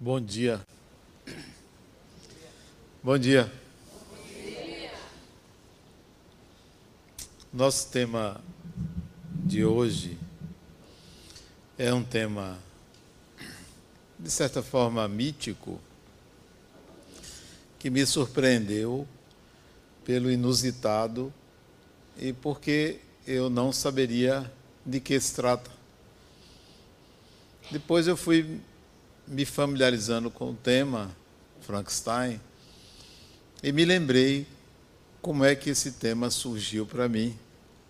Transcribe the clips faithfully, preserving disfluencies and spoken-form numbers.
Bom dia. Bom dia. Nosso tema de hoje é um tema, de certa forma, mítico, que me surpreendeu pelo inusitado e porque eu não saberia de que se trata. Depois eu fui me familiarizando com o tema Frankenstein e me lembrei como é que esse tema surgiu para mim.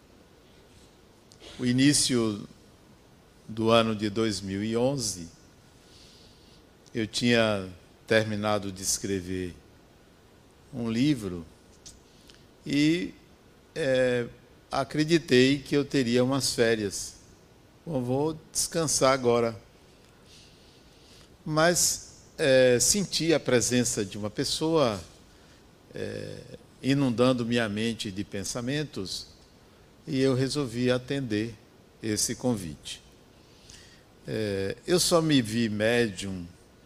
O início do ano de dois mil e onze, eu tinha terminado de escrever um livro e é, acreditei que eu teria umas férias. Bom, vou descansar agora. Mas é, senti a presença de uma pessoa é, inundando minha mente de pensamentos e eu resolvi atender esse convite. É, eu só me vi médium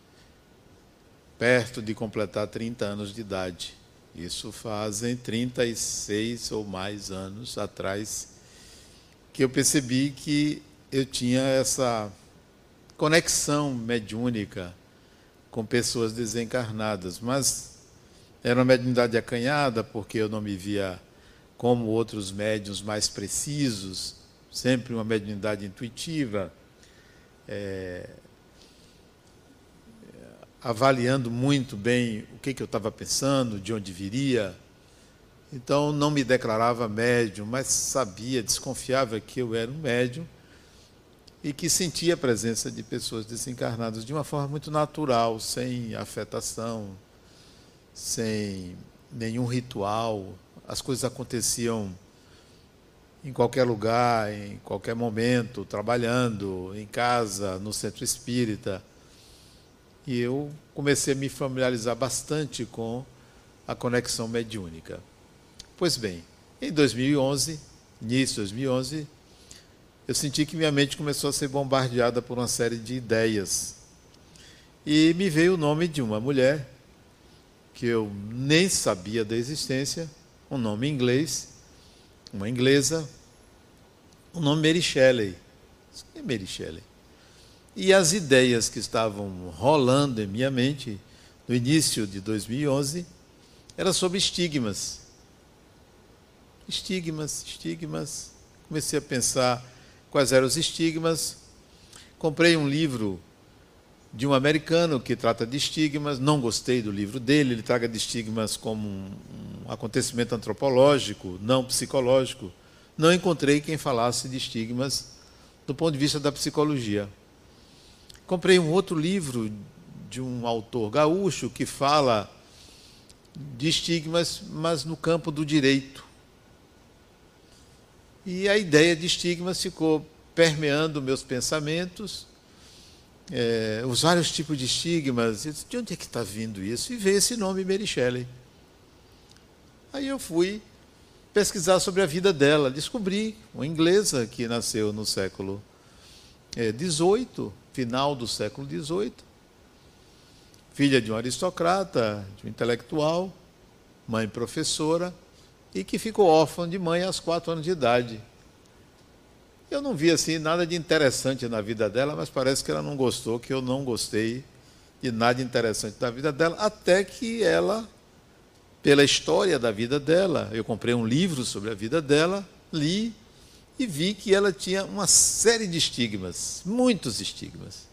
perto de completar trinta anos de idade. Isso fazem trinta e seis ou mais anos atrás que eu percebi que eu tinha essa conexão mediúnica com pessoas desencarnadas, mas era uma mediunidade acanhada, porque eu não me via como outros médiuns mais precisos, sempre uma mediunidade intuitiva, é, avaliando muito bem o que, que eu estava pensando, de onde viria. Então não me declarava médium, mas sabia, desconfiava que eu era um médium, e que sentia a presença de pessoas desencarnadas de uma forma muito natural, sem afetação, sem nenhum ritual. As coisas aconteciam em qualquer lugar, em qualquer momento, trabalhando, em casa, no centro espírita. E eu comecei a me familiarizar bastante com a conexão mediúnica. Pois bem, em dois mil e onze, início de dois mil e onze, eu senti que minha mente começou a ser bombardeada por uma série de ideias. E me veio o nome de uma mulher, que eu nem sabia da existência, um nome em inglês, uma inglesa, o nome Mary Shelley. Quem é Mary Shelley? E as ideias que estavam rolando em minha mente, no início de dois mil e onze, eram sobre estigmas. Estigmas, estigmas. Comecei a pensar quais eram os estigmas. Comprei um livro de um americano que trata de estigmas. Não gostei do livro dele. Ele trata de estigmas como um, um acontecimento antropológico, não psicológico. Não encontrei quem falasse de estigmas do ponto de vista da psicologia. Comprei um outro livro de um autor gaúcho que fala de estigmas, mas no campo do direito. E a ideia de estigmas ficou permeando meus pensamentos, é, os vários tipos de estigmas. Eu disse, de onde é que está vindo isso? E veio esse nome, Mary Shelley. Aí eu fui pesquisar sobre a vida dela. Descobri uma inglesa que nasceu no século dezoito, final do século dezoito, filha de um aristocrata, de um intelectual, mãe professora, e que ficou órfã de mãe aos quatro anos de idade. Eu não vi assim nada de interessante na vida dela, mas parece que ela não gostou, que eu não gostei de nada interessante da vida dela, até que ela, pela história da vida dela, eu comprei um livro sobre a vida dela, li e vi que ela tinha uma série de estigmas, muitos estigmas.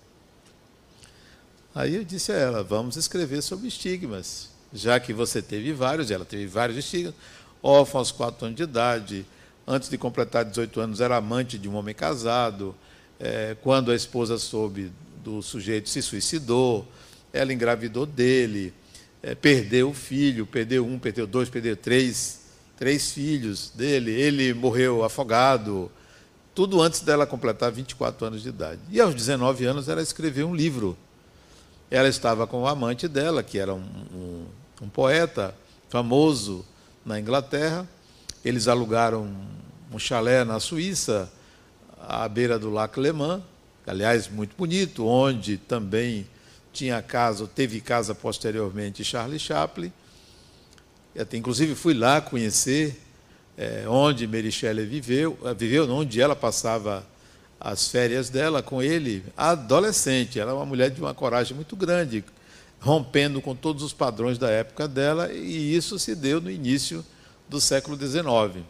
Aí eu disse a ela, vamos escrever sobre estigmas, já que você teve vários, ela teve vários estigmas. Órfã aos quatro anos de idade, antes de completar dezoito anos era amante de um homem casado, é, quando a esposa soube do sujeito se suicidou, ela engravidou dele, é, perdeu o filho, perdeu um, perdeu dois, perdeu três, três filhos dele, ele morreu afogado, tudo antes dela completar vinte e quatro anos de idade. E aos dezenove anos ela escreveu um livro. Ela estava com o amante dela, que era um, um, um poeta famoso na Inglaterra. Eles alugaram um chalé na Suíça, à beira do Lac Léman, aliás, muito bonito, onde também tinha casa, teve casa posteriormente Charlie Chaplin. Eu até, inclusive, fui lá conhecer é, onde Mary Shelley viveu, viveu, onde ela passava as férias dela com ele, adolescente. Ela é uma mulher de uma coragem muito grande, rompendo com todos os padrões da época dela, e isso se deu no início do século dezenove.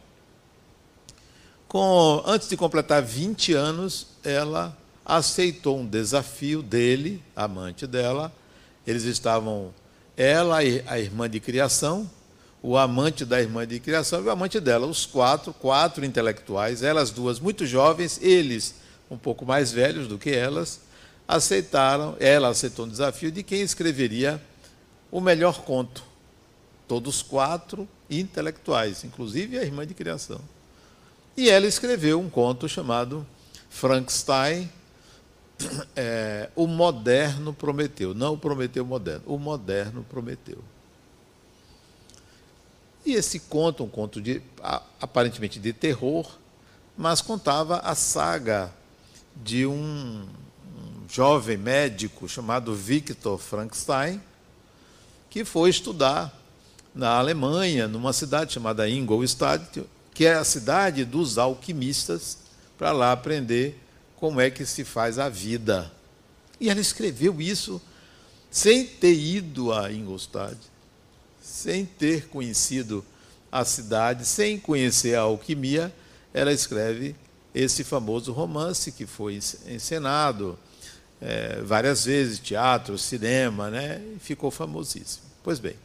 Com, antes de completar vinte anos, ela aceitou um desafio dele, amante dela. Eles estavam, ela e a irmã de criação, o amante da irmã de criação e o amante dela, os quatro, quatro intelectuais, elas duas muito jovens, eles um pouco mais velhos do que elas, aceitaram, ela aceitou um desafio de quem escreveria o melhor conto. Todos quatro intelectuais, inclusive a irmã de criação. E ela escreveu um conto chamado Frankenstein, é, o moderno Prometeu. Não o Prometeu moderno, o moderno Prometeu. E esse conto, um conto de, aparentemente de terror, mas contava a saga de um, um jovem médico chamado Victor Frankenstein, que foi estudar na Alemanha, numa cidade chamada Ingolstadt, que é a cidade dos alquimistas, para lá aprender como é que se faz a vida. E ela escreveu isso sem ter ido a Ingolstadt, sem ter conhecido a cidade, sem conhecer a alquimia. Ela escreve esse famoso romance que foi encenado é, várias vezes, teatro, cinema, né? E ficou famosíssimo. Pois bem,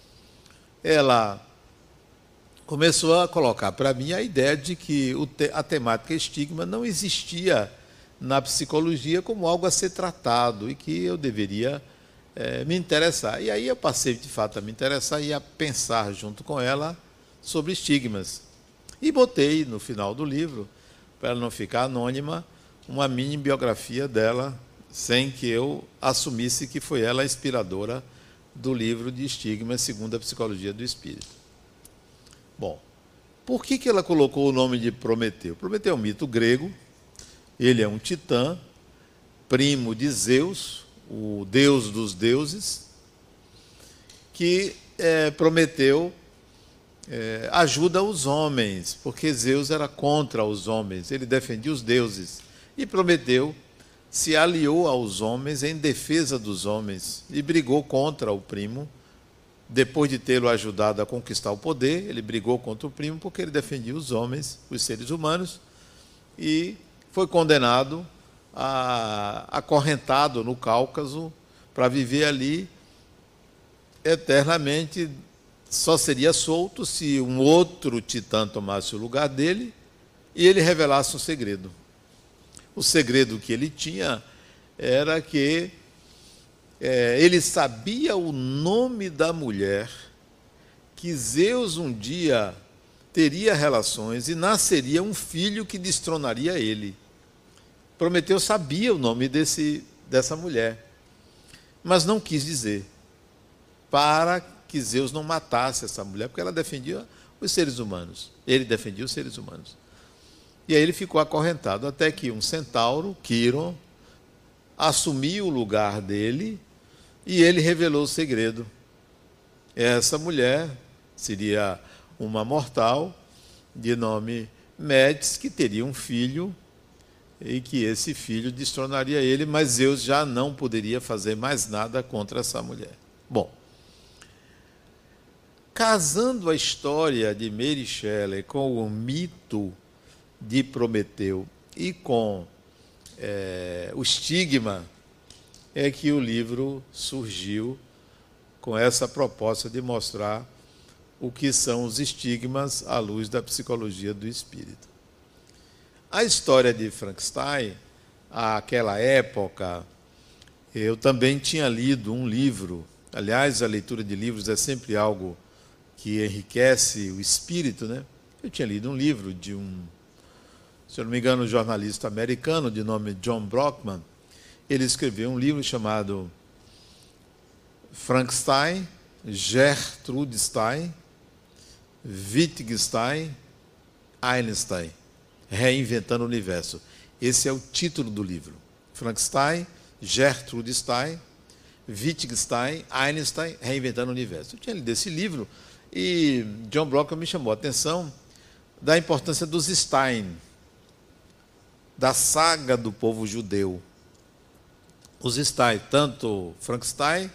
ela começou a colocar para mim a ideia de que o te a temática estigma não existia na psicologia como algo a ser tratado e que eu deveria é, me interessar. E aí eu passei, de fato, a me interessar e a pensar junto com ela sobre estigmas. E botei no final do livro, para ela não ficar anônima, uma mini biografia dela, sem que eu assumisse que foi ela a inspiradora do livro de estigmas segundo a psicologia do espírito. Bom, por que que ela colocou o nome de Prometeu? Prometeu é um mito grego, ele é um titã, primo de Zeus, o deus dos deuses, que é, Prometeu é, ajuda os homens, porque Zeus era contra os homens, ele defendia os deuses. E Prometeu se aliou aos homens em defesa dos homens e brigou contra o primo. Depois de tê-lo ajudado a conquistar o poder, ele brigou contra o primo porque ele defendia os homens, os seres humanos, e foi condenado, a, acorrentado no Cáucaso, para viver ali eternamente. Só seria solto se um outro titã tomasse o lugar dele e ele revelasse um segredo. O segredo que ele tinha era que É, ele sabia o nome da mulher que Zeus um dia teria relações e nasceria um filho que destronaria ele. Prometeu sabia o nome desse, dessa mulher, mas não quis dizer, para que Zeus não matasse essa mulher, porque ela defendia os seres humanos. Ele defendia os seres humanos. E aí ele ficou acorrentado, até que um centauro, Quiron, assumiu o lugar dele e ele revelou o segredo. Essa mulher seria uma mortal de nome Métis, que teria um filho e que esse filho destronaria ele, mas Zeus já não poderia fazer mais nada contra essa mulher. Bom, casando a história de Mary Shelley com o mito de Prometeu e com é, o estigma, é que o livro surgiu com essa proposta de mostrar o que são os estigmas à luz da psicologia do espírito. A história de Frankenstein, àquela época, eu também tinha lido um livro. Aliás, a leitura de livros é sempre algo que enriquece o espírito, né? Eu tinha lido um livro de um, se eu não me engano, um jornalista americano de nome John Brockman. Ele escreveu um livro chamado Frankenstein, Gertrude Stein, Wittgenstein, Einstein, Reinventando o Universo. Esse é o título do livro. Frankenstein, Gertrude Stein, Wittgenstein, Einstein, Reinventando o Universo. Eu tinha lido esse livro e John Blocker me chamou a atenção da importância dos Stein, da saga do povo judeu. Os Stein, tanto Frankenstein,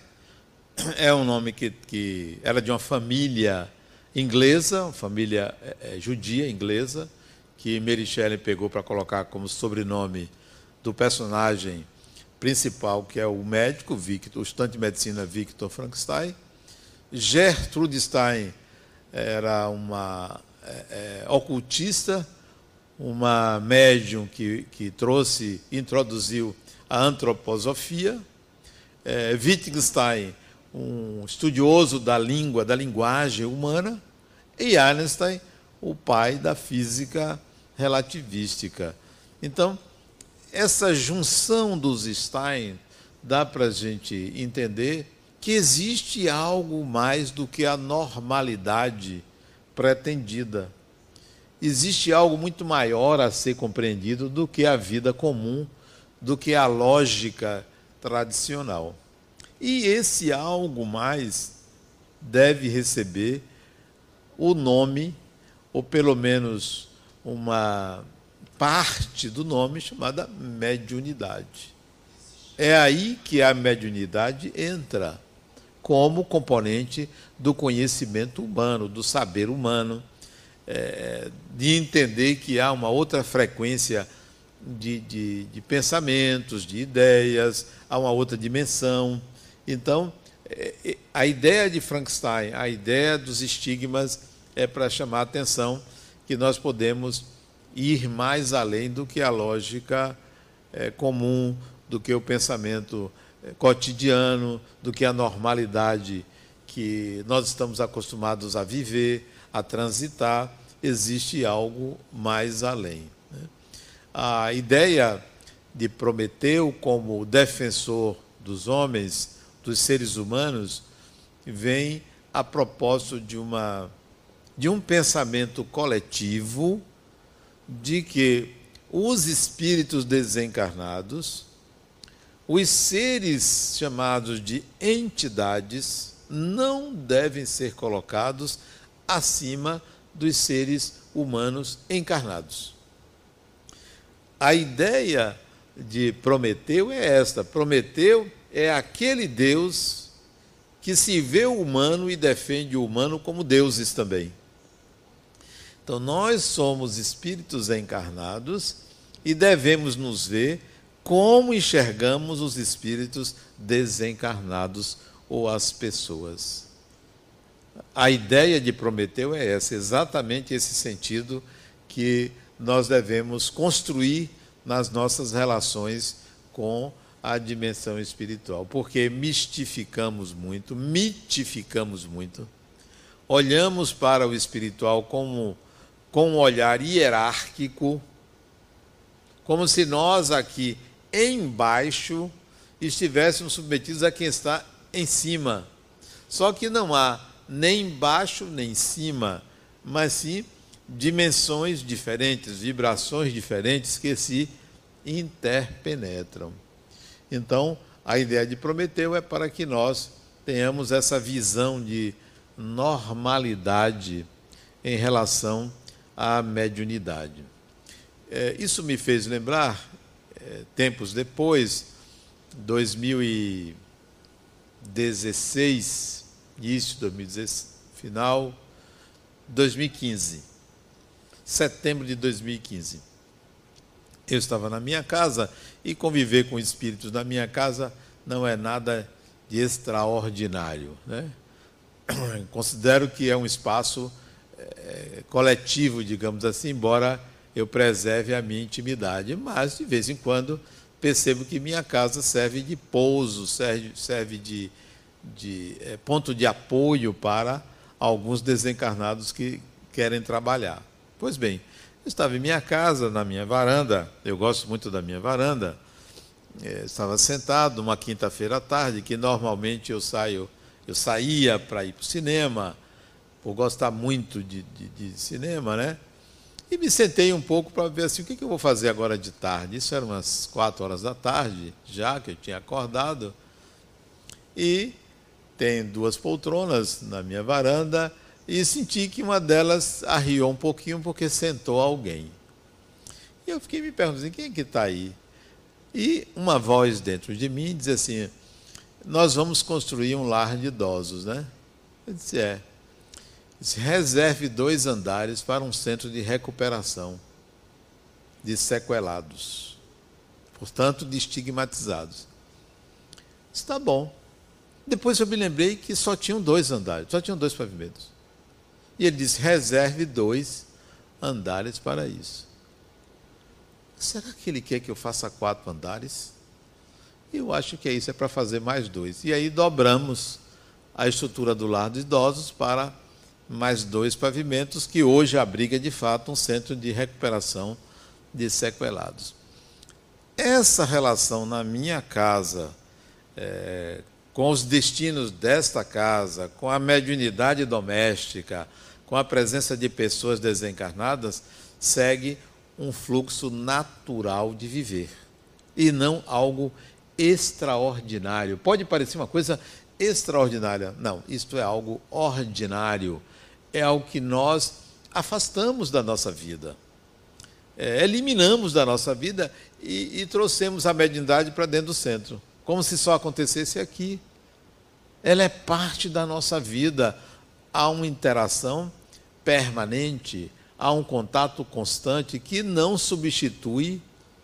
é um nome que, que era de uma família inglesa, uma família é, judia inglesa, que Mary Shelley pegou para colocar como sobrenome do personagem principal, que é o médico, Victor, o estudante de medicina Victor Frankenstein. Gertrude Stein era uma é, é, ocultista, uma médium que, que trouxe, introduziu a antroposofia. É, Wittgenstein, um estudioso da língua, da linguagem humana, e Einstein, o pai da física relativística. Então, essa junção dos Stein dá para a gente entender que existe algo mais do que a normalidade pretendida. Existe algo muito maior a ser compreendido do que a vida comum, do que a lógica tradicional. E esse algo mais deve receber o nome, ou pelo menos uma parte do nome, chamada mediunidade. É aí que a mediunidade entra como componente do conhecimento humano, do saber humano, é, de entender que há uma outra frequência de, de, de pensamentos, de ideias, há uma outra dimensão. Então, é, a ideia de Frankenstein, a ideia dos estigmas, é para chamar a atenção que nós podemos ir mais além do que a lógica é, comum, do que o pensamento é, cotidiano, do que a normalidade que nós estamos acostumados a viver, a transitar. Existe algo mais além, né? A ideia de Prometeu como defensor dos homens, dos seres humanos, vem a propósito de, uma, de um pensamento coletivo de que os espíritos desencarnados, os seres chamados de entidades, não devem ser colocados acima dos seres humanos encarnados. A ideia de Prometeu é esta: Prometeu é aquele Deus que se vê o humano e defende o humano como deuses também. Então, nós somos espíritos encarnados e devemos nos ver como enxergamos os espíritos desencarnados ou as pessoas. A ideia de Prometeu é essa, exatamente esse sentido que nós devemos construir nas nossas relações com a dimensão espiritual, porque mistificamos muito, mitificamos muito, olhamos para o espiritual como, com um olhar hierárquico, como se nós aqui embaixo estivéssemos submetidos a quem está em cima. Só que não há nem embaixo nem em cima, mas sim dimensões diferentes, vibrações diferentes que se interpenetram. Então, a ideia de Prometeu é para que nós tenhamos essa visão de normalidade em relação à mediunidade. É, isso me fez lembrar, é, tempos depois, dois mil e dezesseis, início de dois mil e dezesseis, final dois mil e quinze, setembro de dois mil e quinze. Eu estava na minha casa e conviver com espíritos na minha casa não é nada de extraordinário, né? Considero que é um espaço é, coletivo, digamos assim, embora eu preserve a minha intimidade, mas de vez em quando percebo que minha casa serve de pouso, serve, serve de, de é, ponto de apoio para alguns desencarnados que querem trabalhar. Pois bem, eu estava em minha casa, na minha varanda, eu gosto muito da minha varanda, é, estava sentado uma quinta-feira à tarde, que normalmente eu saio, eu saía para ir para o cinema, por gostar muito de, de, de cinema, né? E me sentei um pouco para ver assim, o que, que eu vou fazer agora de tarde. Isso era umas quatro horas da tarde, já que eu tinha acordado. e tem duas poltronas na minha varanda e senti que uma delas arriou um pouquinho porque sentou alguém. E eu fiquei me perguntando, quem é que está aí? E uma voz dentro de mim diz assim, nós vamos construir um lar de idosos, né? Eu disse, é. Eu disse, reserve dois andares para um centro de recuperação de sequelados, portanto, de estigmatizados. Está bom. Depois eu me lembrei que só tinham dois andares, só tinham dois pavimentos. E ele disse, reserve dois andares para isso. Será que ele quer que eu faça quatro andares? Eu acho que é isso, é para fazer mais dois. E aí dobramos a estrutura do lar dos idosos para mais dois pavimentos, que hoje abriga de fato um centro de recuperação de sequelados. Essa relação na minha casa, é, com os destinos desta casa, com a mediunidade doméstica, com a presença de pessoas desencarnadas, segue um fluxo natural de viver e não algo extraordinário. Pode parecer uma coisa extraordinária. Não, isto é algo ordinário. É algo que nós afastamos da nossa vida. É, eliminamos da nossa vida e, e trouxemos a mediunidade para dentro do centro. Como se só acontecesse aqui. Ela é parte da nossa vida. Há uma interação permanente, há um contato constante que não substitui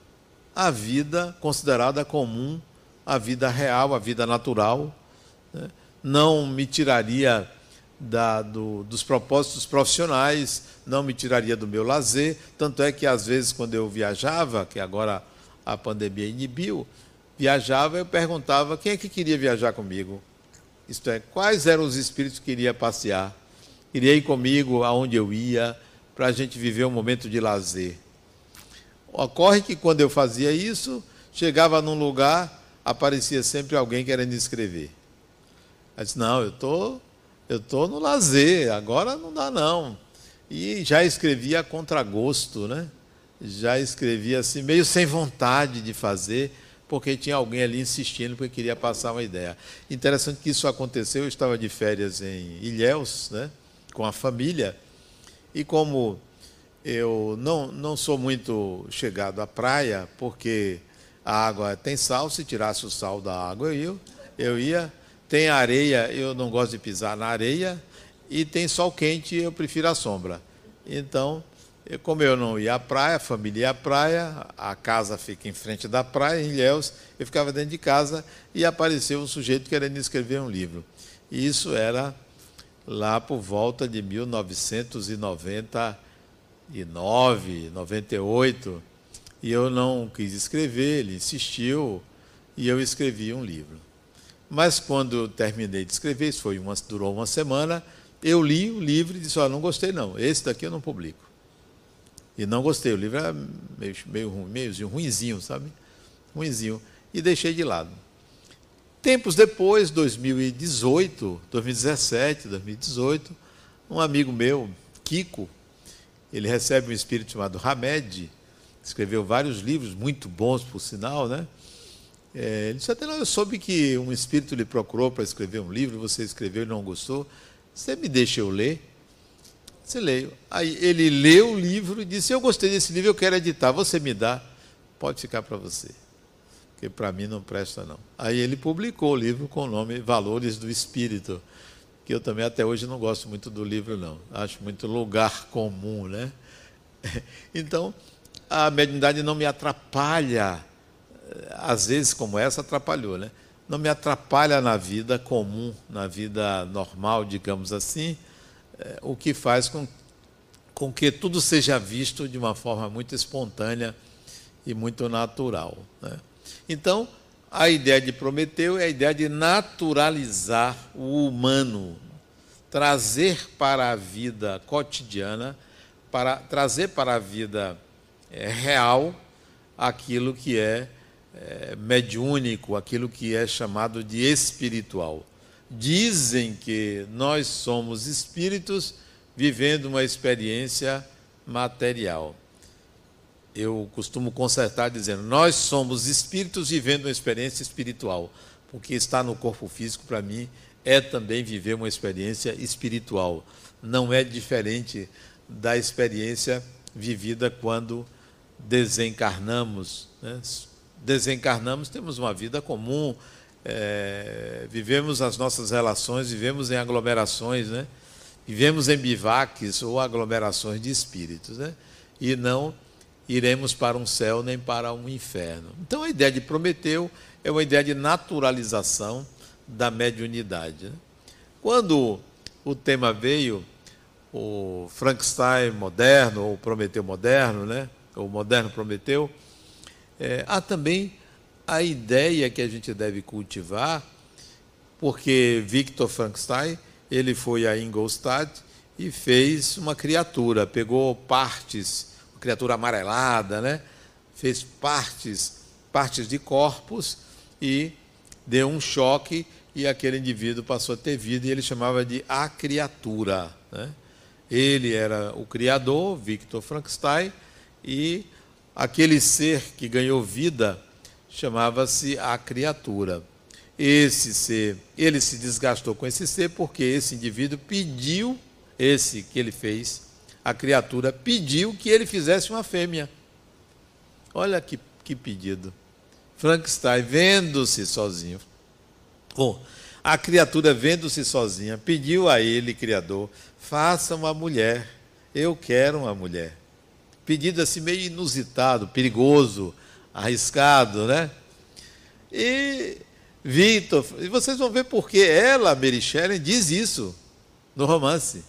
a vida considerada comum, a vida real, a vida natural. Né? Não me tiraria da, do, dos propósitos profissionais, não me tiraria do meu lazer. Tanto é que, às vezes, quando eu viajava, que agora a pandemia inibiu, viajava, eu perguntava quem é que queria viajar comigo. Isto é, quais eram os espíritos que queria passear, queria ir comigo aonde eu ia, para a gente viver um momento de lazer. Ocorre que quando eu fazia isso, chegava num lugar, aparecia sempre alguém querendo escrever. Eu disse, não, eu tô, eu tô no lazer, agora não dá não. E já escrevia a contragosto, né? Já escrevia assim, meio sem vontade de fazer, porque tinha alguém ali insistindo porque queria passar uma ideia. Interessante que isso aconteceu, eu estava de férias em Ilhéus, né, com a família, e como eu não, não sou muito chegado à praia, porque a água tem sal, se tirasse o sal da água eu ia, eu ia, tem areia, eu não gosto de pisar na areia, e tem sol quente, eu prefiro a sombra. Então, como eu não ia à praia, a família ia à praia, a casa fica em frente da praia, em Ilhéus, eu ficava dentro de casa e apareceu um sujeito querendo escrever um livro. E isso era lá por volta de mil novecentos e noventa e nove, noventa e oito, e eu não quis escrever, ele insistiu, e eu escrevi um livro. Mas quando eu terminei de escrever, isso foi uma, durou uma semana, eu li o livro e disse, olha, não gostei não, esse daqui eu não publico. E não gostei, o livro era meio, meio, meio ruinzinho, sabe? Ruinzinho. E deixei de lado. Tempos depois, dois mil e dezoito, dois mil e dezessete, dois mil e dezoito, um amigo meu, Kiko, ele recebe um espírito chamado Hamed, escreveu vários livros, muito bons, por sinal, né? É, ele disse, até não, eu soube que um espírito lhe procurou para escrever um livro, você escreveu e não gostou, você me deixa eu ler? Você leio. Aí ele leu o livro e disse, eu gostei desse livro, eu quero editar, você me dá? Pode ficar para você, porque para mim não presta não. Aí ele publicou o livro com o nome Valores do Espírito, que eu também até hoje não gosto muito do livro não, acho muito lugar comum, né? Então, a mediunidade não me atrapalha, às vezes como essa atrapalhou, né? Não me atrapalha na vida comum, na vida normal, digamos assim, é, o que faz com, com que tudo seja visto de uma forma muito espontânea e muito natural, né? Então, a ideia de Prometeu é a ideia de naturalizar o humano, trazer para a vida cotidiana, para trazer para a vida é, real aquilo que é, é mediúnico, aquilo que é chamado de espiritual. Dizem que nós somos espíritos vivendo uma experiência material. Eu costumo consertar dizendo, nós somos espíritos vivendo uma experiência espiritual. porque estar no corpo físico, para mim, é também viver uma experiência espiritual. Não é diferente da experiência vivida quando desencarnamos, né? Desencarnamos, temos uma vida comum, é, vivemos as nossas relações, vivemos em aglomerações, né? Vivemos em bivaques ou aglomerações de espíritos, né? E não iremos para um céu nem para um inferno. Então a ideia de Prometeu é uma ideia de naturalização da mediunidade, né? Quando o tema veio, o Frankenstein moderno, ou Prometeu moderno, né? O moderno Prometeu, é, há também a ideia que a gente deve cultivar, porque Victor Frankenstein, ele foi a Ingolstadt e fez uma criatura, pegou partes, uma criatura amarelada, né? Fez partes, partes de corpos e deu um choque e aquele indivíduo passou a ter vida e ele chamava de a criatura, né? Ele era o criador, Victor Frankenstein, e aquele ser que ganhou vida chamava-se a criatura. Esse ser, ele se desgastou com esse ser porque esse indivíduo pediu, esse que ele fez, a criatura pediu que ele fizesse uma fêmea. Olha que, que pedido. Frankenstein, vendo-se sozinho, bom, a criatura vendo-se sozinha, pediu a ele, criador, faça uma mulher, eu quero uma mulher. Pedido assim meio inusitado, perigoso, arriscado, né? E Victor, e vocês vão ver porque ela, Mary Shelley, diz isso no romance.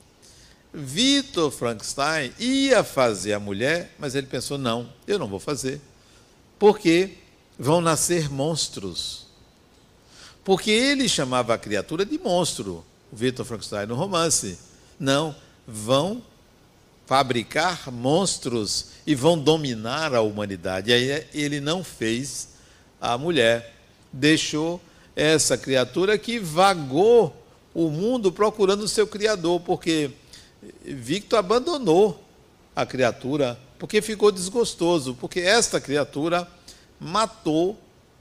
Victor Frankenstein ia fazer a mulher, mas ele pensou, não, eu não vou fazer, porque vão nascer monstros. Porque ele chamava a criatura de monstro, o Victor Frankenstein, no romance. Não, vão fabricar monstros e vão dominar a humanidade. E aí ele não fez a mulher, deixou essa criatura que vagou o mundo procurando o seu criador, porque Victor abandonou a criatura, porque ficou desgostoso, porque esta criatura matou,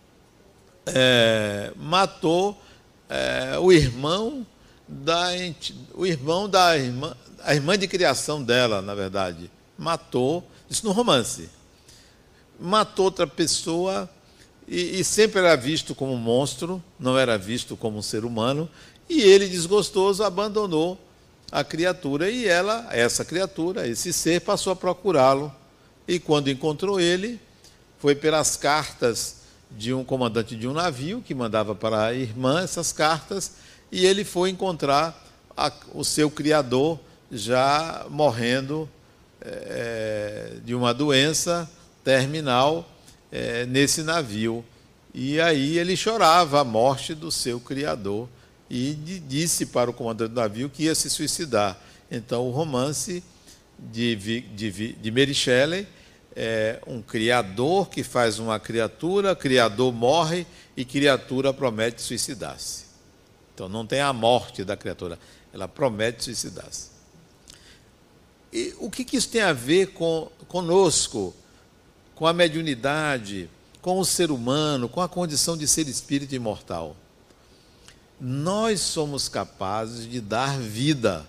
é, matou é, o irmão da o irmão da irmã, a irmã de criação dela, na verdade, matou, isso no romance, matou outra pessoa e, e sempre era visto como um monstro, não era visto como um ser humano, e ele, desgostoso, abandonou a criatura e ela, essa criatura, esse ser, passou a procurá-lo. E quando encontrou ele, foi pelas cartas de um comandante de um navio que mandava para a irmã essas cartas, e ele foi encontrar a, o seu criador já morrendo é, de uma doença terminal é, nesse navio. E aí ele chorava a morte do seu criador e disse para o comandante do navio que ia se suicidar. Então o romance de, de, de Mary Shelley é um criador que faz uma criatura, criador morre e criatura promete suicidar-se. Então não tem a morte da criatura, ela promete suicidar-se. E o que, que isso tem a ver com, conosco, com a mediunidade, com o ser humano, com a condição de ser espírito imortal? Nós somos capazes de dar vida.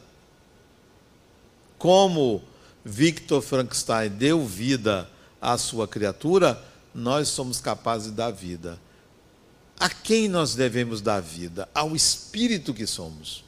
Como Victor Frankenstein deu vida à sua criatura, nós somos capazes de dar vida. A quem nós devemos dar vida? Ao espírito que somos.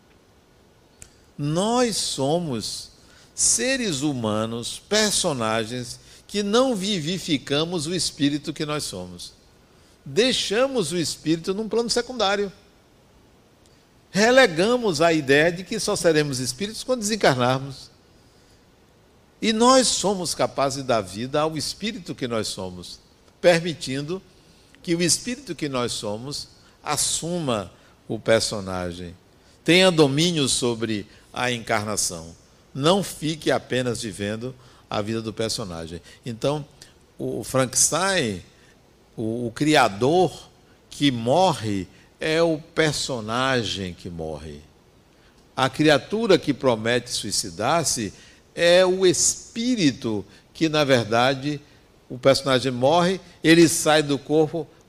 Nós somos seres humanos, personagens, que não vivificamos o espírito que nós somos. Deixamos o espírito num plano secundário. Relegamos a ideia de que só seremos espíritos quando desencarnarmos. E nós somos capazes de dar vida ao espírito que nós somos, permitindo que o espírito que nós somos assuma o personagem, tenha domínio sobre a encarnação. Não fique apenas vivendo a vida do personagem. Então, o Frankenstein, o, o criador que morre, é o personagem que morre. A criatura que promete suicidar-se é o espírito que, na verdade, o personagem morre, ele sai do corpo,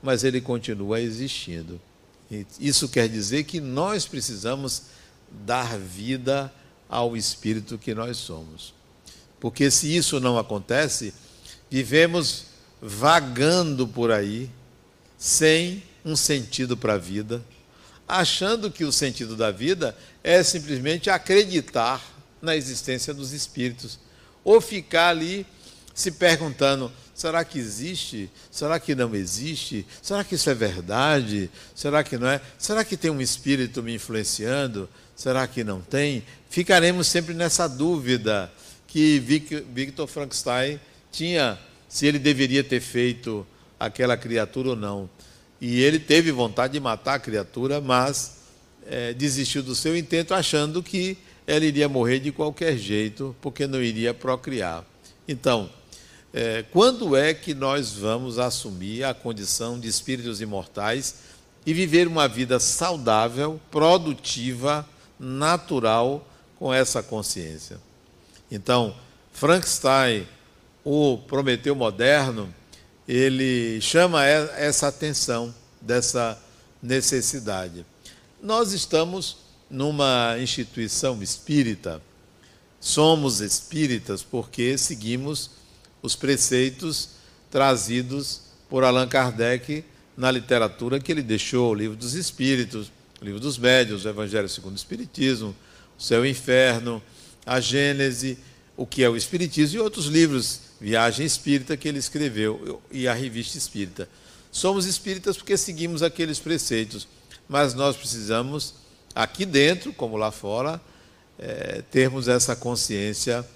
mas ele continua existindo. Isso quer dizer que nós precisamos dar vida ao espírito que nós somos. Porque se isso não acontece, vivemos vagando por aí, sem um sentido para a vida, achando que o sentido da vida é simplesmente acreditar na existência dos espíritos, ou ficar ali se perguntando: será que existe? Será que não existe? Será que isso é verdade? Será que não é? Será que tem um espírito me influenciando? Será que não tem? Ficaremos sempre nessa dúvida que Victor Frankenstein tinha, se ele deveria ter feito aquela criatura ou não. E ele teve vontade de matar a criatura, mas é, desistiu do seu intento, achando que ela iria morrer de qualquer jeito, porque não iria procriar. Então, é, quando é que nós vamos assumir a condição de espíritos imortais e viver uma vida saudável, produtiva, natural, com essa consciência? Então, Frankenstein, o Prometeu moderno, ele chama essa atenção dessa necessidade. Nós estamos numa instituição espírita, somos espíritas porque seguimos os preceitos trazidos por Allan Kardec na literatura que ele deixou: o Livro dos Espíritos, o Livro dos Médiuns, o Evangelho segundo o Espiritismo, o Céu e o Inferno, a Gênese, o que é o Espiritismo, e outros livros, Viagem Espírita, que ele escreveu, e a Revista Espírita. Somos espíritas porque seguimos aqueles preceitos, mas nós precisamos, aqui dentro, como lá fora, é, termos essa consciência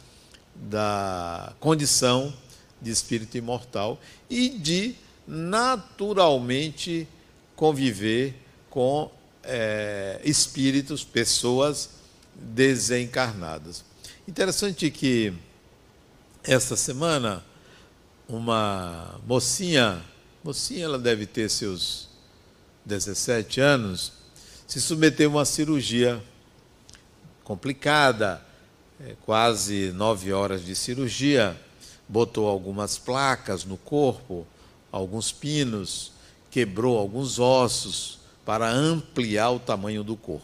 da condição de espírito imortal e de naturalmente conviver com é, espíritos, pessoas desencarnadas. Interessante que esta semana uma mocinha, mocinha ela deve ter seus dezessete anos, se submeteu a uma cirurgia complicada, é, quase nove horas de cirurgia, botou algumas placas no corpo, alguns pinos, quebrou alguns ossos para ampliar o tamanho do corpo.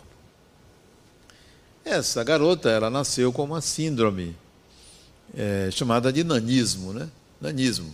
Essa garota, ela nasceu com uma síndrome é, chamada de nanismo, né? Nanismo.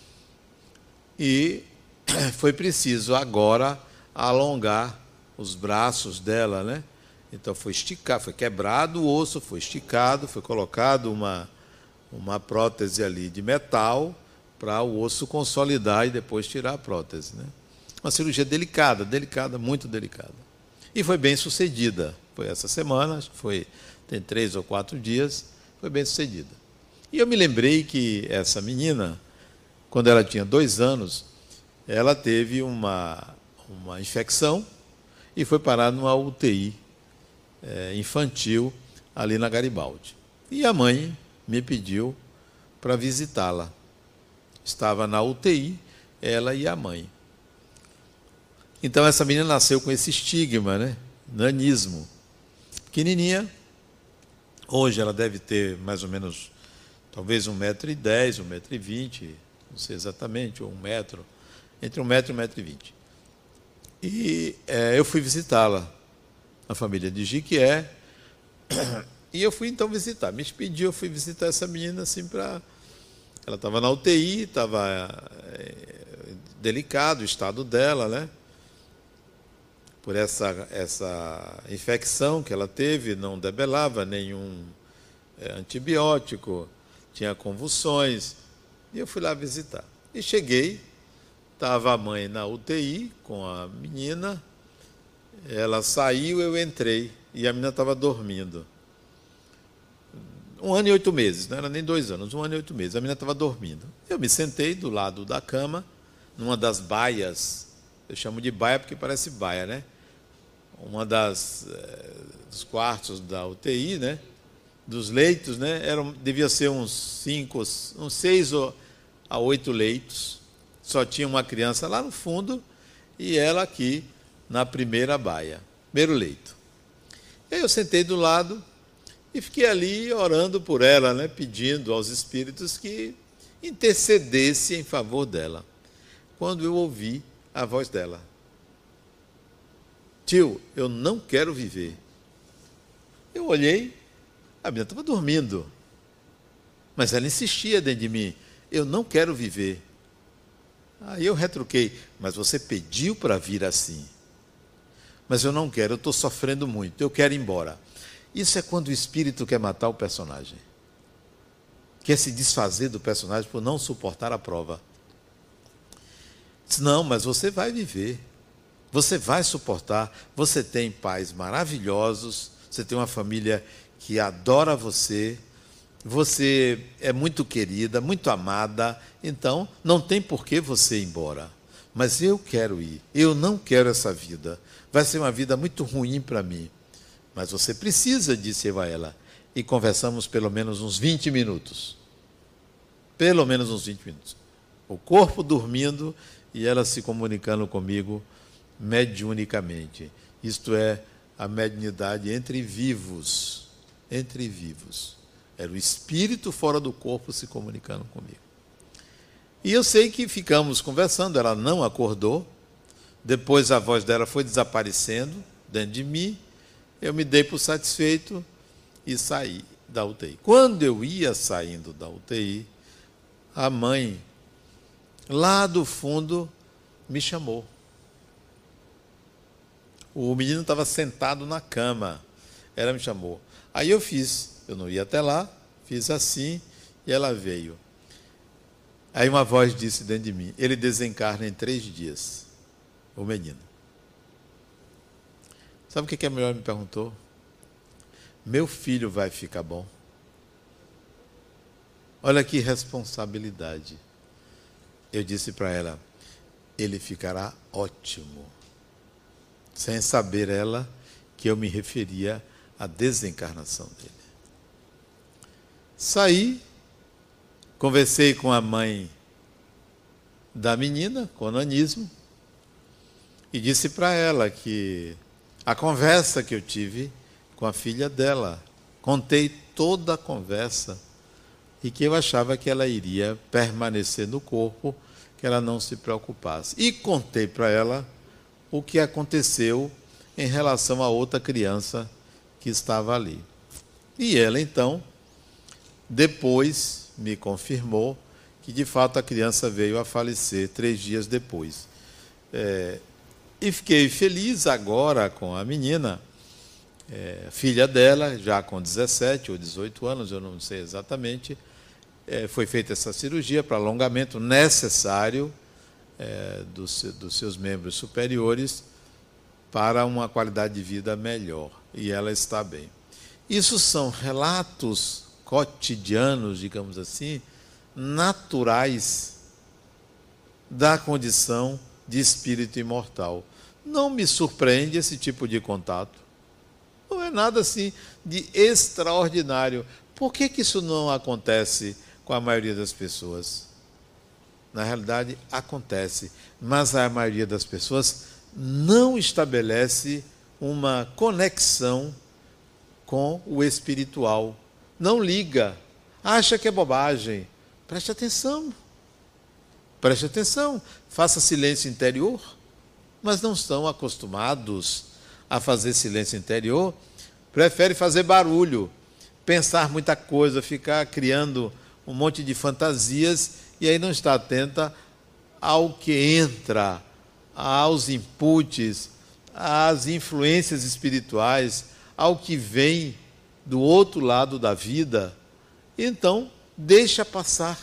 E foi preciso agora alongar os braços dela, né? Então foi esticar, foi quebrado o osso, foi esticado, foi colocado uma, uma prótese ali de metal para o osso consolidar e depois tirar a prótese, né? Uma cirurgia delicada, delicada, muito delicada. E foi bem sucedida. Foi essa semana, acho que foi, tem três ou quatro dias, foi bem sucedida. E eu me lembrei que essa menina, quando ela tinha dois anos, ela teve uma, uma infecção e foi parar numa U T I é, infantil ali na Garibaldi. E a mãe me pediu para visitá-la. Estava na U T I, ela e a mãe. Então essa menina nasceu com esse estigma, né? Nanismo. Pequenininha, hoje ela deve ter mais ou menos, talvez um metro e dez, um metro e vinte, não sei exatamente, ou um metro, entre um metro e um metro e vinte. E é, eu fui visitá-la, a família de Jiquié, e eu fui então visitar, me pediu, eu fui visitar essa menina assim para... Ela estava na U T I, estava é, delicado o estado dela, né? Por essa, essa infecção que ela teve, não debelava nenhum é, antibiótico, tinha convulsões, e eu fui lá visitar. E cheguei, estava a mãe na U T I com a menina, ela saiu, eu entrei, e a menina estava dormindo. Um ano e oito meses, não era nem dois anos, um ano e oito meses, a menina estava dormindo. Eu me sentei do lado da cama, numa das baias, eu chamo de baia porque parece baia, né? Uma das eh, dos quartos da U T I, né? Dos leitos, né? Eram, devia ser uns cinco, uns seis a oito leitos. Só tinha uma criança lá no fundo e ela aqui na primeira baia, primeiro leito. E aí eu sentei do lado e fiquei ali orando por ela, né? Pedindo aos espíritos que intercedesse em favor dela. Quando eu ouvi a voz dela. Tio, eu não quero viver. Eu olhei, a menina estava dormindo. Mas ela insistia dentro de mim, eu não quero viver. Aí eu retruquei, mas você pediu para vir assim. Mas eu não quero, eu estou sofrendo muito, eu quero ir embora. Isso é quando o espírito quer matar o personagem. Quer se desfazer do personagem por não suportar a prova. Diz, não, mas você vai viver. Você vai suportar. Você tem pais maravilhosos. Você tem uma família que adora você. Você é muito querida, muito amada. Então, não tem por que você ir embora. Mas eu quero ir. Eu não quero essa vida. Vai ser uma vida muito ruim para mim. Mas você precisa, disse eu a ela. E conversamos pelo menos uns vinte minutos. Pelo menos uns vinte minutos. O corpo dormindo e ela se comunicando comigo mediunicamente. Isto é, a mediunidade entre vivos. Entre vivos. Era o espírito fora do corpo se comunicando comigo. E eu sei que ficamos conversando, ela não acordou. Depois a voz dela foi desaparecendo dentro de mim. Eu me dei por satisfeito e saí da U T I. Quando eu ia saindo da U T I, a mãe, lá do fundo, me chamou. O menino estava sentado na cama. Ela me chamou. Aí eu fiz, eu não ia até lá, fiz assim e ela veio. Aí uma voz disse dentro de mim, ele desencarna em três dias, o menino. Sabe o que a mulher me perguntou? Meu filho vai ficar bom? Olha que responsabilidade. Eu disse para ela, ele ficará ótimo. Sem saber ela que eu me referia à desencarnação dele. Saí, conversei com a mãe da menina, com onanismo, e disse para ela que a conversa que eu tive com a filha dela, contei toda a conversa, e que eu achava que ela iria permanecer no corpo, que ela não se preocupasse. E contei para ela o que aconteceu em relação a outra criança que estava ali. E ela, então, depois me confirmou que, de fato, a criança veio a falecer três dias depois. É, e fiquei feliz agora com a menina, é, filha dela, já com dezessete ou dezoito anos, eu não sei exatamente. É, foi feita essa cirurgia para alongamento necessário é, dos, dos seus membros superiores para uma qualidade de vida melhor. E ela está bem. Isso são relatos cotidianos, digamos assim, naturais da condição de espírito imortal. Não me surpreende esse tipo de contato. Não é nada assim de extraordinário. Por que que isso não acontece com a maioria das pessoas? Na realidade, acontece, mas a maioria das pessoas não estabelece uma conexão com o espiritual. Não liga, acha que é bobagem. Preste atenção. Preste atenção, faça silêncio interior. Mas não estão acostumados a fazer silêncio interior, prefere fazer barulho, pensar muita coisa, ficar criando um monte de fantasias e aí não está atenta ao que entra, aos inputs, às influências espirituais, ao que vem do outro lado da vida. Então, deixa passar.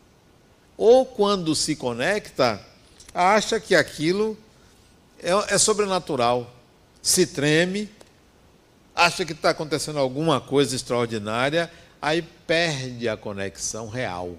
Ou quando se conecta, acha que aquilo é, é sobrenatural, se treme, acha que está acontecendo alguma coisa extraordinária, aí perde a conexão real.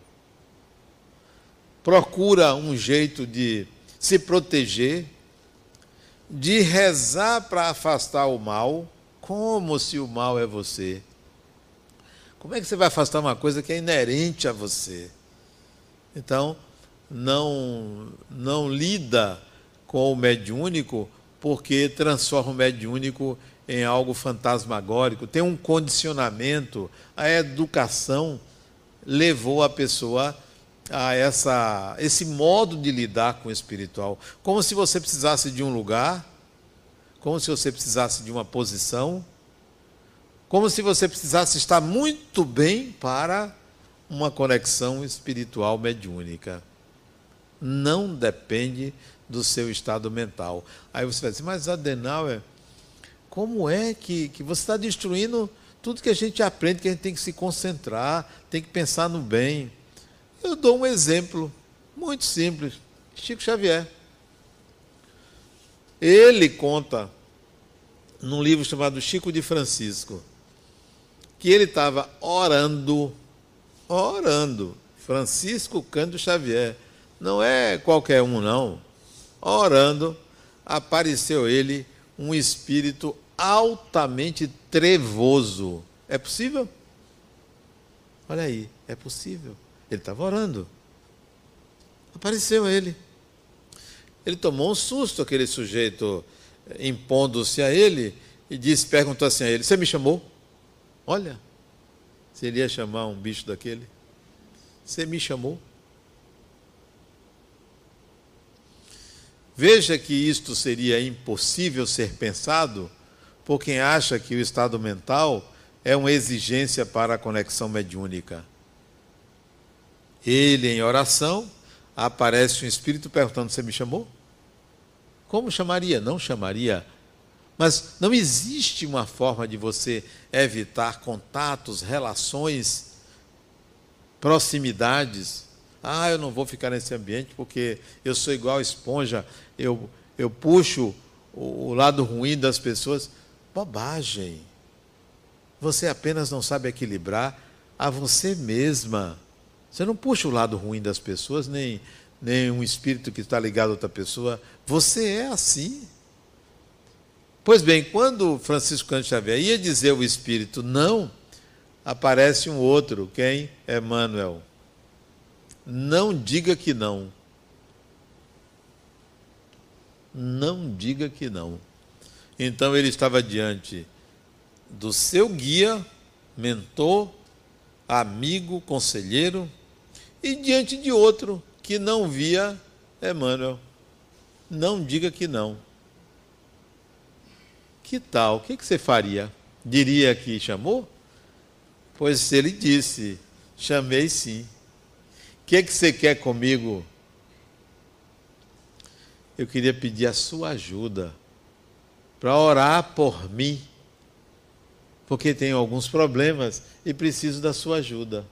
Procura um jeito de se proteger, de rezar para afastar o mal, como se o mal é você. Como é que você vai afastar uma coisa que é inerente a você? Então, não, não lida com o mediúnico porque transforma o mediúnico em algo fantasmagórico. Tem um condicionamento. A educação levou a pessoa a essa, esse modo de lidar com o espiritual, como se você precisasse de um lugar, como se você precisasse de uma posição, como se você precisasse estar muito bem para uma conexão espiritual mediúnica. Não depende do seu estado mental. Aí você vai dizer, mas Adenauer, como é que, que você está destruindo tudo que a gente aprende, que a gente tem que se concentrar, tem que pensar no bem? Eu dou um exemplo muito simples. Chico Xavier. Ele conta, num livro chamado Chico de Francisco, que ele estava orando, orando, Francisco Cândido Xavier, não é qualquer um não, orando, apareceu ele um espírito altamente trevoso. É possível? Olha aí, é possível. Ele estava orando. Apareceu ele. Ele tomou um susto, aquele sujeito, impondo-se a ele, e disse, perguntou assim a ele, você me chamou? Olha, se ele ia chamar um bicho daquele. Você me chamou? Veja que isto seria impossível ser pensado por quem acha que o estado mental é uma exigência para a conexão mediúnica. Ele, em oração, aparece um espírito perguntando, você me chamou? Como chamaria? Não chamaria. Mas não existe uma forma de você evitar contatos, relações, proximidades. Ah, eu não vou ficar nesse ambiente porque eu sou igual a esponja, eu, eu puxo o, o lado ruim das pessoas. Bobagem. Você apenas não sabe equilibrar a você mesma. Você não puxa o lado ruim das pessoas, nem, nem um espírito que está ligado a outra pessoa. Você é assim. Pois bem, quando Francisco Cândido Xavier ia dizer ao espírito não, aparece um outro, quem? Emmanuel. Não diga que não. Não diga que não. Então ele estava diante do seu guia, mentor, amigo, conselheiro, e diante de outro que não via Emmanuel. Não diga que não. Que tal? O que você faria? Diria que chamou? Pois ele disse, chamei sim. O que você quer comigo? Eu queria pedir a sua ajuda para orar por mim, porque tenho alguns problemas e preciso da sua ajuda.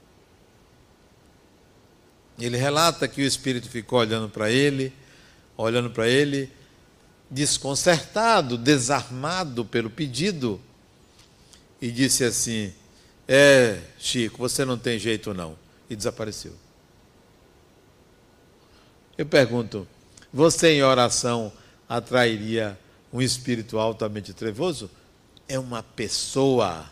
Ele relata que o espírito ficou olhando para ele, olhando para ele, desconcertado, desarmado pelo pedido, e disse assim, é, Chico, você não tem jeito não, e desapareceu. Eu pergunto, você em oração atrairia um espírito altamente trevoso? É uma pessoa.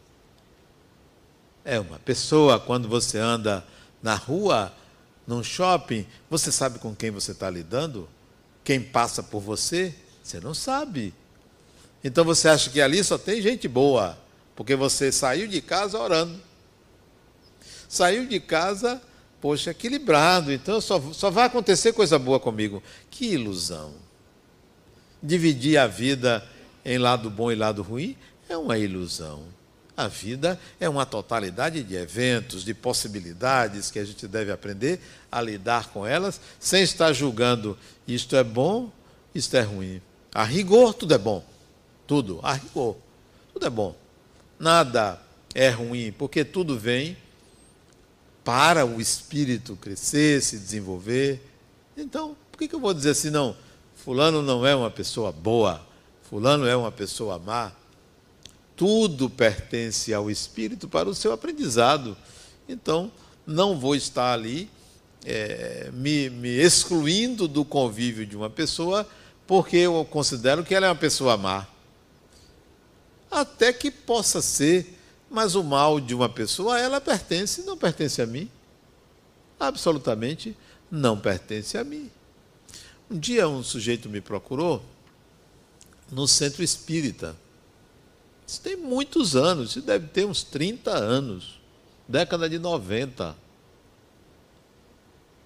É uma pessoa. Quando você anda na rua, num shopping, você sabe com quem você está lidando? Quem passa por você? Você não sabe. Então você acha que ali só tem gente boa, porque você saiu de casa orando. Saiu de casa, poxa, equilibrado, então só, só vai acontecer coisa boa comigo. Que ilusão. Dividir a vida em lado bom e lado ruim é uma ilusão. A vida é uma totalidade de eventos, de possibilidades que a gente deve aprender a lidar com elas, sem estar julgando isto é bom, isto é ruim. A rigor, tudo é bom. Tudo, a rigor, tudo é bom. Nada é ruim, porque tudo vem para o espírito crescer, se desenvolver. Então, por que eu vou dizer assim, não, fulano não é uma pessoa boa, fulano é uma pessoa má? Tudo pertence ao espírito para o seu aprendizado. Então, não vou estar ali é, me, me excluindo do convívio de uma pessoa porque eu considero que ela é uma pessoa má. Até que possa ser, mas o mal de uma pessoa, ela pertence, não pertence a mim. Absolutamente não pertence a mim. Um dia um sujeito me procurou no centro espírita. Isso tem muitos anos, isso deve ter uns trinta anos, década de noventa.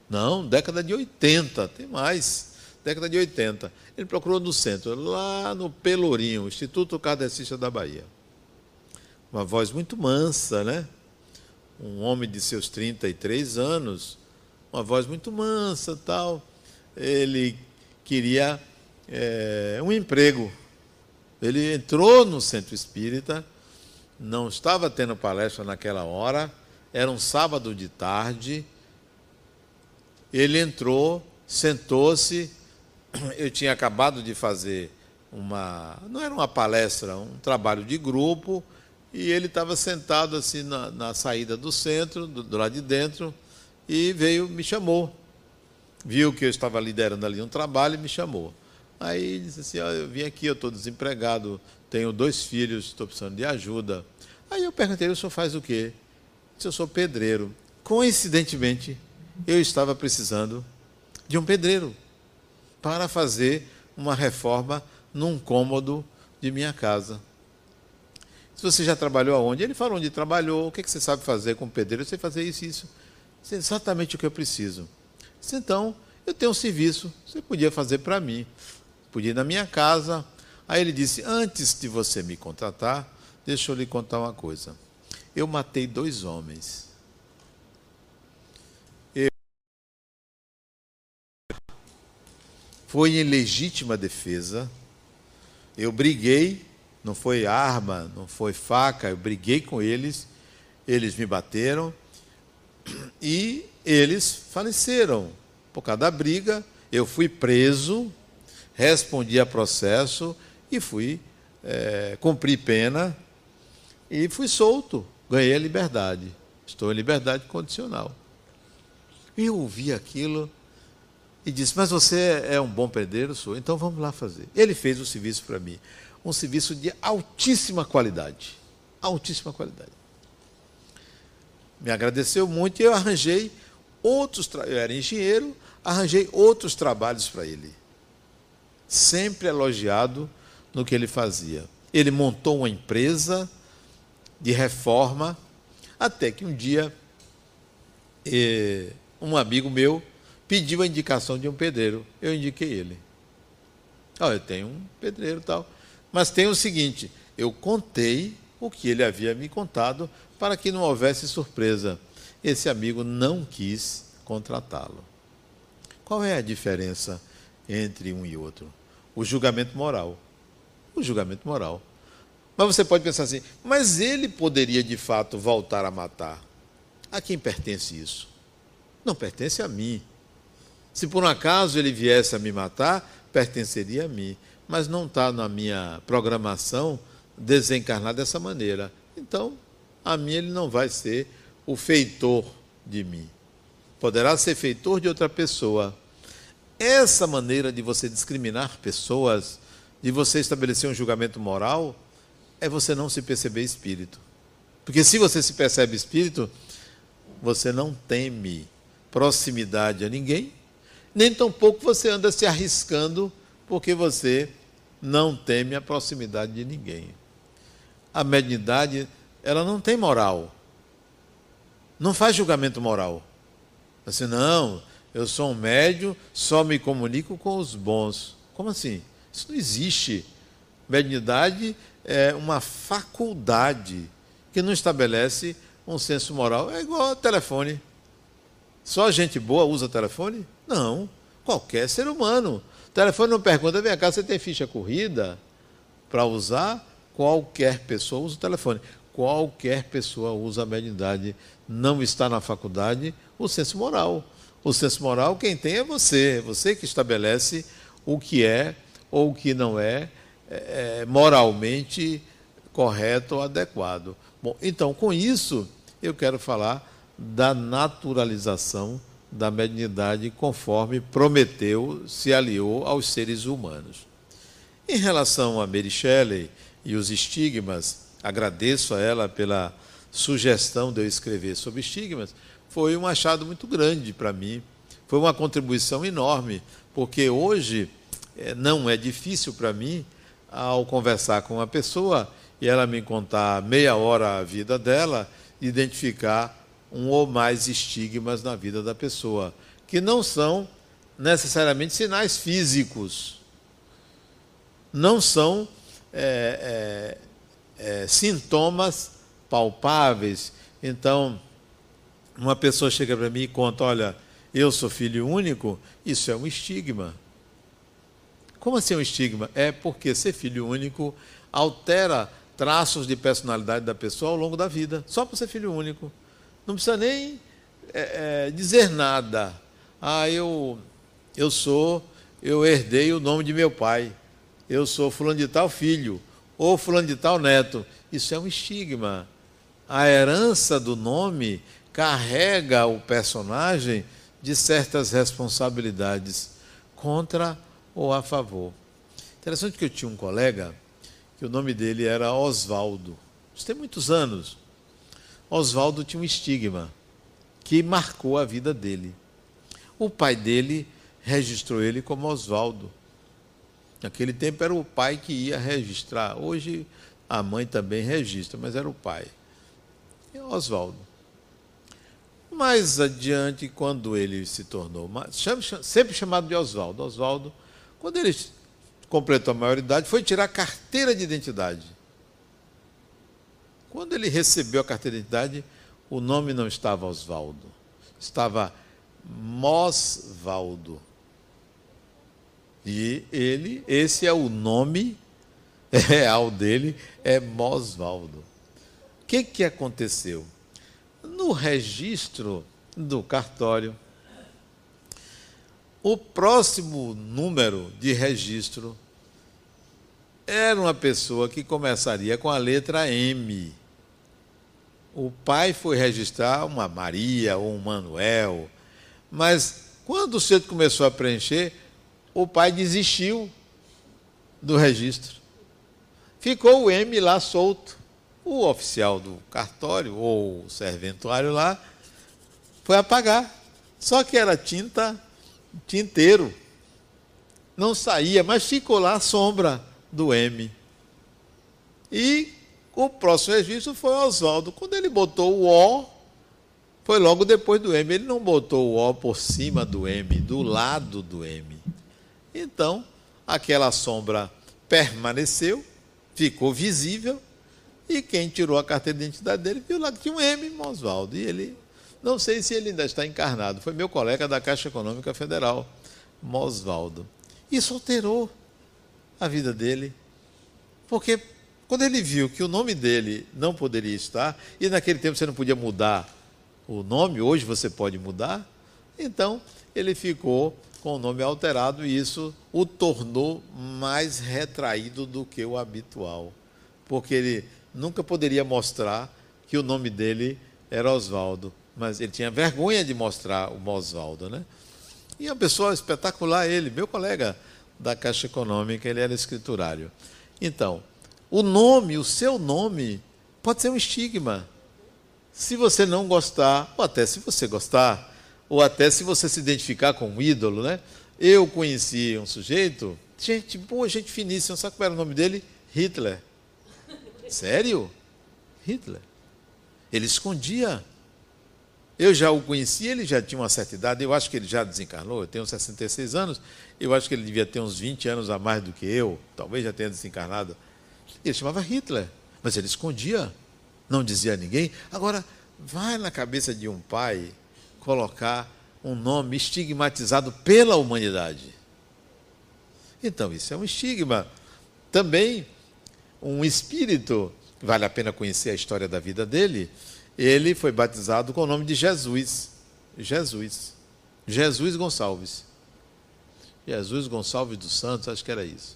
Não, década de oitenta, tem mais. Década de oitenta. Ele procurou no centro, lá no Pelourinho, Instituto Kardecista da Bahia. Uma voz muito mansa, né? Um homem de seus trinta e três anos, uma voz muito mansa, tal. Ele queria é, um emprego. Ele entrou no centro espírita, não estava tendo palestra naquela hora, era um sábado de tarde. Ele entrou, sentou-se. Eu tinha acabado de fazer uma, não era uma palestra, um trabalho de grupo, e ele estava sentado assim na, na saída do centro, do, do lado de dentro, e veio, me chamou. Viu que eu estava liderando ali um trabalho e me chamou. Aí ele disse assim, oh, eu vim aqui, eu estou desempregado, tenho dois filhos, estou precisando de ajuda. Aí eu perguntei, o senhor faz o quê? Eu disse, eu sou pedreiro. Coincidentemente, eu estava precisando de um pedreiro para fazer uma reforma num cômodo de minha casa. Se você já trabalhou aonde? Ele falou onde trabalhou, o que você sabe fazer com pedreiro? Eu sei fazer isso e isso. Isso é exatamente o que eu preciso. Disse, então, eu tenho um serviço, você podia fazer para mim. Podia ir na minha casa. Aí ele disse, antes de você me contratar, deixa eu lhe contar uma coisa. Eu matei dois homens. Foi em legítima defesa, eu briguei, não foi arma, não foi faca, eu briguei com eles, eles me bateram e eles faleceram. Por causa da briga, eu fui preso, respondi a processo e fui é, cumprir pena e fui solto, ganhei a liberdade. Estou em liberdade condicional. Eu ouvi aquilo e disse, mas você é um bom pedreiro, sou, então vamos lá fazer. Ele fez o serviço para mim, um serviço de altíssima qualidade, altíssima qualidade. Me agradeceu muito e eu arranjei outros, tra... eu era engenheiro, arranjei outros trabalhos para ele. Sempre elogiado no que ele fazia. Ele montou uma empresa de reforma, até que um dia eh, um amigo meu pediu a indicação de um pedreiro. Eu indiquei ele. Oh, eu tenho um pedreiro e tal. Mas tem o seguinte, eu contei o que ele havia me contado para que não houvesse surpresa. Esse amigo não quis contratá-lo. Qual é a diferença entre um e outro? O julgamento moral. O julgamento moral. Mas você pode pensar assim, mas ele poderia de fato voltar a matar. A quem pertence isso? Não pertence a mim. Se por um acaso ele viesse a me matar, pertenceria a mim. Mas não está na minha programação desencarnar dessa maneira. Então, a mim ele não vai ser o feitor de mim. Poderá ser feitor de outra pessoa. Essa maneira de você discriminar pessoas, de você estabelecer um julgamento moral, é você não se perceber espírito. Porque se você se percebe espírito, você não teme proximidade a ninguém, nem tampouco você anda se arriscando porque você não teme a proximidade de ninguém. A mediunidade, ela não tem moral. Não faz julgamento moral. Assim, não, eu sou um médium, só me comunico com os bons. Como assim? Isso não existe. Mediunidade é uma faculdade que não estabelece um senso moral. É igual ao telefone. Só gente boa usa telefone? Não. Qualquer ser humano. O telefone não pergunta, vem cá, você tem ficha corrida para usar? Qualquer pessoa usa o telefone. Qualquer pessoa usa a mediunidade. Não está na faculdade o senso moral. O senso moral quem tem é você. Você que estabelece o que é ou o que não é, é moralmente correto ou adequado. Bom, então, com isso, eu quero falar da naturalização da mediunidade conforme Prometeu se aliou aos seres humanos. Em relação a Mary Shelley e os estigmas, agradeço a ela pela sugestão de eu escrever sobre estigmas, foi um achado muito grande para mim, foi uma contribuição enorme, porque hoje não é difícil para mim, ao conversar com uma pessoa e ela me contar meia hora a vida dela, identificar um ou mais estigmas na vida da pessoa. que não são necessariamente sinais físicos, não são é, é, é, sintomas palpáveis. Então, uma pessoa chega para mim e conta, olha, eu sou filho único, isso é um estigma. Como assim um estigma? É porque ser filho único altera traços de personalidade da pessoa ao longo da vida, só por ser filho único. Não precisa nem é, é, dizer nada. Ah, eu, eu sou, eu herdei o nome de meu pai, eu sou fulano de tal filho, ou fulano de tal neto. Isso é um estigma. A herança do nome carrega o personagem de certas responsabilidades contra ou a favor. Interessante que eu tinha um colega, que o nome dele era Oswaldo. Isso tem muitos anos. Oswaldo tinha um estigma que marcou a vida dele. O pai dele registrou ele como Oswaldo. Naquele tempo era o pai que ia registrar. Hoje a mãe também registra, mas era o pai. E Oswaldo. Mais adiante, quando ele se tornou, sempre chamado de Oswaldo, Oswaldo, quando ele completou a maioridade, foi tirar a carteira de identidade. Quando ele recebeu a carteira de identidade, o nome não estava Oswaldo, estava Mosvaldo. E ele, esse é o nome real dele, é Mosvaldo. O que, que aconteceu? No registro do cartório, o próximo número de registro era uma pessoa que começaria com a letra M. O pai foi registrar uma Maria ou um Manuel, mas quando o cedo começou a preencher, o pai desistiu do registro. Ficou o M lá solto. O oficial do cartório, ou o serventuário lá, foi apagar. Só que era tinta, tinteiro. Não saía, mas ficou lá a sombra do M. E o próximo registro foi o Oswaldo. Quando ele botou o O, foi logo depois do M. Ele não botou o O por cima do M, do lado do M. Então, aquela sombra permaneceu, ficou visível, e quem tirou a carteira de identidade dele viu lá que tinha um M, Oswaldo. E ele, não sei se ele ainda está encarnado, foi meu colega da Caixa Econômica Federal, Mosvaldo. Isso alterou a vida dele, porque quando ele viu que o nome dele não poderia estar, e naquele tempo você não podia mudar o nome, hoje você pode mudar, então ele ficou com o nome alterado e isso o tornou mais retraído do que o habitual, porque ele nunca poderia mostrar que o nome dele era Oswaldo, mas ele tinha vergonha de mostrar o Oswaldo, né? E é uma pessoa espetacular ele, meu colega da Caixa Econômica, ele era escriturário. Então, o nome, o seu nome, pode ser um estigma. Se você não gostar, ou até se você gostar, ou até se você se identificar com um ídolo, né? Eu conheci um sujeito, gente boa, gente finíssima, sabe qual era o nome dele? Hitler. Sério? Hitler. Ele escondia. Eu já o conhecia, ele já tinha uma certa idade, eu acho que ele já desencarnou, eu tenho sessenta e seis anos, eu acho que ele devia ter uns vinte anos a mais do que eu, talvez já tenha desencarnado. Ele chamava Hitler, mas ele escondia, não dizia a ninguém. Agora, vai na cabeça de um pai colocar um nome estigmatizado pela humanidade. Então, isso é um estigma. Também, um espírito, vale a pena conhecer a história da vida dele, ele foi batizado com o nome de Jesus. Jesus. Jesus Gonçalves. Jesus Gonçalves dos Santos, acho que era isso.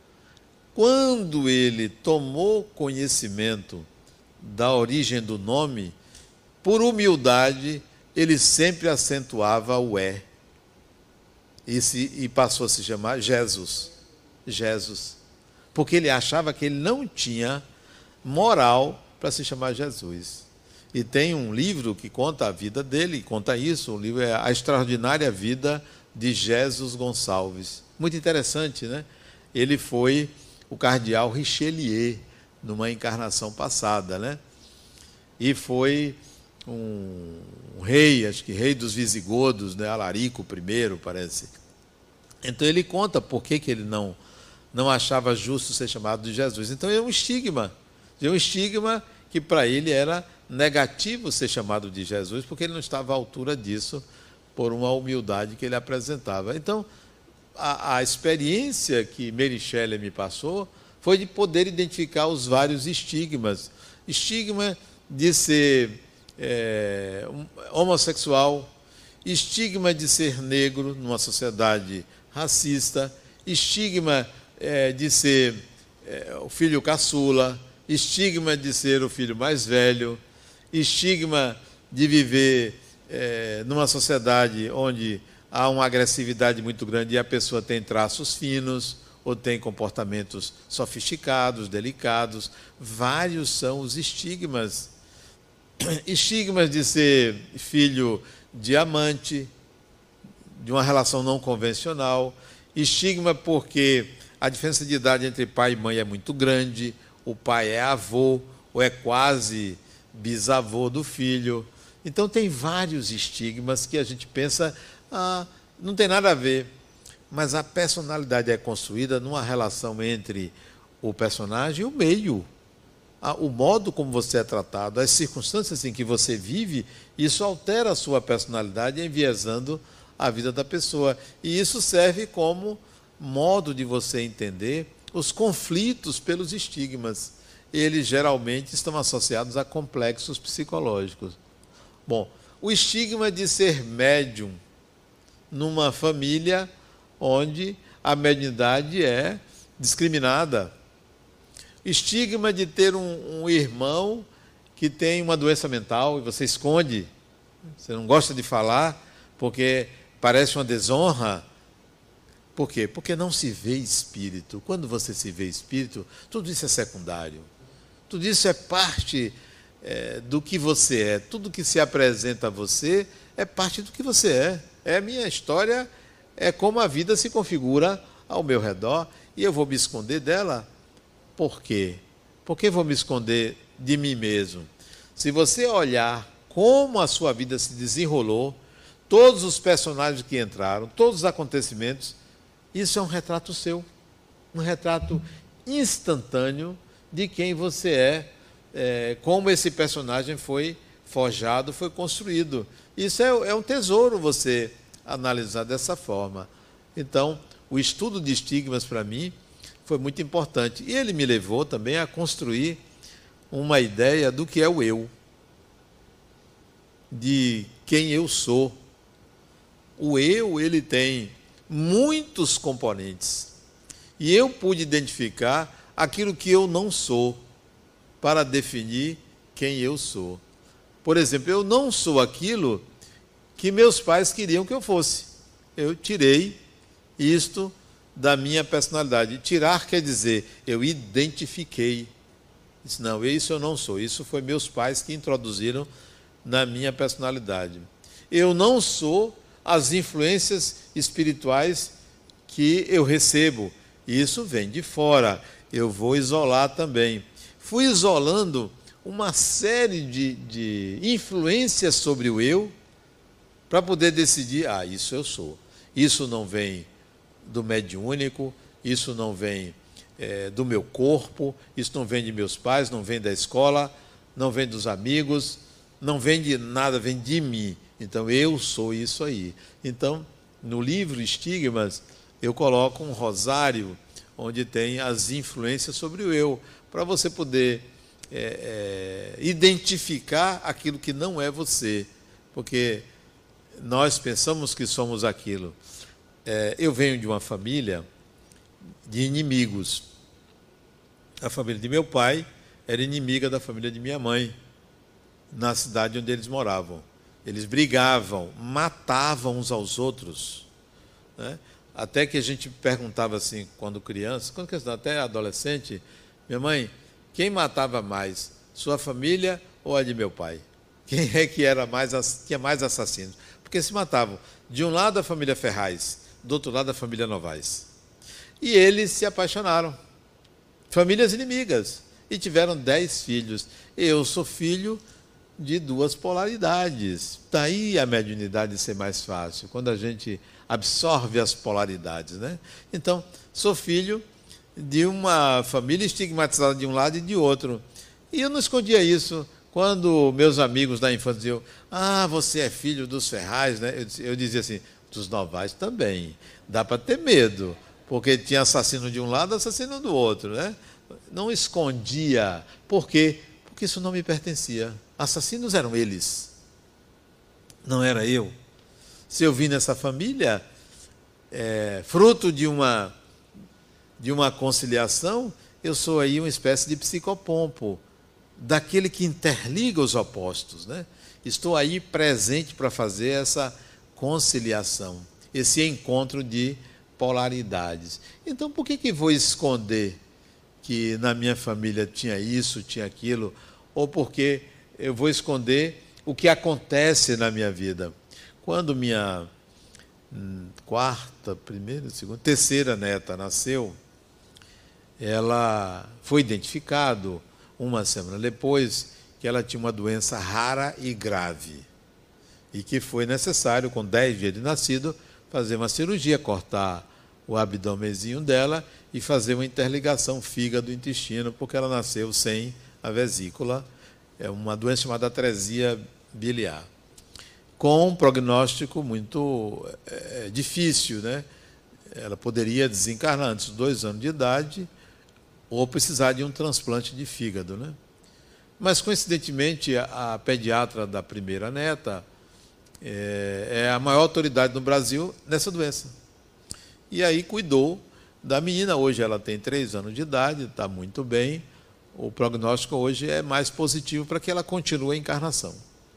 Quando ele tomou conhecimento da origem do nome, por humildade, ele sempre acentuava o E. E, se, e passou a se chamar Jesus. Jesus. Porque ele achava que ele não tinha moral para se chamar Jesus. E tem um livro que conta a vida dele, conta isso, o livro é A Extraordinária Vida de Jesus Gonçalves. Muito interessante, né? Ele foi o cardeal Richelieu, numa encarnação passada, né? E foi um, um rei, acho que rei dos visigodos, né? Alarico I, parece. Então ele conta por que, que ele não, não achava justo ser chamado de Jesus. Então é um estigma, é um estigma que para ele era negativo ser chamado de Jesus, porque ele não estava à altura disso, por uma humildade que ele apresentava. Então, a, a experiência que Mary Shelley me passou foi de poder identificar os vários estigmas. Estigma de ser é, homossexual, estigma de ser negro numa sociedade racista, estigma é, de ser é, o filho caçula, estigma de ser o filho mais velho, estigma de viver é, numa sociedade onde há uma agressividade muito grande e a pessoa tem traços finos ou tem comportamentos sofisticados, delicados. Vários são os estigmas. Estigmas de ser filho de amante, de uma relação não convencional, estigma porque a diferença de idade entre pai e mãe é muito grande, o pai é avô ou é quase bisavô do filho. Então tem vários estigmas que a gente pensa, ah, não tem nada a ver, mas a personalidade é construída numa relação entre o personagem e o meio. O modo como você é tratado, as circunstâncias em que você vive, isso altera a sua personalidade, enviesando a vida da pessoa. E isso serve como modo de você entender os conflitos pelos estigmas. Eles geralmente estão associados a complexos psicológicos. Bom, o estigma de ser médium numa família onde a mediunidade é discriminada. Estigma de ter um, um irmão que tem uma doença mental e você esconde, você não gosta de falar porque parece uma desonra. Por quê? Porque não se vê espírito. Quando você se vê espírito, tudo isso é secundário. Tudo isso é parte é, do que você é. Tudo que se apresenta a você é parte do que você é. É a minha história, é como a vida se configura ao meu redor e eu vou me esconder dela. Por quê? Por que vou me esconder de mim mesmo? Se você olhar como a sua vida se desenrolou, todos os personagens que entraram, todos os acontecimentos, isso é um retrato seu, um retrato instantâneo de quem você é, é como esse personagem foi forjado, foi construído. Isso é, é um tesouro você analisar dessa forma. Então, o estudo de estigmas para mim foi muito importante. E ele me levou também a construir uma ideia do que é o eu, de quem eu sou. O eu, ele tem muitos componentes. E eu pude identificar aquilo que eu não sou para definir quem eu sou. Por exemplo, eu não sou aquilo que meus pais queriam que eu fosse. Eu tirei isto da minha personalidade. Tirar quer dizer, eu identifiquei. Disse, não, isso eu não sou. Isso foi meus pais que introduziram na minha personalidade. Eu não sou as influências espirituais que eu recebo. Isso vem de fora. Eu vou isolar também. Fui isolando uma série de, de influências sobre o eu para poder decidir, ah, isso eu sou. Isso não vem do mediúnico, isso não vem é, do meu corpo, isso não vem de meus pais, não vem da escola, não vem dos amigos, não vem de nada, vem de mim. Então, eu sou isso aí. Então, no livro Estigmas, eu coloco um rosário onde tem as influências sobre o eu, para você poder é, é, identificar aquilo que não é você, porque nós pensamos que somos aquilo. É, eu venho de uma família de inimigos. A família de meu pai era inimiga da família de minha mãe, na cidade onde eles moravam. Eles brigavam, matavam uns aos outros, né? Até que a gente perguntava assim, quando criança, quando criança, até adolescente, minha mãe, quem matava mais, sua família ou a de meu pai? Quem é que era mais, tinha mais assassinos? Porque se matavam de um lado a família Ferraz, do outro lado a família Novaes. E eles se apaixonaram, famílias inimigas, e tiveram dez filhos. Eu sou filho de duas polaridades. Daí a mediunidade ser mais fácil, quando a gente absorve as polaridades, né? Então, sou filho de uma família estigmatizada de um lado e de outro. E eu não escondia isso. Quando meus amigos da infância diziam, ah, você é filho dos Ferraz, né? Eu, eu dizia assim, dos Novaes também. Dá para ter medo, porque tinha assassino de um lado, assassino do outro, né? Não escondia. Por quê? Porque isso não me pertencia. Assassinos eram eles, não era eu. Se eu vim nessa família, é, fruto de uma, de uma conciliação, eu sou aí uma espécie de psicopompo, daquele que interliga os opostos, né? Estou aí presente para fazer essa conciliação, esse encontro de polaridades. Então, por que que vou esconder que na minha família tinha isso, tinha aquilo, ou porque eu vou esconder o que acontece na minha vida? Quando minha hum, quarta, primeira, segunda, terceira neta nasceu, ela foi identificado uma semana depois que ela tinha uma doença rara e grave e que foi necessário, com dez dias de nascido, fazer uma cirurgia, cortar o abdômenzinho dela e fazer uma interligação fígado-intestino, porque ela nasceu sem a vesícula. É uma doença chamada atresia biliar, com um prognóstico muito é, difícil, né? Ela poderia desencarnar antes dos dois anos de idade ou precisar de um transplante de fígado, né? Mas, coincidentemente, a, a pediatra da primeira neta é, é a maior autoridade no Brasil nessa doença. E aí cuidou da menina. Hoje ela tem três anos de idade, está muito bem. O prognóstico hoje é mais positivo para que ela continue a encarnação.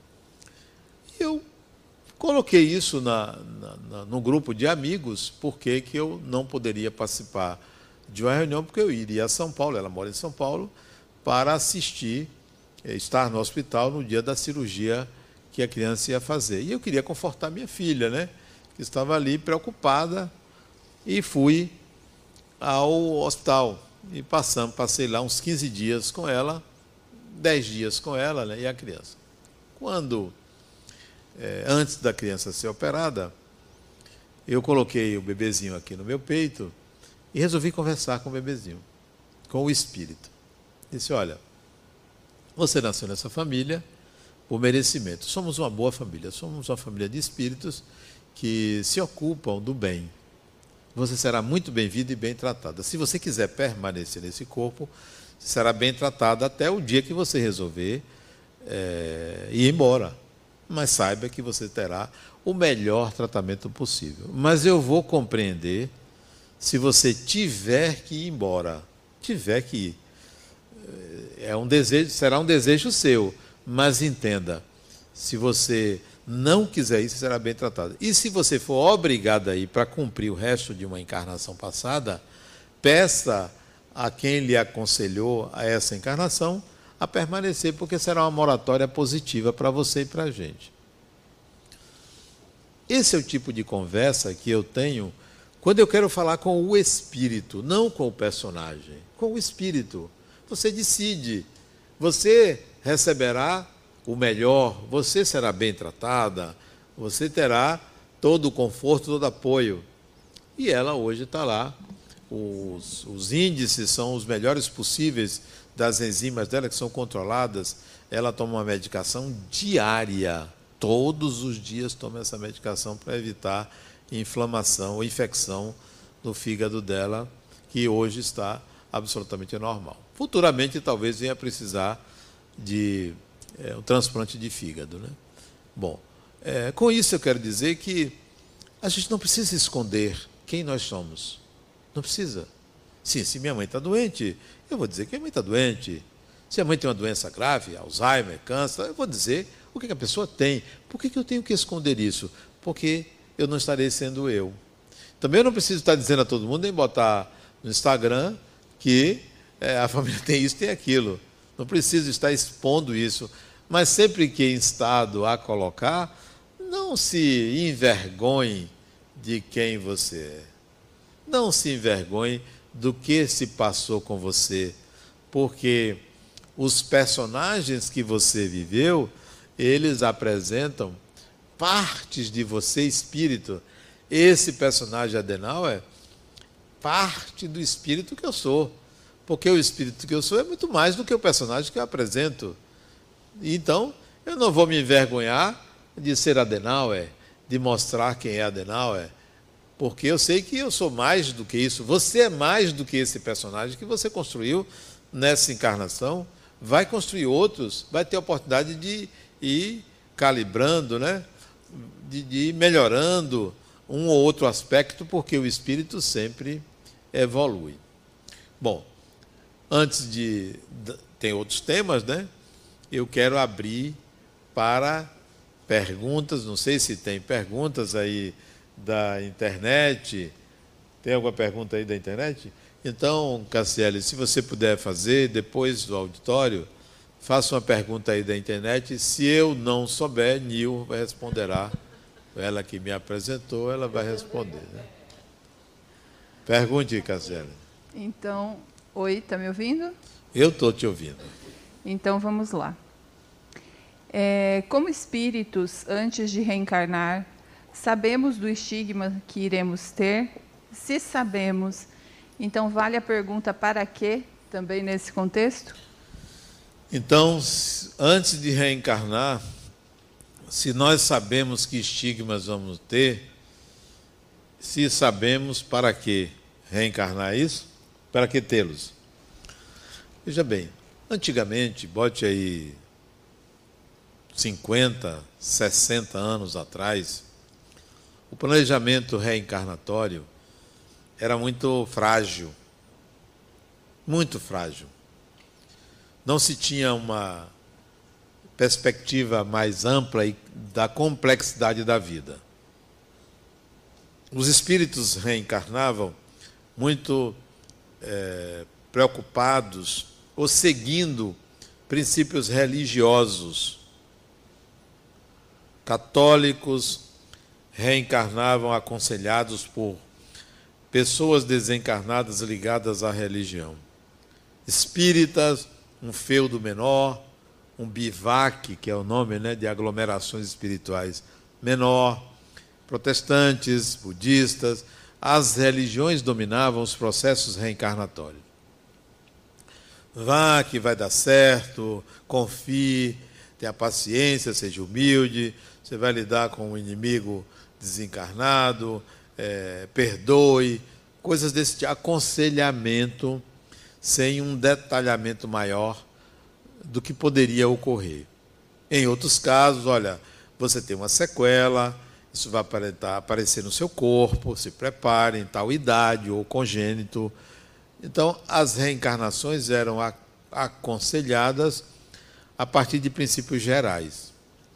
Eu coloquei isso na, na, na, no grupo de amigos, porque que eu não poderia participar de uma reunião, porque eu iria a São Paulo, ela mora em São Paulo, para assistir, estar no hospital no dia da cirurgia que a criança ia fazer. E eu queria confortar minha filha, né, que estava ali preocupada, e fui ao hospital. E passamos, passei lá uns quinze dias com ela, dez dias com ela, né, e a criança. Quando, é, antes da criança ser operada, eu coloquei o bebezinho aqui no meu peito e resolvi conversar com o bebezinho, com o espírito. Disse, olha, você nasceu nessa família por merecimento. Somos uma boa família, somos uma família de espíritos que se ocupam do bem. Você será muito bem-vinda e bem tratada. Se você quiser permanecer nesse corpo, será bem tratada até o dia que você resolver é, ir embora. Mas saiba que você terá o melhor tratamento possível. Mas eu vou compreender se você tiver que ir embora. Tiver que ir. É um desejo, será um desejo seu. Mas entenda, se você não quiser ir, você será bem tratado. E se você for obrigado a ir para cumprir o resto de uma encarnação passada, peça a quem lhe aconselhou a essa encarnação a permanecer, porque será uma moratória positiva para você e para a gente. Esse é o tipo de conversa que eu tenho quando eu quero falar com o espírito, não com o personagem, com o espírito. Você decide, você receberá o melhor, você será bem tratada, você terá todo o conforto, todo o apoio. E ela hoje está lá, os, os índices são os melhores possíveis das enzimas dela, que são controladas. Ela toma uma medicação diária, todos os dias toma essa medicação para evitar inflamação ou infecção no fígado dela, que hoje está absolutamente normal. Futuramente talvez venha precisar de é, um transplante de fígado, né? Bom, é, com isso eu quero dizer que a gente não precisa esconder quem nós somos. Não precisa. Sim, se minha mãe está doente, eu vou dizer que minha mãe está doente. Se a mãe tem uma doença grave, Alzheimer, câncer, eu vou dizer o que a pessoa tem. Por que eu tenho que esconder isso? Porque eu não estarei sendo eu. Também eu não preciso estar dizendo a todo mundo, nem botar no Instagram que é, a família tem isso, tem aquilo. Não preciso estar expondo isso. Mas sempre que em estado a colocar, não se envergonhe de quem você é. Não se envergonhe do que se passou com você, porque os personagens que você viveu eles apresentam partes de você, espírito. Esse personagem Adenauer é parte do espírito que eu sou. Porque o espírito que eu sou é muito mais do que o personagem que eu apresento. Então, eu não vou me envergonhar de ser Adenauer, de mostrar quem é Adenauer, porque eu sei que eu sou mais do que isso. Você é mais do que esse personagem que você construiu nessa encarnação. Vai construir outros, vai ter a oportunidade de ir calibrando, né? de, de ir melhorando um ou outro aspecto, porque o espírito sempre evolui. Bom, antes de... tem outros temas, né? Eu quero abrir para perguntas. Não sei se tem perguntas aí da internet. Tem alguma pergunta aí da internet? Então, Cassiele, se você puder fazer, depois do auditório, faça uma pergunta aí da internet. Se eu não souber, Nil responderá. Ela que me apresentou, ela vai responder, né? Pergunte, Cassiele. Então, oi, está me ouvindo? Eu estou te ouvindo. Então, vamos lá. É, como espíritos, antes de reencarnar, sabemos do estigma que iremos ter? Se sabemos, então vale a pergunta para quê, também nesse contexto? Então, antes de reencarnar, se nós sabemos que estigmas vamos ter, se sabemos para que reencarnar isso, para que tê-los? Veja bem, antigamente, bote aí cinquenta, sessenta anos atrás, o planejamento reencarnatório era muito frágil, muito frágil. Não se tinha uma perspectiva mais ampla da complexidade da vida. Os espíritos reencarnavam muito é, preocupados ou seguindo princípios religiosos. Católicos reencarnavam aconselhados por pessoas desencarnadas ligadas à religião. Espíritas, um feudo menor, um bivac, que é o nome, né, de aglomerações espirituais menor, protestantes, budistas, as religiões dominavam os processos reencarnatórios. Vá que vai dar certo, confie, tenha paciência, seja humilde, você vai lidar com um inimigo desencarnado, é, perdoe, coisas desse tipo, aconselhamento sem um detalhamento maior do que poderia ocorrer. Em outros casos, olha, você tem uma sequela, isso vai aparentar, aparecer no seu corpo, se prepare em tal idade ou congênito. Então, as reencarnações eram aconselhadas a partir de princípios gerais.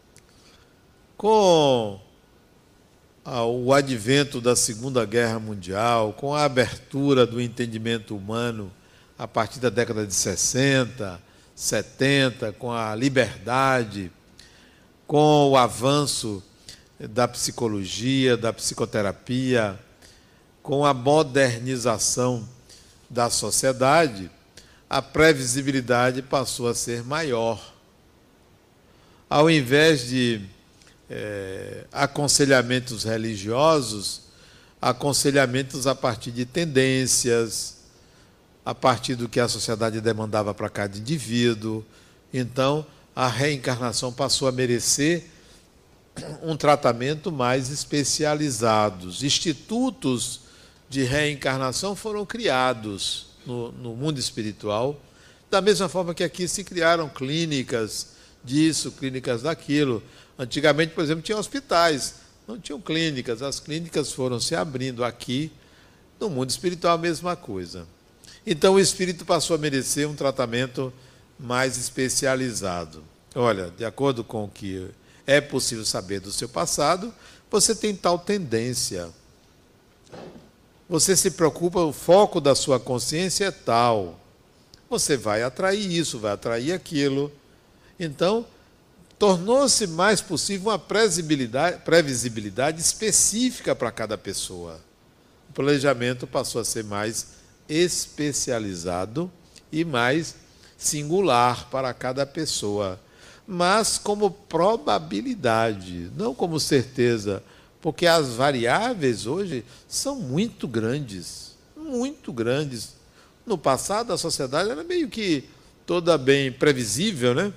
Com o advento da Segunda Guerra Mundial, com a abertura do entendimento humano a partir da década de sessenta, setenta, com a liberdade, com o avanço da psicologia, da psicoterapia, com a modernização da sociedade, a previsibilidade passou a ser maior. Ao invés de é, aconselhamentos religiosos, aconselhamentos a partir de tendências, a partir do que a sociedade demandava para cada indivíduo. Então, a reencarnação passou a merecer um tratamento mais especializado. Institutos de reencarnação foram criados no, no mundo espiritual, da mesma forma que aqui se criaram clínicas disso, clínicas daquilo. Antigamente, por exemplo, tinha hospitais, não tinham clínicas. As clínicas foram se abrindo aqui. No mundo espiritual, a mesma coisa. Então, o espírito passou a merecer um tratamento mais especializado. Olha, de acordo com o que é possível saber do seu passado, você tem tal tendência. Você se preocupa, o foco da sua consciência é tal. Você vai atrair isso, vai atrair aquilo. Então, tornou-se mais possível uma previsibilidade, previsibilidade específica para cada pessoa. O planejamento passou a ser mais especializado e mais singular para cada pessoa. mas como probabilidade, não como certeza, porque as variáveis hoje são muito grandes, muito grandes. No passado, a sociedade era meio que toda bem previsível, né?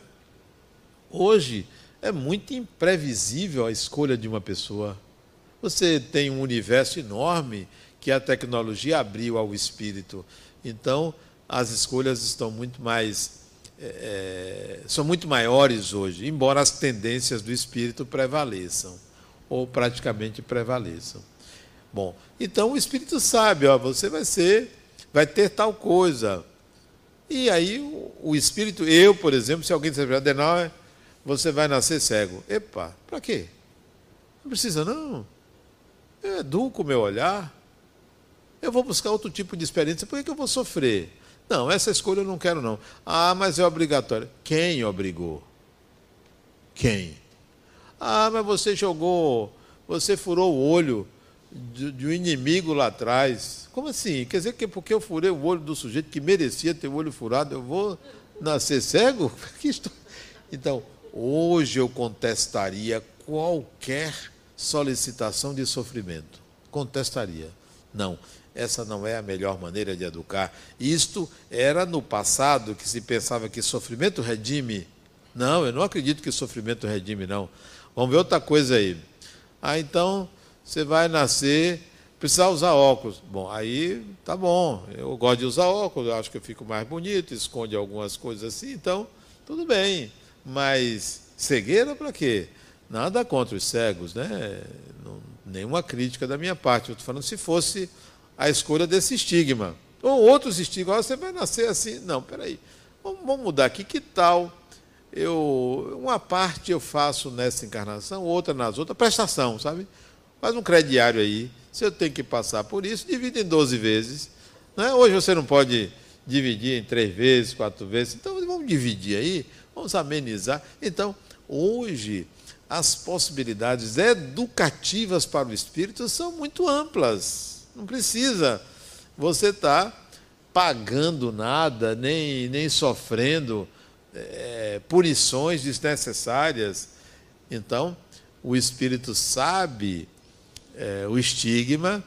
Hoje é muito imprevisível a escolha de uma pessoa. Você tem um universo enorme que a tecnologia abriu ao espírito. Então, as escolhas estão muito mais, é, são muito maiores hoje, embora as tendências do espírito prevaleçam, ou praticamente prevaleçam. Bom, então o espírito sabe, ó, você vai ser, vai ter tal coisa. E aí o, o espírito, eu, por exemplo, se alguém disser, Adenauer, você vai nascer cego. Epa, para quê? Não precisa não. Eu educo o meu olhar. Eu vou buscar outro tipo de experiência. Por que eu vou sofrer? Não, essa escolha eu não quero não. Ah, mas é obrigatório. Quem obrigou? Quem? Ah, mas você jogou, você furou o olho de, de um inimigo lá atrás. Como assim? Quer dizer que porque eu furei o olho do sujeito que merecia ter o olho furado, eu vou nascer cego? Então, hoje eu contestaria qualquer solicitação de sofrimento. Contestaria. Não, essa não é a melhor maneira de educar. Isto era no passado que se pensava que sofrimento redime. Não, eu não acredito que sofrimento redime, não. Vamos ver outra coisa aí. Ah, então, você vai nascer, precisar usar óculos. Bom, aí tá bom. Eu gosto de usar óculos, eu acho que eu fico mais bonito, esconde algumas coisas assim, então, tudo bem. Mas cegueira para quê? Nada contra os cegos, né? Não, nenhuma crítica da minha parte. Eu estou falando se fosse a escolha desse estigma. Ou outros estigmas, você vai nascer assim. Não, peraí, vamos, vamos mudar aqui. Que tal? Eu, uma parte eu faço nessa encarnação, outra nas outras, prestação, sabe? Faz um crediário aí. Se eu tenho que passar por isso, divide em doze vezes. Não é? Hoje você não pode dividir em três vezes, quatro vezes. Então, vamos dividir aí, vamos amenizar. Então, hoje, as possibilidades educativas para o espírito são muito amplas. Não precisa você estar pagando nada, nem, nem sofrendo é, punições desnecessárias. Então, o espírito sabe é, o estigma,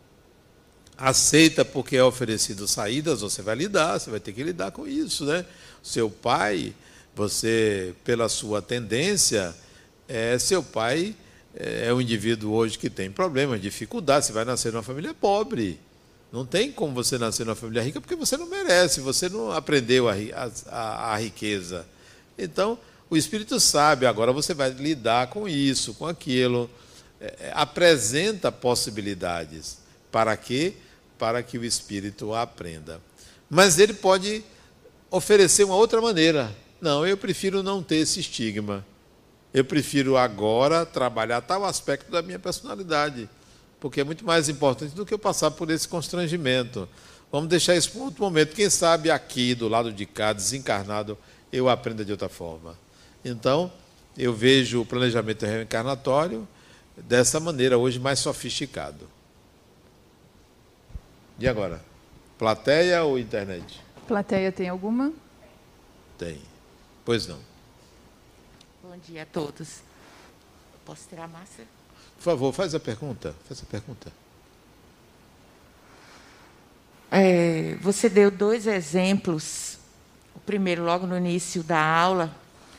aceita porque é oferecido saídas, você vai lidar, você vai ter que lidar com isso, né? Seu pai, você, pela sua tendência, é, seu pai é um indivíduo hoje que tem problemas, dificuldades, você vai nascer numa família pobre. Não tem como você nascer numa família rica porque você não merece, você não aprendeu a, a, a riqueza. Então, o espírito sabe, agora você vai lidar com isso, com aquilo, é, apresenta possibilidades. Para quê? Para que o espírito aprenda. Mas ele pode oferecer uma outra maneira. Não, eu prefiro não ter esse estigma. Eu prefiro agora trabalhar tal aspecto da minha personalidade, porque é muito mais importante do que eu passar por esse constrangimento. Vamos deixar isso para um outro momento. Quem sabe aqui, do lado de cá, desencarnado, eu aprenda de outra forma. Então, eu vejo o planejamento reencarnatório dessa maneira, hoje mais sofisticado. E agora? Plateia ou internet? Plateia tem alguma? Tem. Pois não. Bom dia a todos. Posso tirar a máscara? Por favor, faz a pergunta. Faz a pergunta. É, você deu dois exemplos. O primeiro, logo no início da aula,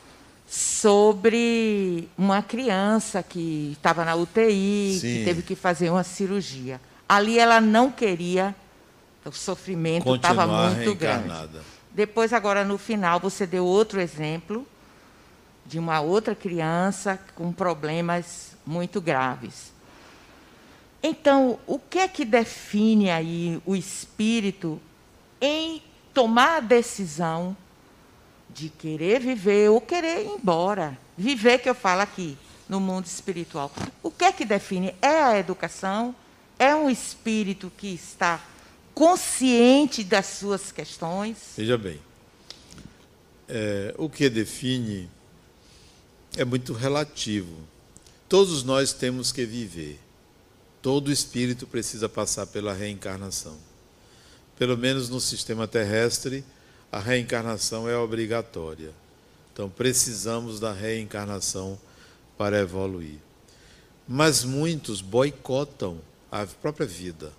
sobre uma criança que estava na U T I, Sim. que teve que fazer uma cirurgia. Ali ela não queria, o sofrimento estava muito grande. Depois, agora, no final, você deu outro exemplo de uma outra criança com problemas muito graves. Então, o que é que define aí o espírito em tomar a decisão de querer viver ou querer ir embora? Viver, que eu falo aqui, no mundo espiritual. O que é que define? É a educação? É um espírito que está consciente das suas questões? Veja bem, é, o que define é muito relativo. Todos nós temos que viver. Todo espírito precisa passar pela reencarnação. Pelo menos no sistema terrestre, a reencarnação é obrigatória. Então, precisamos da reencarnação para evoluir. Mas muitos boicotam a própria vida.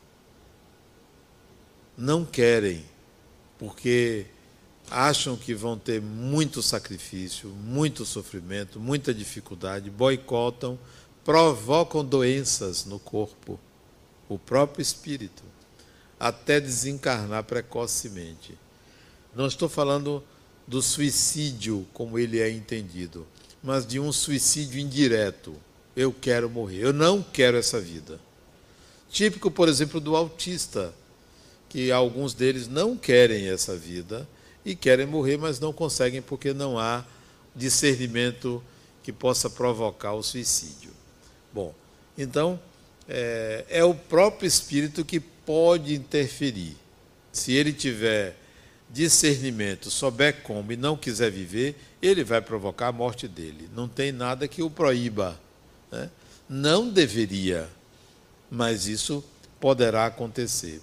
Não querem, porque acham que vão ter muito sacrifício, muito sofrimento, muita dificuldade, boicotam, provocam doenças no corpo, o próprio espírito, até desencarnar precocemente. Não estou falando do suicídio como ele é entendido, mas de um suicídio indireto. Eu quero morrer, eu não quero essa vida. Típico, por exemplo, do autista, que alguns deles não querem essa vida e querem morrer, mas não conseguem porque não há discernimento que possa provocar o suicídio. Bom, então, é, é o próprio espírito que pode interferir. Se ele tiver discernimento, souber como e não quiser viver, ele vai provocar a morte dele. Não tem nada que o proíba, né? Não deveria, mas isso poderá acontecer.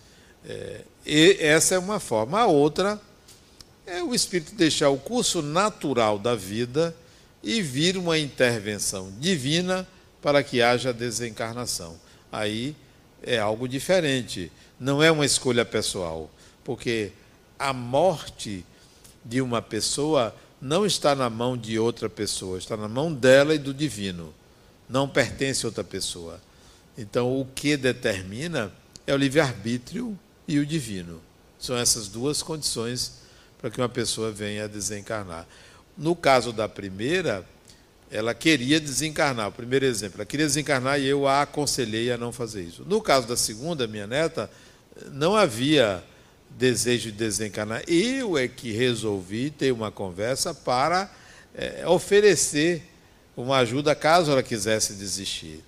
É, e essa é uma forma. A outra é o espírito deixar o curso natural da vida e vir uma intervenção divina para que haja desencarnação. Aí é algo diferente, não é uma escolha pessoal, porque a morte de uma pessoa não está na mão de outra pessoa, está na mão dela e do divino, não pertence a outra pessoa. Então, o que determina é o livre-arbítrio e o divino. São essas duas condições para que uma pessoa venha a desencarnar. No caso da primeira, ela queria desencarnar. O primeiro exemplo, ela queria desencarnar e eu a aconselhei a não fazer isso. No caso da segunda, minha neta, não havia desejo de desencarnar. Eu é que resolvi ter uma conversa para é, oferecer uma ajuda caso ela quisesse desistir.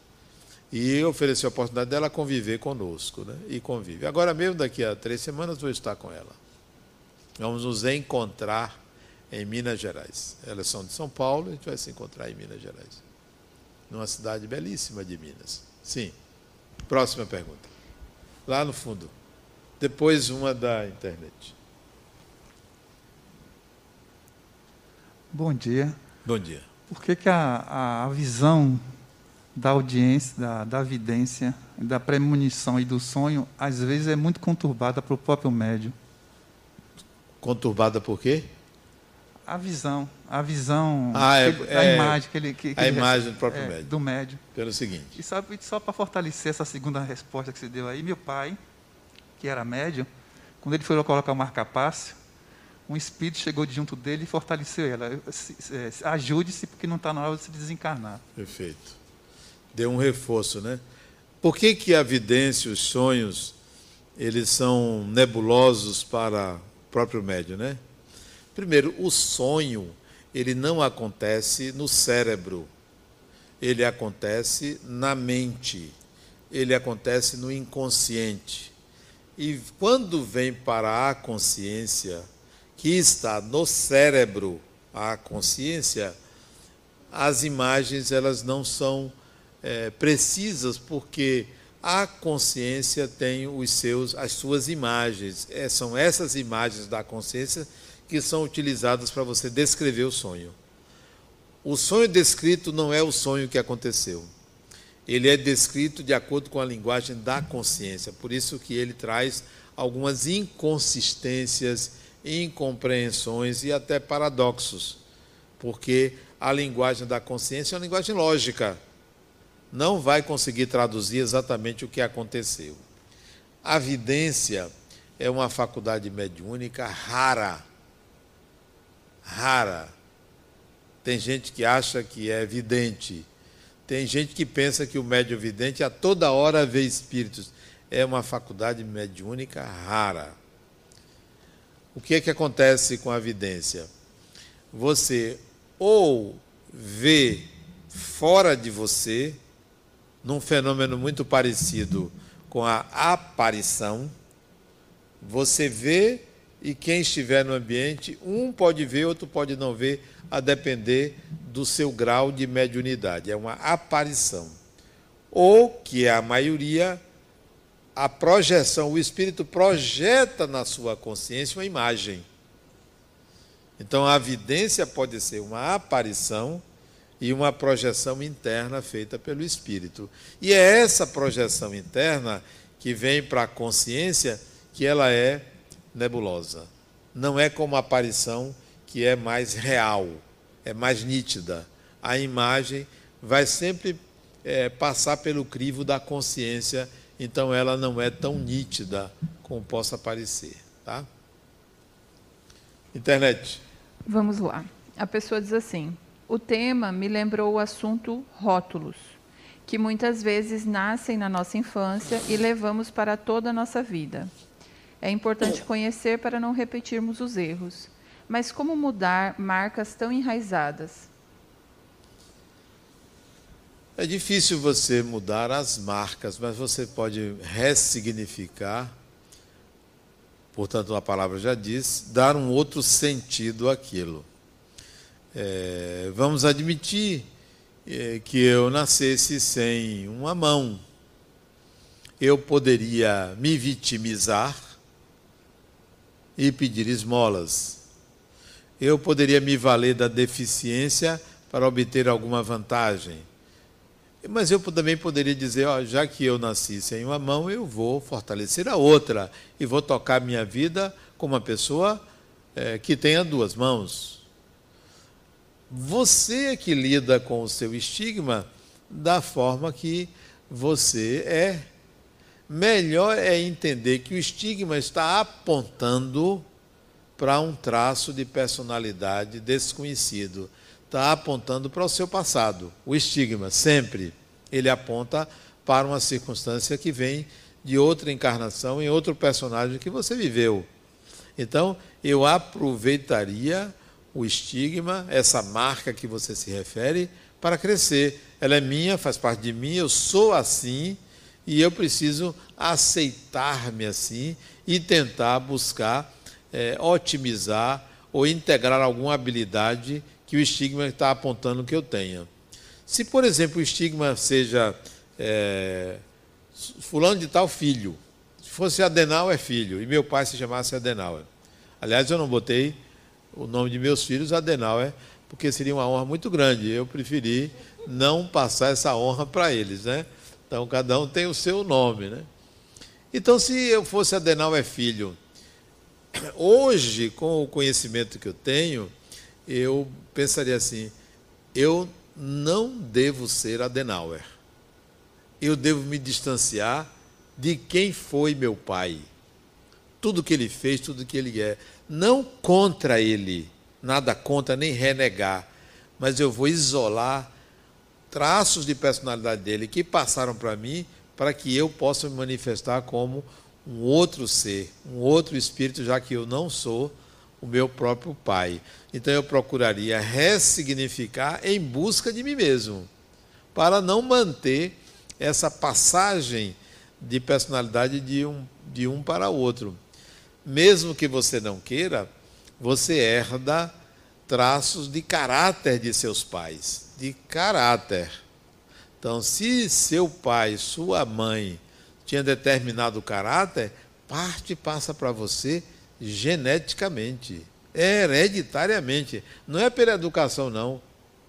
E ofereci a oportunidade dela conviver conosco, né? E convive. Agora mesmo, daqui a três semanas, vou estar com ela. Vamos nos encontrar em Minas Gerais. Elas são de São Paulo, a gente vai se encontrar em Minas Gerais. Numa cidade belíssima de Minas. Sim. Próxima pergunta. Lá no fundo. Depois uma da internet. Bom dia. Bom dia. Por que, que a, a visão da audiência, da, da vidência, da premonição e do sonho, às vezes é muito conturbada para o próprio médium? Conturbada por quê? A visão, a visão, ah, é, que, a é, imagem que ele... Que, que a ele imagem do próprio é, médium. Do médium. Pelo seguinte. E só, só para fortalecer essa segunda resposta que você deu aí, meu pai, que era médium, quando ele foi colocar o marca-passo, um espírito chegou de junto dele e fortaleceu ela. Ajude-se, porque não está na hora de se desencarnar. Perfeito. Deu um reforço, né? Por que que a vidência, os sonhos, eles são nebulosos para o próprio médium, né? Primeiro, o sonho, ele não acontece no cérebro. Ele acontece na mente. Ele acontece no inconsciente. E quando vem para a consciência, que está no cérebro, a consciência, as imagens elas não são é, precisas, porque a consciência tem os seus, as suas imagens. É, são essas imagens da consciência que são utilizadas para você descrever o sonho. O sonho descrito não é o sonho que aconteceu. Ele é descrito de acordo com a linguagem da consciência. Por isso que ele traz algumas inconsistências, incompreensões e até paradoxos. Porque a linguagem da consciência é uma linguagem lógica. Não vai conseguir traduzir exatamente o que aconteceu. A vidência é uma faculdade mediúnica rara. Rara. Tem gente que acha que é vidente. Tem gente que pensa que o médium vidente a toda hora vê espíritos. É uma faculdade mediúnica rara. O que é que acontece com a vidência? Você ou vê fora de você, num fenômeno muito parecido com a aparição, você vê e quem estiver no ambiente, um pode ver, outro pode não ver, a depender do seu grau de mediunidade. É uma aparição. Ou, que é a maioria, a projeção, o espírito projeta na sua consciência uma imagem. Então, a vidência pode ser uma aparição e uma projeção interna feita pelo espírito. E é essa projeção interna que vem para a consciência que ela é nebulosa. Não é como a aparição que é mais real, é mais nítida. A imagem vai sempre é, passar pelo crivo da consciência, então ela não é tão nítida como possa parecer. Tá? Internet. Vamos lá. A pessoa diz assim: o tema me lembrou o assunto rótulos, que muitas vezes nascem na nossa infância e levamos para toda a nossa vida. É importante conhecer para não repetirmos os erros. Mas como mudar marcas tão enraizadas? É difícil você mudar as marcas, mas você pode ressignificar. Portanto, a palavra já diz, dar um outro sentido àquilo. É, vamos admitir é, que eu nascesse sem uma mão. Eu poderia me vitimizar e pedir esmolas. Eu poderia me valer da deficiência para obter alguma vantagem. Mas eu também poderia dizer, ó, já que eu nasci sem uma mão, eu vou fortalecer a outra e vou tocar minha vida como uma pessoa é, que tenha duas mãos. Você é que lida com o seu estigma da forma que você é. Melhor é entender que o estigma está apontando para um traço de personalidade desconhecido. Está apontando para o seu passado. O estigma, sempre, ele aponta para uma circunstância que vem de outra encarnação, em outro personagem que você viveu. Então, eu aproveitaria o estigma, essa marca que você se refere, para crescer. Ela é minha, faz parte de mim, eu sou assim, e eu preciso aceitar-me assim e tentar buscar é, otimizar ou integrar alguma habilidade que o estigma está apontando que eu tenha. Se, por exemplo, o estigma seja é, fulano de tal filho, se fosse Adenauer filho, e meu pai se chamasse Adenauer. Aliás, eu não botei o nome de meus filhos Adenauer, porque seria uma honra muito grande. Eu preferi não passar essa honra para eles, né? Então, cada um tem o seu nome, né? Então, se eu fosse Adenauer filho, hoje, com o conhecimento que eu tenho, eu pensaria assim, eu não devo ser Adenauer. Eu devo me distanciar de quem foi meu pai. Tudo que ele fez, tudo que ele é. Não contra ele, nada contra, nem renegar, mas eu vou isolar traços de personalidade dele que passaram para mim, para que eu possa me manifestar como um outro ser, um outro espírito, já que eu não sou o meu próprio pai. Então eu procuraria ressignificar em busca de mim mesmo, para não manter essa passagem de personalidade de um, de um para outro. Mesmo que você não queira, você herda traços de caráter de seus pais, de caráter. Então, se seu pai, sua mãe, tinha determinado caráter, parte passa para você geneticamente, hereditariamente. Não é pela educação, não.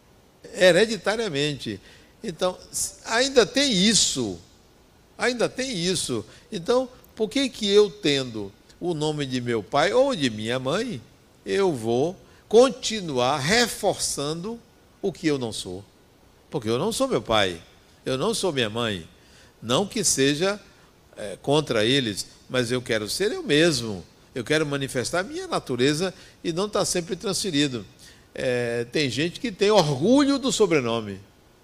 Hereditariamente. Então, ainda tem isso. Ainda tem isso. Então, por que que eu, tendo o nome de meu pai ou de minha mãe, eu vou continuar reforçando o que eu não sou? Porque eu não sou meu pai, eu não sou minha mãe. Não que seja é, contra eles, mas eu quero ser eu mesmo. Eu quero manifestar a minha natureza e não estar sempre transferido. É, tem gente que tem orgulho do sobrenome.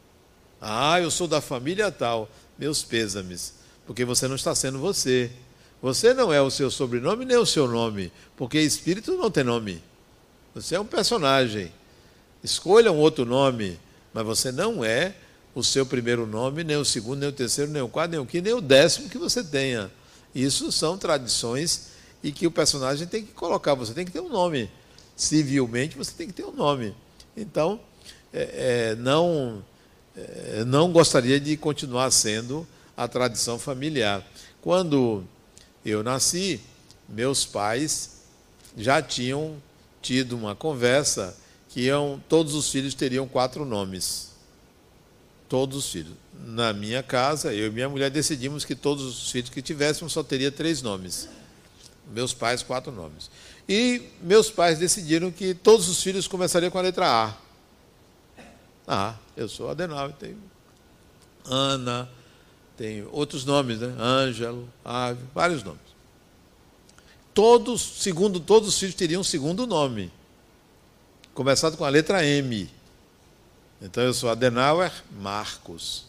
Ah, eu sou da família tal. Meus pêsames, porque você não está sendo você. Você não é o seu sobrenome nem o seu nome, porque espírito não tem nome. Você é um personagem. Escolha um outro nome, mas você não é o seu primeiro nome, nem o segundo, nem o terceiro, nem o quarto, nem o quinto, nem o décimo que você tenha. Isso são tradições e que o personagem tem que colocar. Você tem que ter um nome. Civilmente, você tem que ter um nome. Então, é, é, não, é, não gostaria de continuar sendo a tradição familiar. Quando eu nasci, meus pais já tinham tido uma conversa que iam, todos os filhos teriam quatro nomes. Todos os filhos. Na minha casa, eu e minha mulher decidimos que todos os filhos que tivéssemos só teria três nomes. Meus pais, quatro nomes. E meus pais decidiram que todos os filhos começariam com a letra A. Ah, eu sou Adenauer, tenho Ana, tenho outros nomes, né? Ângelo, Ave, vários nomes. Todos, segundo todos os filhos teriam um segundo nome, começado com a letra M. Então eu sou Adenauer Marcos.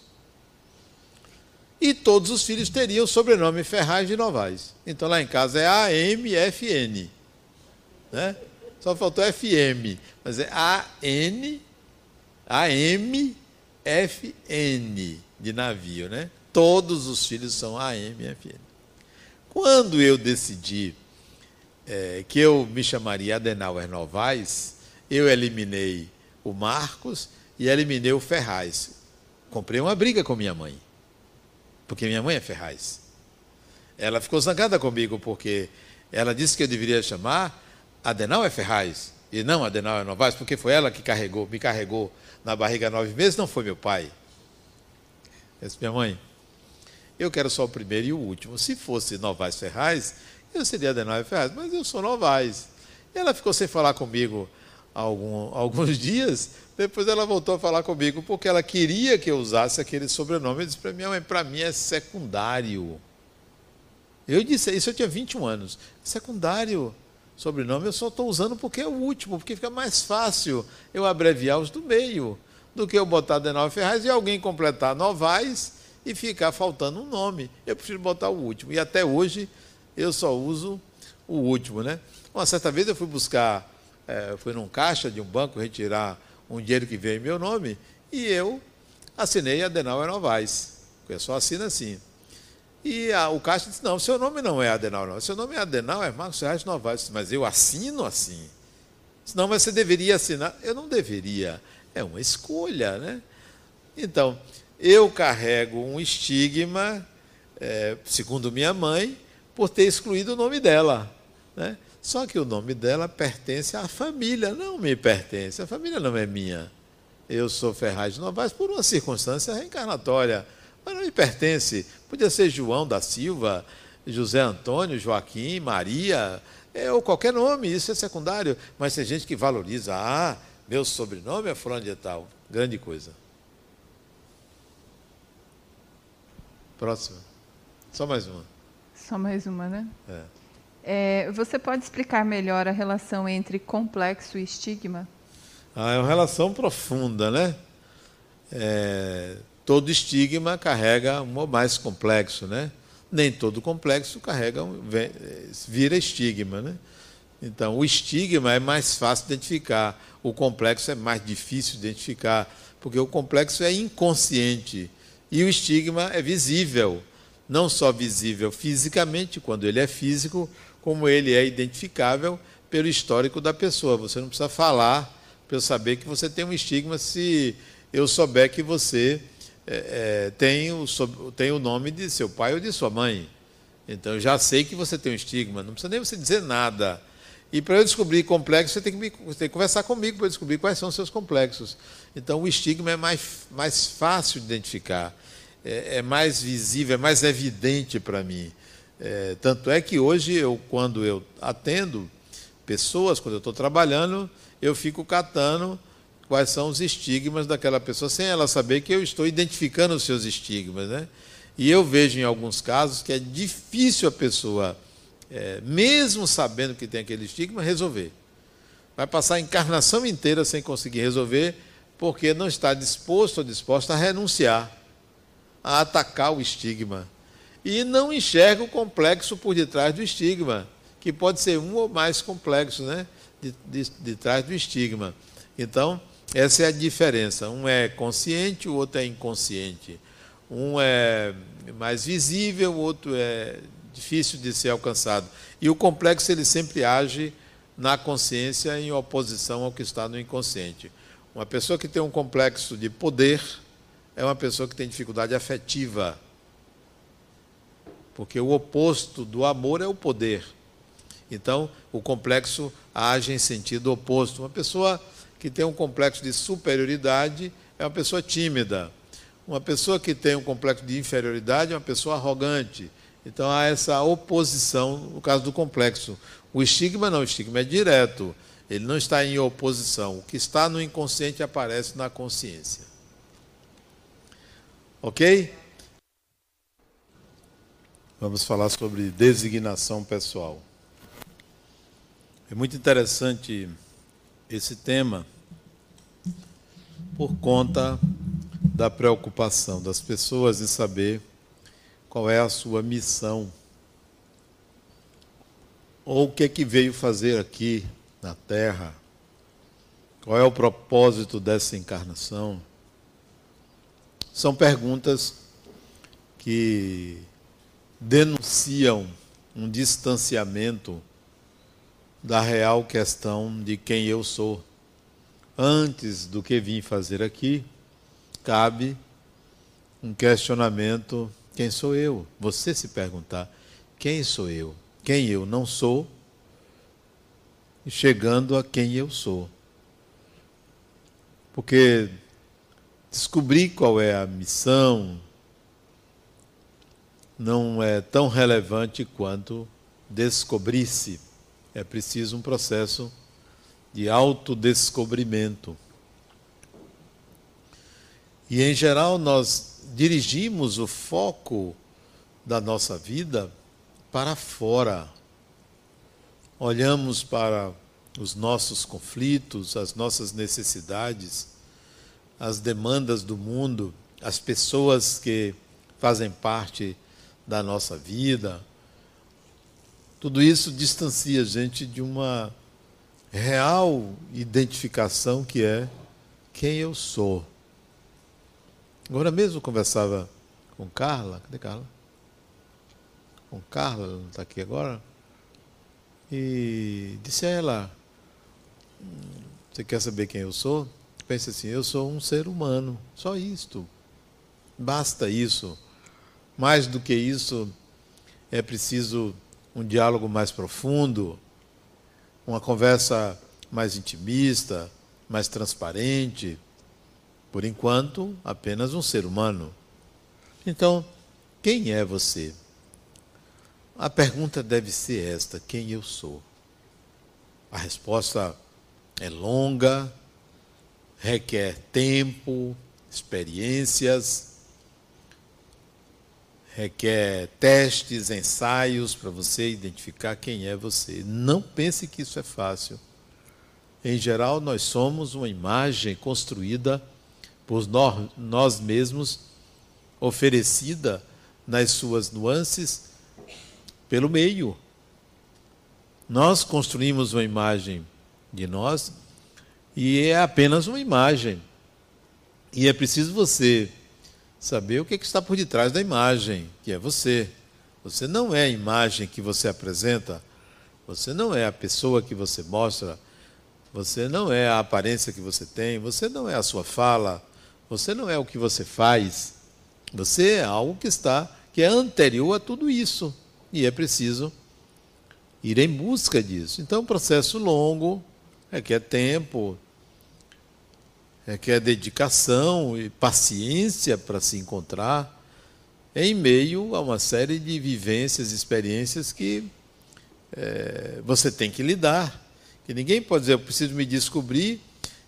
E todos os filhos teriam o sobrenome Ferraz de Novaes. Então lá em casa é A M F N. Né? Só faltou F M, mas é A N A M F N de navio, né? Todos os filhos são A M F N. Quando eu decidi é, que eu me chamaria Adenauer Novaes, eu eliminei o Marcos e eliminei o Ferraz. Comprei uma briga com minha mãe, porque minha mãe é Ferraz. Ela ficou zangada comigo, porque ela disse que eu deveria chamar Adenauer Ferraz, e não Adenauer Novaes, porque foi ela que carregou, me carregou na barriga há nove meses, não foi meu pai. Eu disse, minha mãe, eu quero só o primeiro e o último. Se fosse Novaes Ferraz, eu seria Adenauer Ferraz, mas eu sou Novaes. E ela ficou sem falar comigo algum, alguns dias, depois ela voltou a falar comigo, porque ela queria que eu usasse aquele sobrenome. Eu disse para minha mãe, para mim é secundário. Eu disse isso, eu tinha vinte e um anos. Secundário, sobrenome, eu só estou usando porque é o último, porque fica mais fácil eu abreviar os do meio, do que eu botar Adenauer Ferraz e alguém completar Novaes e ficar faltando um nome. Eu prefiro botar o último. E até hoje eu só uso o último, né? Uma certa vez eu fui buscar, é, fui num caixa de um banco retirar um dinheiro que veio em meu nome e eu assinei Adenauer Novaes, porque eu só assino assim. E a, o caixa disse, não, seu nome não é Adenauer, não. Seu nome é Adenauer Marcos Ferraz Novaes. Mas eu assino assim. Disse, não, mas você deveria assinar. Eu não deveria. É uma escolha, né? Então, eu carrego um estigma, é, segundo minha mãe, por ter excluído o nome dela, né? Só que o nome dela pertence à família, não me pertence. A família não é minha. Eu sou Ferraz Novaes por uma circunstância reencarnatória, mas não me pertence. Podia ser João da Silva, José Antônio, Joaquim, Maria, é, ou qualquer nome, isso é secundário. Mas tem gente que valoriza, ah, meu sobrenome é fulano de tal. Grande coisa. Próxima. Só mais uma. Só mais uma, né? É. É, você pode explicar melhor a relação entre complexo e estigma? Ah, é uma relação profunda, né? É, todo estigma carrega um ou mais complexo, né? Nem todo complexo carrega um, vira estigma, né? Então, o estigma é mais fácil de identificar, o complexo é mais difícil de identificar, porque o complexo é inconsciente e o estigma é visível, não só visível fisicamente, quando ele é físico, como ele é identificável pelo histórico da pessoa. Você não precisa falar para eu saber que você tem um estigma se eu souber que você é, é, tem, o, tem o nome de seu pai ou de sua mãe. Então, eu já sei que você tem um estigma, não precisa nem você dizer nada. E para eu descobrir complexo, você tem que, me, você tem que conversar comigo para descobrir quais são os seus complexos. Então, o estigma é mais, mais fácil de identificar, é, é mais visível, é mais evidente para mim. É, tanto é que hoje, eu, quando eu atendo pessoas, quando eu estou trabalhando, eu fico catando quais são os estigmas daquela pessoa, sem ela saber que eu estou identificando os seus estigmas, né? E eu vejo em alguns casos que é difícil a pessoa, é, mesmo sabendo que tem aquele estigma, resolver. Vai passar a encarnação inteira sem conseguir resolver, porque não está disposto ou disposta a renunciar, a atacar o estigma. E não enxerga o complexo por detrás do estigma, que pode ser um ou mais complexos, né? de, de, de trás do estigma. Então, essa é a diferença. Um é consciente, o outro é inconsciente. Um é mais visível, o outro é difícil de ser alcançado. E o complexo ele sempre age na consciência em oposição ao que está no inconsciente. Uma pessoa que tem um complexo de poder é uma pessoa que tem dificuldade afetiva. Porque o oposto do amor é o poder. Então, o complexo age em sentido oposto. Uma pessoa que tem um complexo de superioridade é uma pessoa tímida. Uma pessoa que tem um complexo de inferioridade é uma pessoa arrogante. Então, há essa oposição no caso do complexo. O estigma não, o estigma é direto. Ele não está em oposição. O que está no inconsciente aparece na consciência. Ok? Vamos falar sobre designação pessoal. É muito interessante esse tema por conta da preocupação das pessoas em saber qual é a sua missão ou o que é que veio fazer aqui na Terra, qual é o propósito dessa encarnação. São perguntas que denunciam um distanciamento da real questão de quem eu sou. Antes do que vim fazer aqui, cabe um questionamento: quem sou eu? Você se perguntar: quem sou eu? Quem eu não sou, e chegando a quem eu sou. Porque descobrir qual é a missão não é tão relevante quanto descobrir-se. É preciso um processo de autodescobrimento. E, em geral, nós dirigimos o foco da nossa vida para fora. Olhamos para os nossos conflitos, as nossas necessidades, as demandas do mundo, as pessoas que fazem parte da nossa vida. Tudo isso distancia a gente de uma real identificação que é quem eu sou. Agora mesmo eu conversava com Carla, cadê Carla? Com Carla, ela não está aqui agora, e disse a ela: você quer saber quem eu sou? Pense assim: eu sou um ser humano, só isto, basta isso. Mais do que isso, é preciso um diálogo mais profundo, uma conversa mais intimista, mais transparente. Por enquanto, apenas um ser humano. Então, quem é você? A pergunta deve ser esta: quem eu sou? A resposta é longa, requer tempo, experiências, requer testes, ensaios para você identificar quem é você. Não pense que isso é fácil. Em geral, nós somos uma imagem construída por nós mesmos, oferecida nas suas nuances pelo meio. Nós construímos uma imagem de nós e é apenas uma imagem. E é preciso você saber o que, é que está por detrás da imagem, que é você. Você não é a imagem que você apresenta, você não é a pessoa que você mostra, você não é a aparência que você tem, você não é a sua fala, você não é o que você faz. Você é algo que está, que é anterior a tudo isso. E é preciso ir em busca disso. Então, é um processo longo, requer tempo, requer dedicação e paciência para se encontrar em meio a uma série de vivências, experiências que é, você tem que lidar. Que ninguém pode dizer: eu preciso me descobrir,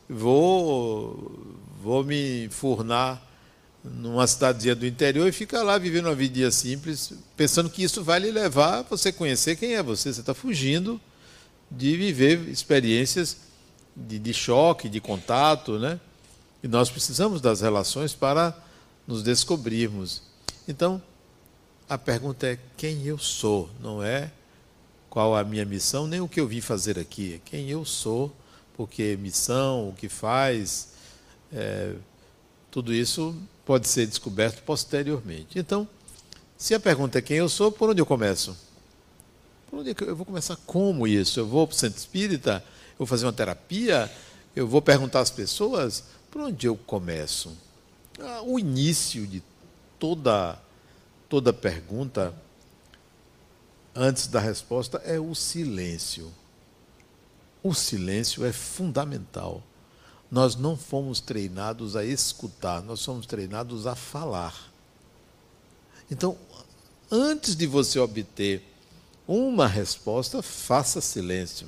vou, vou me enfurnar numa cidadezinha do interior e ficar lá vivendo uma vida simples, pensando que isso vai lhe levar a você conhecer quem é você. Você está fugindo de viver experiências de, de choque, de contato, né? E nós precisamos das relações para nos descobrirmos. Então, a pergunta é: quem eu sou? Não é qual a minha missão, nem o que eu vim fazer aqui. É quem eu sou, porque missão, o que faz, é, tudo isso pode ser descoberto posteriormente. Então, se a pergunta é quem eu sou, por onde eu começo? Por onde eu vou começar? Como isso? Eu vou para o centro espírita? Eu vou fazer uma terapia? Eu vou perguntar às pessoas? Por onde eu começo? Ah, o início de toda, toda pergunta antes da resposta é o silêncio. O silêncio é fundamental. Nós não fomos treinados a escutar, nós somos treinados a falar. Então, antes de você obter uma resposta, faça silêncio.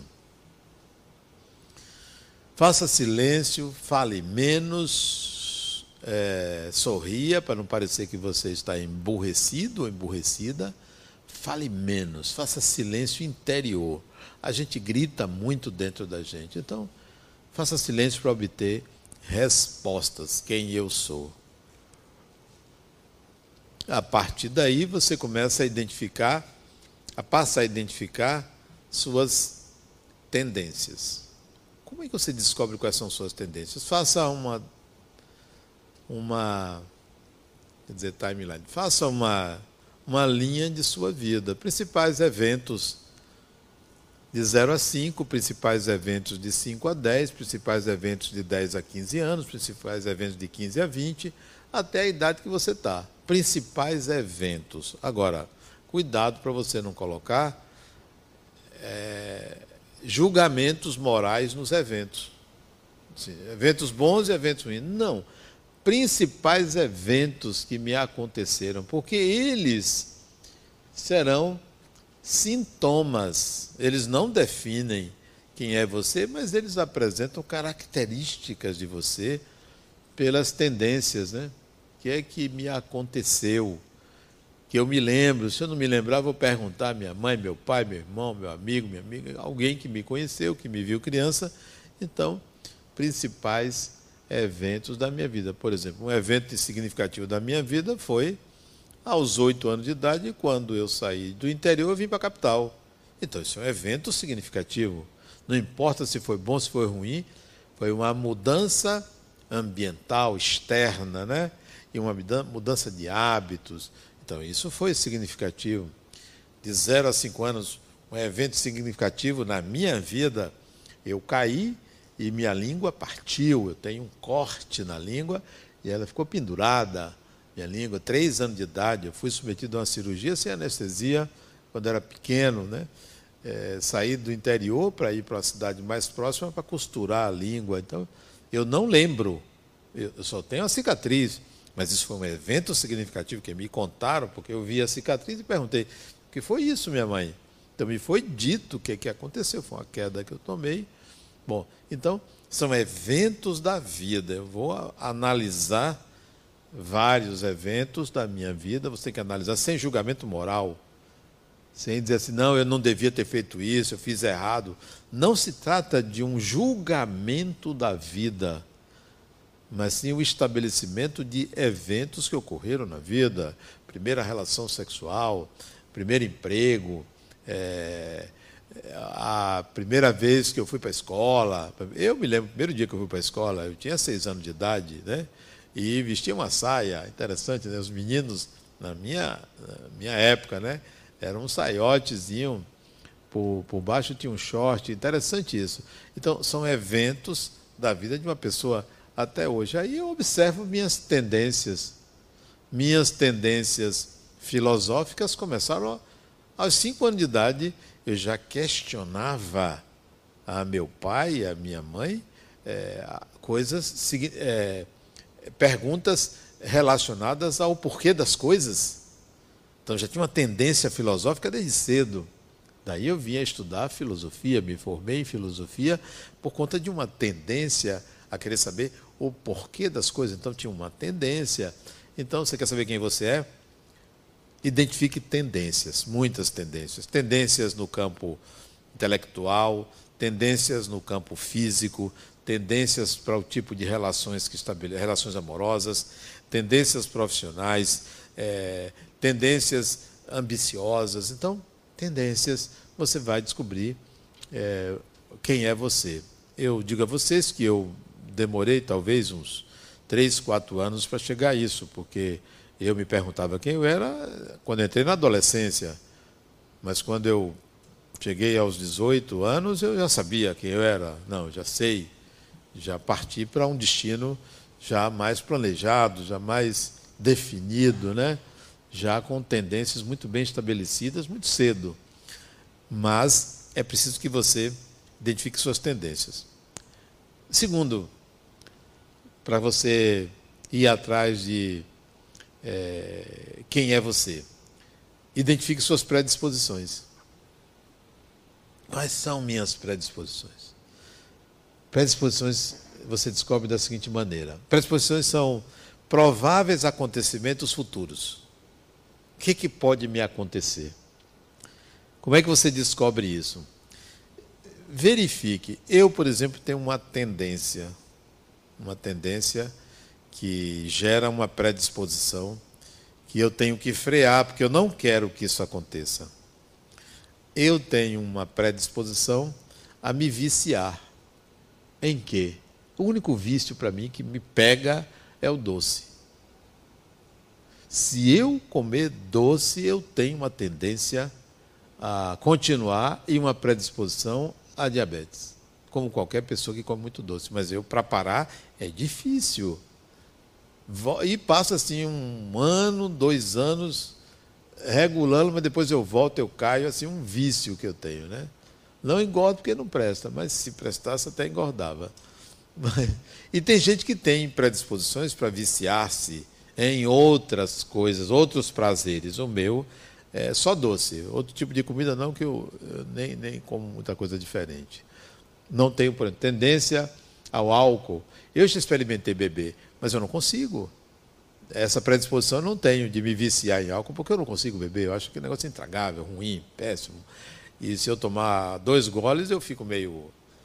Faça silêncio, fale menos, é, sorria para não parecer que você está emburrecido ou emburrecida. Fale menos, faça silêncio interior. A gente grita muito dentro da gente, então faça silêncio para obter respostas, quem eu sou. A partir daí você começa a identificar, a passar a identificar suas tendências. Como é que você descobre quais são suas tendências? Faça uma, uma, quer dizer, timeline, faça uma, uma linha de sua vida, principais eventos de zero a cinco, principais eventos de cinco a dez, principais eventos de dez a quinze anos, principais eventos de quinze a vinte, até a idade que você está. Principais eventos. Agora, cuidado para você não colocar é, julgamentos morais nos eventos. Assim, eventos bons e eventos ruins. Não. Principais eventos que me aconteceram, porque eles serão sintomas, eles não definem quem é você, mas eles apresentam características de você pelas tendências, né? O que é que me aconteceu? Que eu me lembro, se eu não me lembrar, vou perguntar à minha mãe, meu pai, meu irmão, meu amigo, minha amiga, alguém que me conheceu, que me viu criança. Então, principais eventos da minha vida. Por exemplo, um evento significativo da minha vida foi aos oito anos de idade, quando eu saí do interior, eu vim para a capital. Então, isso é um evento significativo. Não importa se foi bom, se foi ruim, foi uma mudança ambiental, externa, né? E uma mudança de hábitos. Então, isso foi significativo. De zero a cinco anos, um evento significativo na minha vida, eu caí e minha língua partiu. Eu tenho um corte na língua e ela ficou pendurada. Minha língua, três anos de idade, eu fui submetido a uma cirurgia sem anestesia, quando era pequeno, né? É, saí do interior para ir para a cidade mais próxima para costurar a língua. Então, eu não lembro, eu só tenho a cicatriz, mas isso foi um evento significativo que me contaram, porque eu vi a cicatriz e perguntei, o que foi isso, minha mãe? Então, me foi dito o que, que aconteceu, foi uma queda que eu tomei. Bom, então, são eventos da vida, eu vou analisar vários eventos da minha vida, você tem que analisar sem julgamento moral, sem dizer assim, não, eu não devia ter feito isso, eu fiz errado. Não se trata de um julgamento da vida, mas sim o estabelecimento de eventos que ocorreram na vida. Primeira relação sexual, primeiro emprego, é, a primeira vez que eu fui para a escola. Eu me lembro, o primeiro dia que eu fui para a escola, eu tinha seis anos de idade, né? E vestia uma saia, interessante, né? Os meninos, na minha, na minha época, né? Eram um saiotezinho, por, por baixo tinha um short, interessante isso. Então, são eventos da vida de uma pessoa até hoje. Aí eu observo minhas tendências. Minhas tendências filosóficas começaram aos cinco anos de idade. Eu já questionava a meu pai e a minha mãe é, coisas, é, perguntas relacionadas ao porquê das coisas. Então, já tinha uma tendência filosófica desde cedo. Daí eu vinha estudar filosofia, me formei em filosofia por conta de uma tendência a querer saber o porquê das coisas. Então, tinha uma tendência. Então, você quer saber quem você é? Identifique tendências, muitas tendências. Tendências no campo intelectual, tendências no campo físico, tendências para o tipo de relações que estabele... relações amorosas, tendências profissionais, é... tendências ambiciosas. Então, tendências, você vai descobrir é... quem é você. Eu digo a vocês que eu demorei talvez uns três, quatro anos para chegar a isso, porque eu me perguntava quem eu era quando entrei na adolescência, mas quando eu cheguei aos dezoito anos, eu já sabia quem eu era. Não, já sei, já parti para um destino já mais planejado, já mais definido, né? Já com tendências muito bem estabelecidas, muito cedo. Mas é preciso que você identifique suas tendências. Segundo, para você ir atrás de é, quem é você, identifique suas predisposições. Quais são minhas predisposições? Predisposições você descobre da seguinte maneira. Predisposições são prováveis acontecimentos futuros. O que, que pode me acontecer? Como é que você descobre isso? Verifique. Eu, por exemplo, tenho uma tendência, uma tendência que gera uma predisposição que eu tenho que frear, porque eu não quero que isso aconteça. Eu tenho uma predisposição a me viciar. Em quê? O único vício para mim que me pega é o doce. Se eu comer doce, eu tenho uma tendência a continuar e uma predisposição a diabetes, como qualquer pessoa que come muito doce. Mas eu, para parar, é difícil. E passa assim um ano, dois anos regulando, mas depois eu volto, eu caio, assim, um vício que eu tenho, né? Não engordo porque não presta, mas se prestasse até engordava. E tem gente que tem predisposições para viciar-se em outras coisas, outros prazeres. O meu é só doce. Outro tipo de comida não, que eu, eu nem, nem como muita coisa diferente. Não tenho, por exemplo, tendência ao álcool. Eu já experimentei beber, mas eu não consigo. Essa predisposição eu não tenho de me viciar em álcool, porque eu não consigo beber. Eu acho que o negócio é intragável, ruim, péssimo. E se eu tomar dois goles, eu fico meio...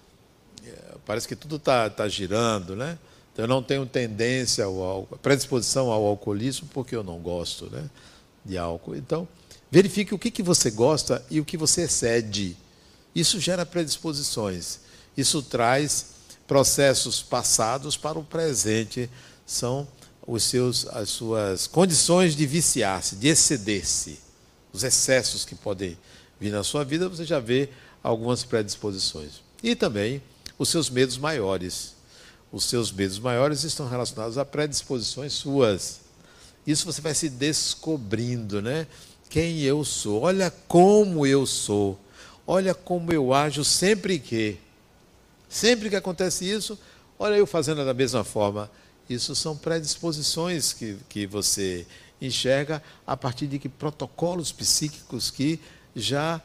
Parece que tudo está tá girando, né? Então, eu não tenho tendência ao álcool, predisposição ao alcoolismo, porque eu não gosto, né, de álcool. Então, verifique o que, que você gosta e o que você excede. Isso gera predisposições. Isso traz processos passados para o presente. São os seus, as suas condições de viciar-se, de exceder-se. Os excessos que podem vir na sua vida, você já vê algumas predisposições. E também os seus medos maiores. Os seus medos maiores estão relacionados a predisposições suas. Isso você vai se descobrindo, né? Quem eu sou. Olha como eu sou. Olha como eu ajo sempre que. Sempre que acontece isso, olha eu fazendo da mesma forma. Isso são predisposições que, que você enxerga a partir de que protocolos psíquicos que já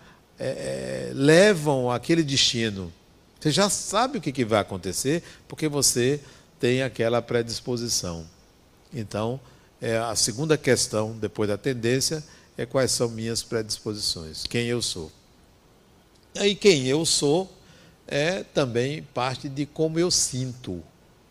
é, levam àquele destino. Você já sabe o que, que vai acontecer, porque você tem aquela predisposição. Então, é, a segunda questão, depois da tendência, é quais são minhas predisposições, quem eu sou. E aí, quem eu sou é também parte de como eu sinto.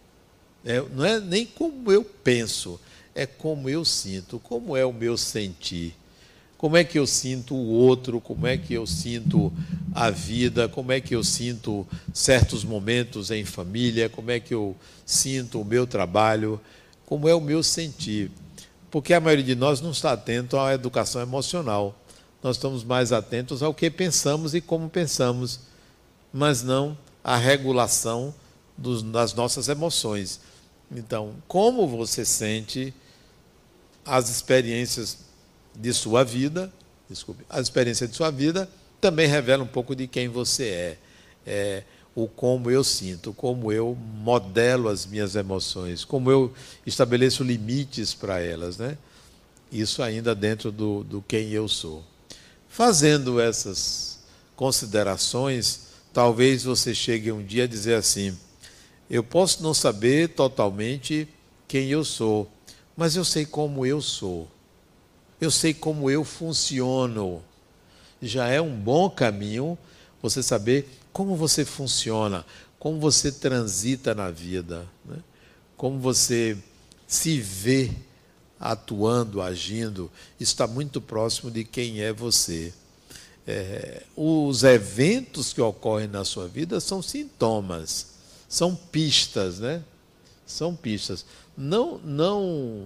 É, não é nem como eu penso, é como eu sinto, como é o meu sentir. Como é que eu sinto o outro, como é que eu sinto a vida, como é que eu sinto certos momentos em família, como é que eu sinto o meu trabalho, como é o meu sentir. Porque a maioria de nós não está atento à educação emocional. Nós estamos mais atentos ao que pensamos e como pensamos, mas não à regulação dos, das nossas emoções. Então, como você sente as experiências de sua vida, desculpe, as experiências de sua vida também revelam um pouco de quem você é. É o como eu sinto, como eu modelo as minhas emoções, como eu estabeleço limites para elas, né? Isso ainda dentro do, do quem eu sou. Fazendo essas considerações, talvez você chegue um dia a dizer assim: eu posso não saber totalmente quem eu sou, mas eu sei como eu sou. Eu sei como eu funciono. Já é um bom caminho você saber como você funciona, como você transita na vida, né? Como você se vê atuando, agindo. Isso está muito próximo de quem é você. É, os eventos que ocorrem na sua vida são sintomas, são pistas, né? São pistas. Não, não,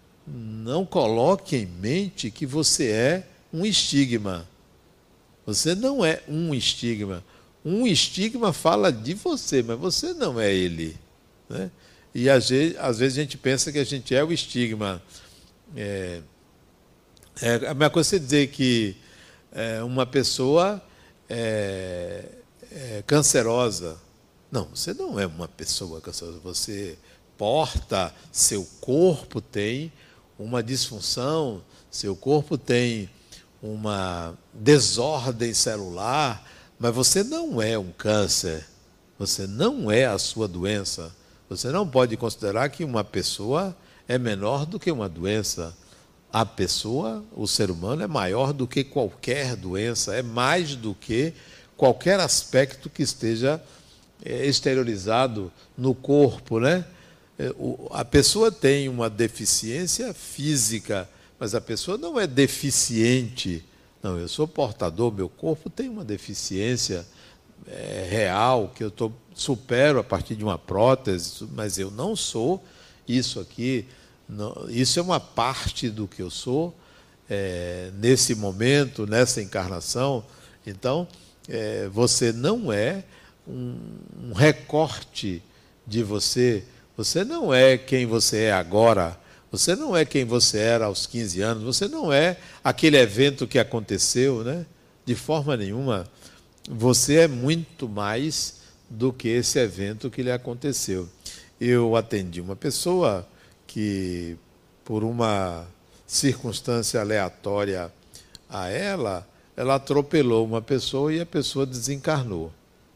não coloque em mente que você é um estigma. Você não é um estigma. Um estigma fala de você, mas você não é ele, né? E às vezes, às vezes a gente pensa que a gente é o estigma. É, é a mesma coisa você dizer que é, uma pessoa é, é cancerosa. Não, você não é uma pessoa cancerosa. Você porta, seu corpo tem uma disfunção, seu corpo tem uma desordem celular, mas você não é um câncer. Você não é a sua doença. Você não pode considerar que uma pessoa é menor do que uma doença. A pessoa, o ser humano, é maior do que qualquer doença, é mais do que qualquer aspecto que esteja é, exteriorizado no corpo, né? A pessoa tem uma deficiência física, mas a pessoa não é deficiente. Não, eu sou portador, meu corpo tem uma deficiência é, real, que eu tô, supero a partir de uma prótese, mas eu não sou isso aqui. Não, isso é uma parte do que eu sou é, nesse momento, nessa encarnação. Então, é, você não é um, um recorte de você. Você não é quem você é agora. Você não é quem você era aos quinze anos. Você não é aquele evento que aconteceu, né? De forma nenhuma. Você é muito mais do que esse evento que lhe aconteceu. Eu atendi uma pessoa que, por uma circunstância aleatória a ela, ela atropelou uma pessoa e a pessoa desencarnou.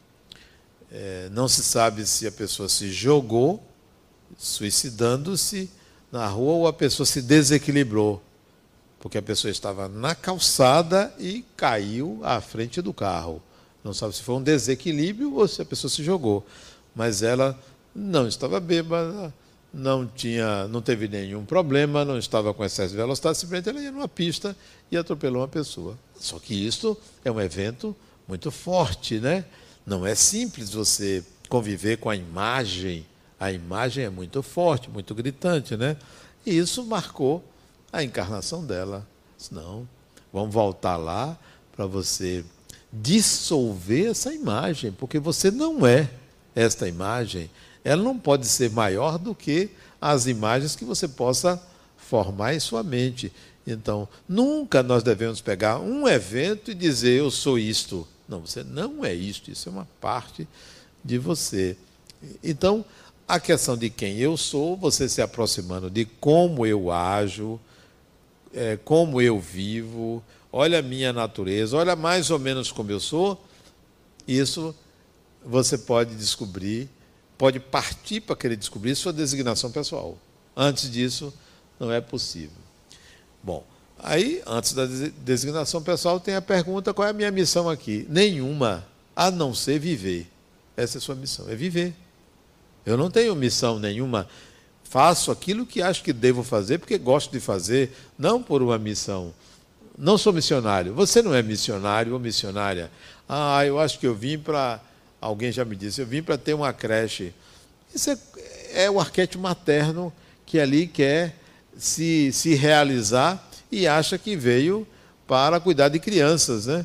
É, não se sabe se a pessoa se jogou, suicidando-se na rua, ou a pessoa se desequilibrou, porque a pessoa estava na calçada e caiu à frente do carro. Não sabe se foi um desequilíbrio ou se a pessoa se jogou. Mas ela não estava bêbada, não tinha, não teve nenhum problema, não estava com excesso de velocidade, simplesmente ela ia numa pista e atropelou uma pessoa. Só que isso é um evento muito forte, né? Não é simples você conviver com a imagem. A imagem é muito forte, muito gritante, né? E isso marcou a encarnação dela. Não, vamos voltar lá para você dissolver essa imagem, porque você não é esta imagem. Ela não pode ser maior do que as imagens que você possa formar em sua mente. Então, nunca nós devemos pegar um evento e dizer, eu sou isto. Não, você não é isto, isso é uma parte de você. Então, a questão de quem eu sou, você se aproximando de como eu ajo, é, como eu vivo, olha a minha natureza, olha mais ou menos como eu sou, isso você pode descobrir, pode partir para querer descobrir sua designação pessoal. Antes disso, não é possível. Bom, aí, antes da designação pessoal, tem a pergunta, qual é a minha missão aqui? Nenhuma, a não ser viver. Essa é a sua missão, é viver. Eu não tenho missão nenhuma. Faço aquilo que acho que devo fazer, porque gosto de fazer, não por uma missão. Não sou missionário. Você não é missionário ou missionária. Ah, eu acho que eu vim para... Alguém já me disse, eu vim para ter uma creche. Isso é, é o arquétipo materno que ali quer se, se realizar e acha que veio para cuidar de crianças, né?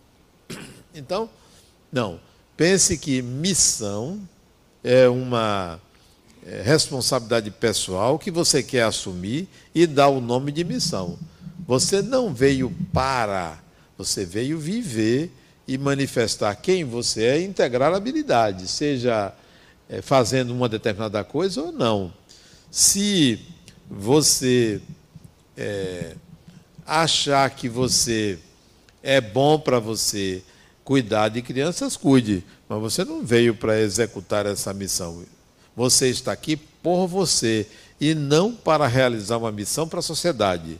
Então, não. Pense que missão é uma responsabilidade pessoal que você quer assumir e dar o nome de missão. Você não veio para, você veio viver e manifestar quem você é e integrar habilidades, seja é, fazendo uma determinada coisa ou não. Se você é, achar que você é bom para você cuidar de crianças, cuide, mas você não veio para executar essa missão. Você está aqui por você e não para realizar uma missão para a sociedade.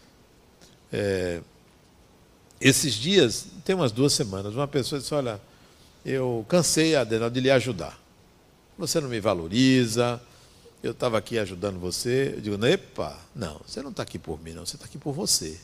É, esses dias, tem umas duas semanas, uma pessoa disse, olha, eu cansei, Adenal, de lhe ajudar. Você não me valoriza, eu estava aqui ajudando você. Eu digo, epa, não, você não está aqui por mim, não, você está aqui por você.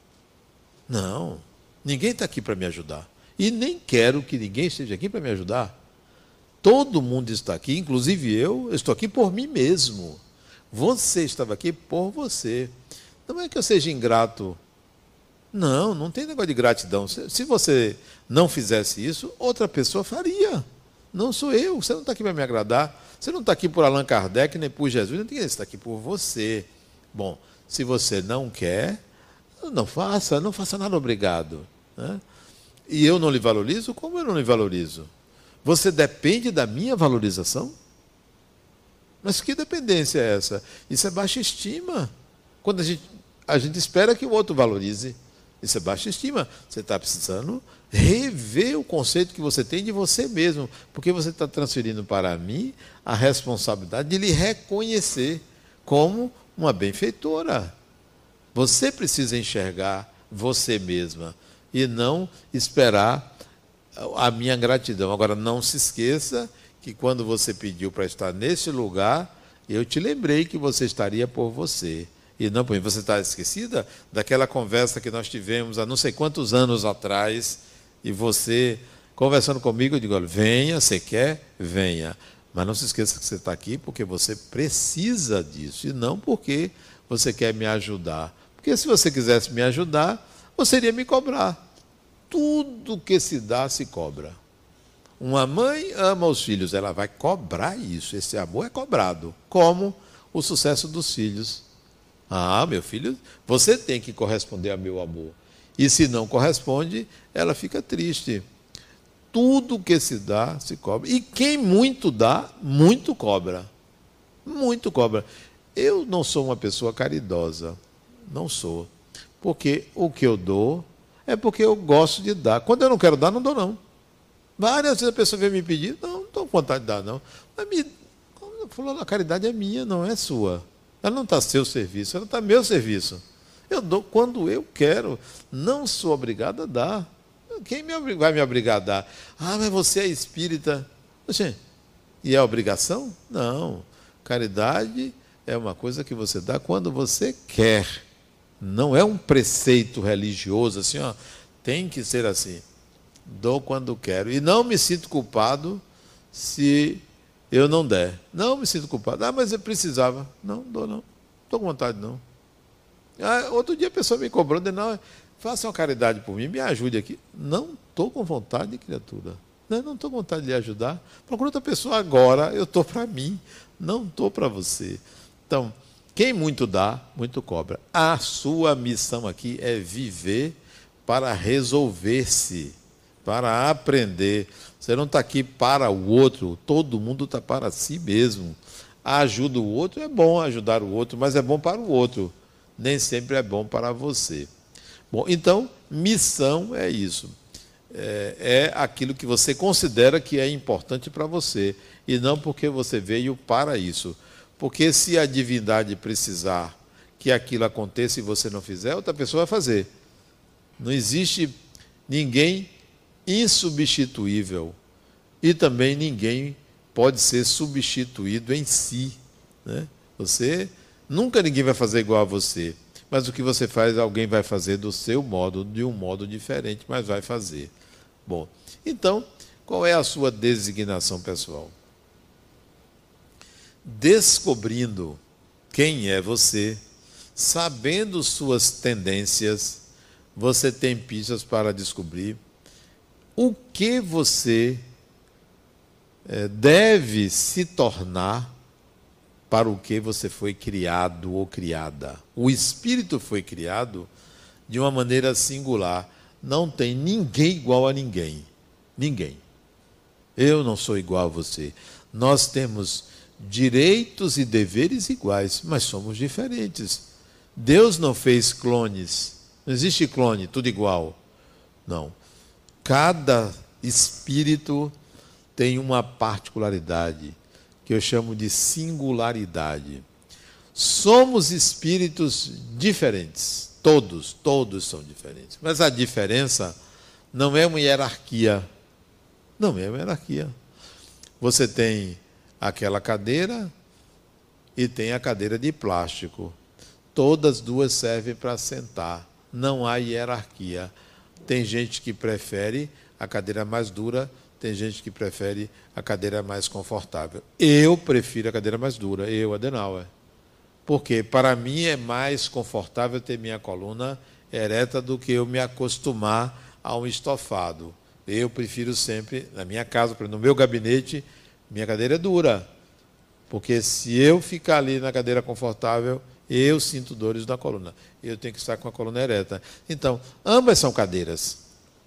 Não, ninguém está aqui para me ajudar. E nem quero que ninguém esteja aqui para me ajudar. Todo mundo está aqui, inclusive eu, eu estou aqui por mim mesmo. Você estava aqui por você. Não é que eu seja ingrato. Não, não tem negócio de gratidão. Se você não fizesse isso, outra pessoa faria. Não sou eu. Você não está aqui para me agradar. Você não está aqui por Allan Kardec, nem por Jesus. Não tem que está aqui por você. Bom, se você não quer, não faça. Não faça nada obrigado, né? e eu não lhe valorizo? Como eu não lhe valorizo? Você depende da minha valorização? Mas que dependência é essa? Isso é baixa estima. Quando a gente, a gente espera que o outro valorize, isso é baixa estima. Você está precisando rever o conceito que você tem de você mesmo, porque você está transferindo para mim a responsabilidade de lhe reconhecer como uma benfeitora. Você precisa enxergar você mesma e não esperar a minha gratidão. Agora, não se esqueça que quando você pediu para estar nesse lugar, eu te lembrei que você estaria por você. E não por mim. Você está esquecida daquela conversa que nós tivemos há não sei quantos anos atrás, e você conversando comigo, eu digo, olha, venha, você quer? Venha. Mas não se esqueça que você está aqui porque você precisa disso, e não porque você quer me ajudar. Porque se você quisesse me ajudar, você iria me cobrar. Tudo que se dá, se cobra. Uma mãe ama os filhos, ela vai cobrar isso. Esse amor é cobrado. Como o sucesso dos filhos. Ah, meu filho, você tem que corresponder ao meu amor. E se não corresponde, ela fica triste. Tudo que se dá, se cobra. E quem muito dá, muito cobra. Muito cobra. Eu não sou uma pessoa caridosa. Não sou. Porque o que eu dou é porque eu gosto de dar. Quando eu não quero dar, não dou, não. Várias vezes a pessoa vem me pedir, não, não estou com vontade de dar, não. Mas me, falou, a caridade é minha, não é sua. Ela não está a seu serviço, ela está a meu serviço. Eu dou quando eu quero, não sou obrigado a dar. Quem me, vai me obrigar a dar? Ah, mas você é espírita. Oxê, e é obrigação? Não. Caridade é uma coisa que você dá quando você quer. Não é um preceito religioso, assim, ó, tem que ser assim. Dou quando quero. E não me sinto culpado se eu não der. Não me sinto culpado. Ah, mas eu precisava. Não, dou não. Estou com vontade, não. Ah, outro dia a pessoa me cobrou, disse, não, faça uma caridade por mim, me ajude aqui. Não estou com vontade, criatura. Não estou com vontade de lhe ajudar. Procura outra pessoa agora, eu estou para mim. Não estou para você. Então, quem muito dá, muito cobra. A sua missão aqui é viver para resolver-se, para aprender. Você não está aqui para o outro, todo mundo está para si mesmo. Ajuda o outro, é bom ajudar o outro, mas é bom para o outro. Nem sempre é bom para você. Bom, então, missão é isso. É, é aquilo que você considera que é importante para você, e não porque você veio para isso. Porque se a divindade precisar que aquilo aconteça e você não fizer, outra pessoa vai fazer. Não existe ninguém insubstituível. E também ninguém pode ser substituído em si. Né? Você, nunca ninguém vai fazer igual a você. Mas o que você faz, alguém vai fazer do seu modo, de um modo diferente, mas vai fazer. Bom, então, qual é a sua designação pessoal? Descobrindo quem é você, sabendo suas tendências, você tem pistas para descobrir o que você é, deve se tornar para o que você foi criado ou criada. O espírito foi criado de uma maneira singular. Não tem ninguém igual a ninguém. Ninguém. Eu não sou igual a você. Nós temos direitos e deveres iguais, mas somos diferentes. Deus não fez clones. Não existe clone, tudo igual. Não. Cada espírito tem uma particularidade, que eu chamo de singularidade. Somos espíritos diferentes. Todos, todos são diferentes. Mas a diferença não é uma hierarquia. Não é uma hierarquia. Você tem aquela cadeira e tem a cadeira de plástico. Todas duas servem para sentar. Não há hierarquia. Tem gente que prefere a cadeira mais dura, tem gente que prefere a cadeira mais confortável. Eu prefiro a cadeira mais dura, eu, Adenauer. Porque para mim é mais confortável ter minha coluna ereta do que eu me acostumar a um estofado. Eu prefiro sempre, na minha casa, no meu gabinete, minha cadeira é dura. Porque se eu ficar ali na cadeira confortável, eu sinto dores na coluna. Eu tenho que estar com a coluna ereta. Então, ambas são cadeiras.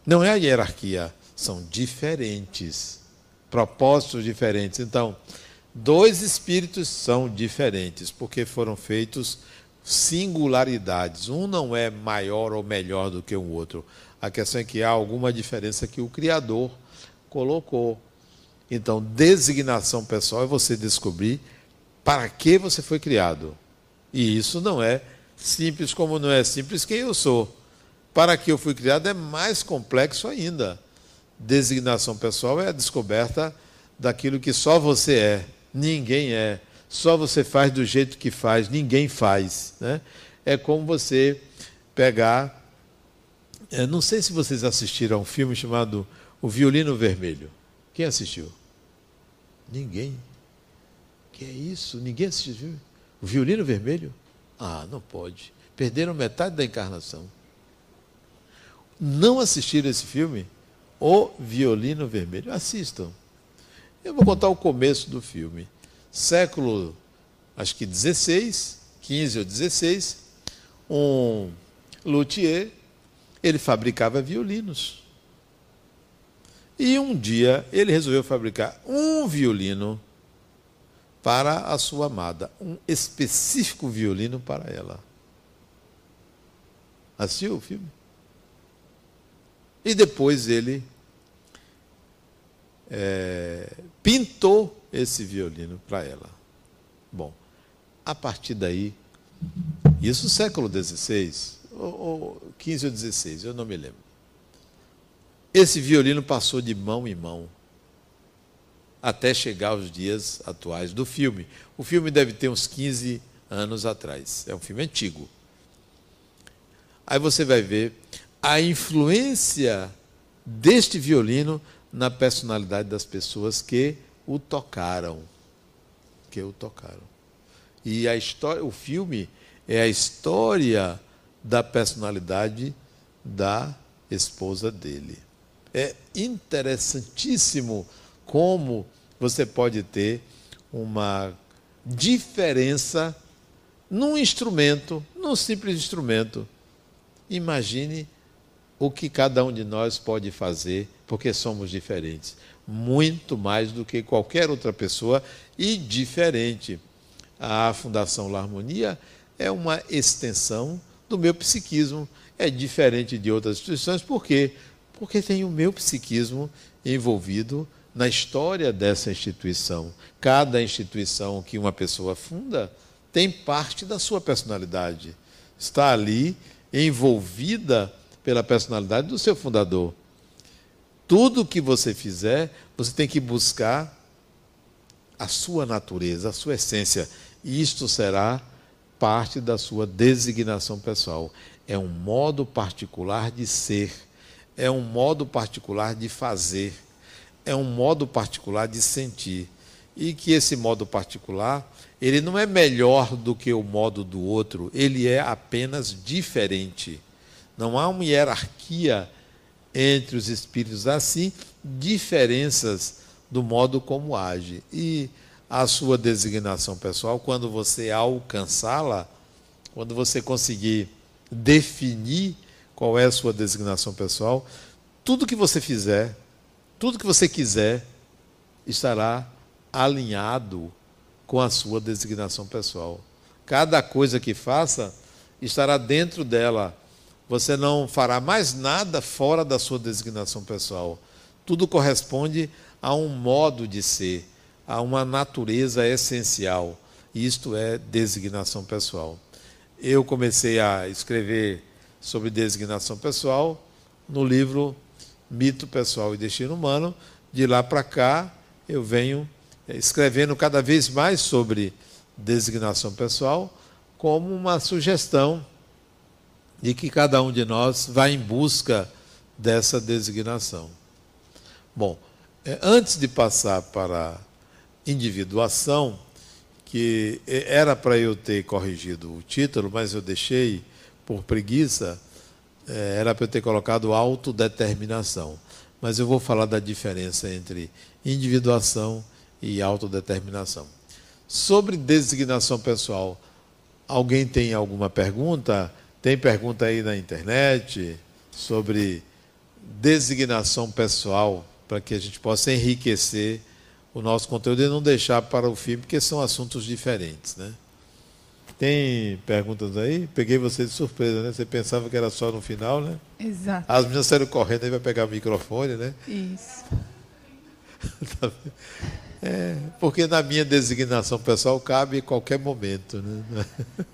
Não é a hierarquia, são diferentes, propósitos diferentes. Então, dois espíritos são diferentes, porque foram feitos singularidades. Um não é maior ou melhor do que o outro. A questão é que há alguma diferença que o Criador colocou. Então, designação pessoal é você descobrir para que você foi criado. E isso não é simples como não é simples quem eu sou. Para que eu fui criado é mais complexo ainda. Designação pessoal é a descoberta daquilo que só você é, ninguém é. Só você faz do jeito que faz, ninguém faz. Né? É como você pegar... Eu não sei se vocês assistiram a um filme chamado O Violino Vermelho. Quem assistiu? Ninguém. Que é isso? Ninguém assistiu o filme? O Violino Vermelho? Ah, não pode. Perderam metade da encarnação. Não assistiram esse filme? O Violino Vermelho. Assistam. Eu vou contar o começo do filme. Século, acho que dezesseis, quinze ou dezesseis, um luthier, ele fabricava violinos. E um dia ele resolveu fabricar um violino para a sua amada, um específico violino para ela. Assistiu o filme? E depois ele é, pintou esse violino para ela. Bom, a partir daí, isso século dezesseis, ou, ou quinze ou dezesseis, eu não me lembro. Esse violino passou de mão em mão, até chegar aos dias atuais do filme. O filme deve ter uns quinze anos atrás, é um filme antigo. Aí você vai ver a influência deste violino na personalidade das pessoas que o tocaram. Que o tocaram. E a história, o filme é a história da personalidade da esposa dele. É interessantíssimo como você pode ter uma diferença num instrumento, num simples instrumento. Imagine o que cada um de nós pode fazer, porque somos diferentes. Muito mais do que qualquer outra pessoa e diferente. A Fundação La Harmonia é uma extensão do meu psiquismo. É diferente de outras instituições. Por quê? Porque tem o meu psiquismo envolvido na história dessa instituição. Cada instituição que uma pessoa funda tem parte da sua personalidade. Está ali envolvida pela personalidade do seu fundador. Tudo que você fizer, você tem que buscar a sua natureza, a sua essência. E isto será parte da sua designação pessoal. É um modo particular de ser, é um modo particular de fazer, é um modo particular de sentir. E que esse modo particular, ele não é melhor do que o modo do outro, ele é apenas diferente. Não há uma hierarquia entre os espíritos, assim, diferenças do modo como age. E a sua designação pessoal, quando você alcançá-la, quando você conseguir definir qual é a sua designação pessoal, tudo que você fizer, tudo que você quiser, estará alinhado com a sua designação pessoal. Cada coisa que faça estará dentro dela. Você não fará mais nada fora da sua designação pessoal. Tudo corresponde a um modo de ser, a uma natureza essencial. Isto é designação pessoal. Eu comecei a escrever sobre designação pessoal no livro Mito Pessoal e Destino Humano. De lá para cá, eu venho escrevendo cada vez mais sobre designação pessoal, como uma sugestão de que cada um de nós vá em busca dessa designação. Bom, antes de passar para a individuação, que era para eu ter corrigido o título, mas eu deixei por preguiça, era para eu ter colocado autodeterminação. Mas eu vou falar da diferença entre individuação e autodeterminação. Sobre designação pessoal, alguém tem alguma pergunta? Tem pergunta aí na internet sobre designação pessoal para que a gente possa enriquecer o nosso conteúdo e não deixar para o fim, porque são assuntos diferentes, né? Tem perguntas aí? Peguei você de surpresa, né? Você pensava que era só no final, né? Exato. As meninas saíram correndo aí para pegar o microfone, né? Isso. É, porque na minha designação pessoal cabe em qualquer momento, né?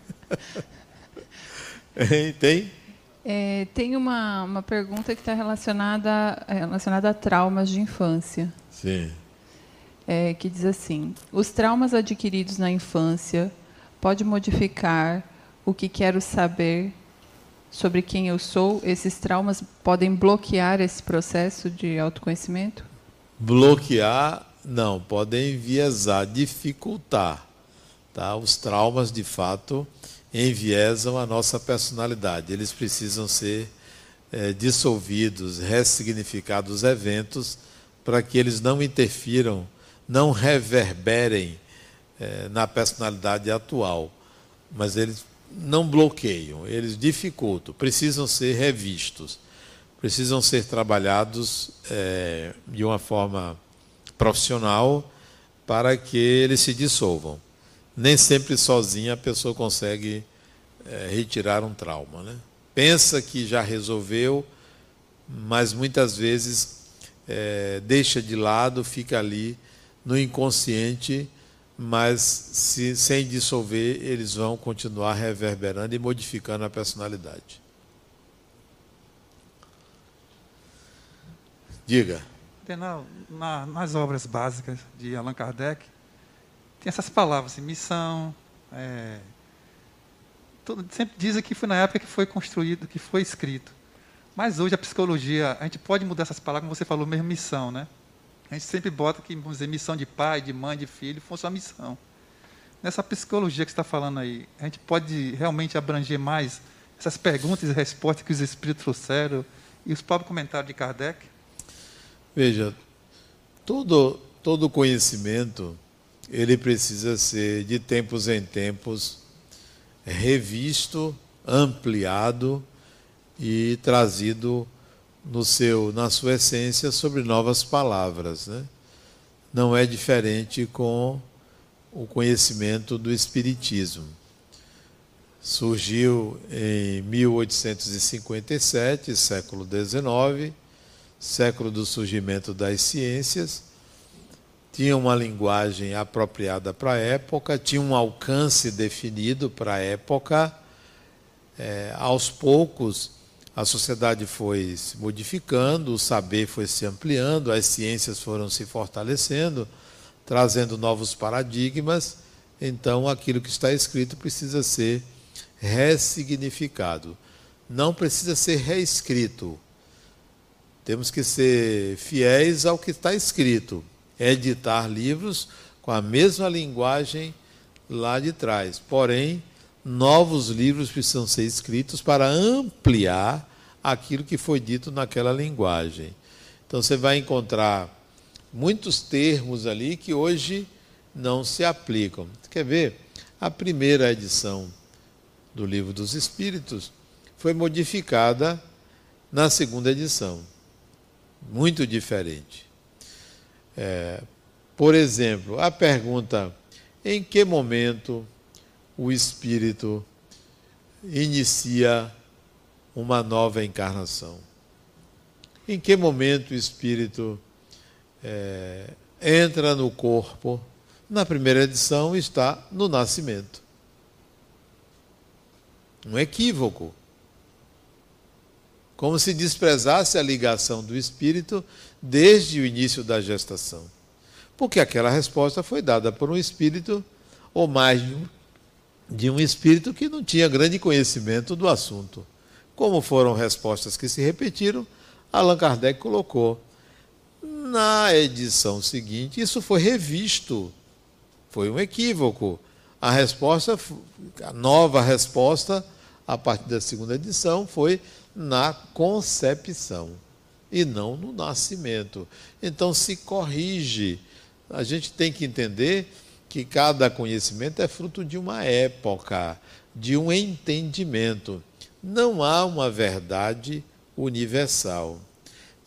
Tem? É, tem uma, uma pergunta que está relacionada, relacionada a traumas de infância. Sim. É, que diz assim: os traumas adquiridos na infância podem modificar o que quero saber sobre quem eu sou? Esses traumas podem bloquear esse processo de autoconhecimento? Bloquear, não. Podem enviesar, dificultar. Tá? Os traumas, de fato, enviesam a nossa personalidade. Eles precisam ser é, dissolvidos, ressignificados os eventos, para que eles não interfiram, não reverberem é, na personalidade atual. Mas eles não bloqueiam, eles dificultam, precisam ser revistos, precisam ser trabalhados é, de uma forma profissional para que eles se dissolvam. Nem sempre sozinha a pessoa consegue é, retirar um trauma, né? Pensa que já resolveu, mas muitas vezes é, deixa de lado, fica ali no inconsciente, mas se, sem dissolver, eles vão continuar reverberando e modificando a personalidade. Diga. Na, na, nas obras básicas de Allan Kardec, tem essas palavras, assim, missão, é, todo, sempre dizem que foi na época que foi construído, que foi escrito. Mas hoje a psicologia, a gente pode mudar essas palavras, como você falou mesmo, missão, né? A gente sempre bota que, vamos dizer, missão de pai, de mãe, de filho, fosse uma missão. Nessa psicologia que você está falando aí, a gente pode realmente abranger mais essas perguntas e respostas que os espíritos trouxeram e os próprios comentários de Kardec? Veja, todo, todo conhecimento, ele precisa ser, de tempos em tempos, revisto, ampliado e trazido no seu, na sua essência sobre novas palavras, né? Não é diferente com o conhecimento do Espiritismo. Surgiu em mil oitocentos e cinquenta e sete, século dezenove, século do surgimento das ciências, tinha uma linguagem apropriada para a época, tinha um alcance definido para a época. É, aos poucos, a sociedade foi se modificando, o saber foi se ampliando, as ciências foram se fortalecendo, trazendo novos paradigmas. Então, aquilo que está escrito precisa ser ressignificado. Não precisa ser reescrito. Temos que ser fiéis ao que está escrito. Editar livros com a mesma linguagem lá de trás. Porém, novos livros precisam ser escritos para ampliar aquilo que foi dito naquela linguagem. Então, você vai encontrar muitos termos ali que hoje não se aplicam. Quer ver? A primeira edição do Livro dos Espíritos foi modificada na segunda edição. Muito diferente. É, por exemplo, a pergunta: em que momento o espírito inicia uma nova encarnação? Em que momento o espírito é, entra no corpo? Na primeira edição está no nascimento. Um equívoco. Como se desprezasse a ligação do espírito desde o início da gestação. Porque aquela resposta foi dada por um espírito, ou mais de um, de um espírito que não tinha grande conhecimento do assunto. Como foram respostas que se repetiram, Allan Kardec colocou. Na edição seguinte, isso foi revisto. Foi um equívoco. A resposta, a nova resposta, a partir da segunda edição, foi na concepção e não no nascimento. Então se corrige. A gente tem que entender que cada conhecimento é fruto de uma época, de um entendimento. Não há uma verdade universal.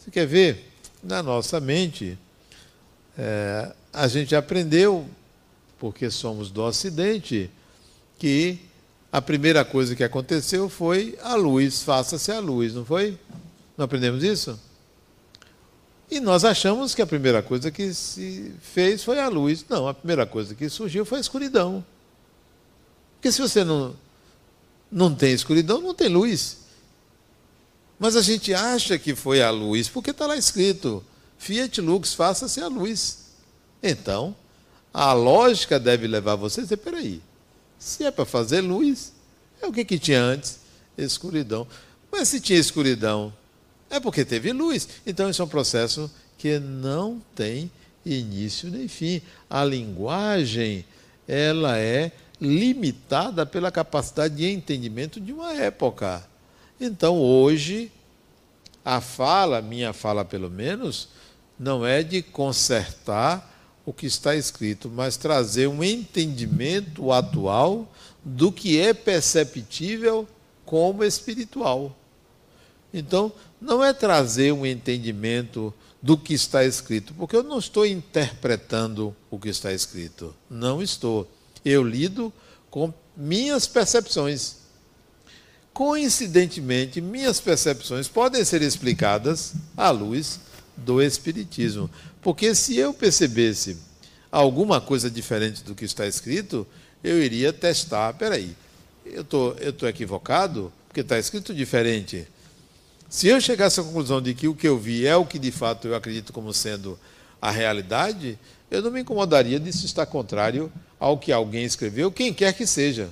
Você quer ver? Na nossa mente, é, a gente aprendeu, porque somos do Ocidente, que a primeira coisa que aconteceu foi a luz, faça-se a luz, não foi? Não aprendemos isso? E nós achamos que a primeira coisa que se fez foi a luz. Não, a primeira coisa que surgiu foi a escuridão. Porque se você não, não tem escuridão, não tem luz. Mas a gente acha que foi a luz, porque está lá escrito, Fiat Lux, faça-se a luz. Então, a lógica deve levar você a dizer, peraí, se é para fazer luz, é o que, que tinha antes? Escuridão. Mas se tinha escuridão, é porque teve luz. Então, isso é um processo que não tem início nem fim. A linguagem, ela é limitada pela capacidade de entendimento de uma época. Então, hoje, a fala, minha fala pelo menos, não é de consertar o que está escrito, mas trazer um entendimento atual do que é perceptível como espiritual. Então, não é trazer um entendimento do que está escrito, porque eu não estou interpretando o que está escrito. Não estou. Eu lido com minhas percepções. Coincidentemente, minhas percepções podem ser explicadas à luz do Espiritismo. Porque se eu percebesse alguma coisa diferente do que está escrito, eu iria testar. Espera aí, eu tô, eu estou equivocado? Porque está escrito diferente. Se eu chegasse à conclusão de que o que eu vi é o que de fato eu acredito como sendo a realidade, eu não me incomodaria disso estar contrário ao que alguém escreveu, quem quer que seja.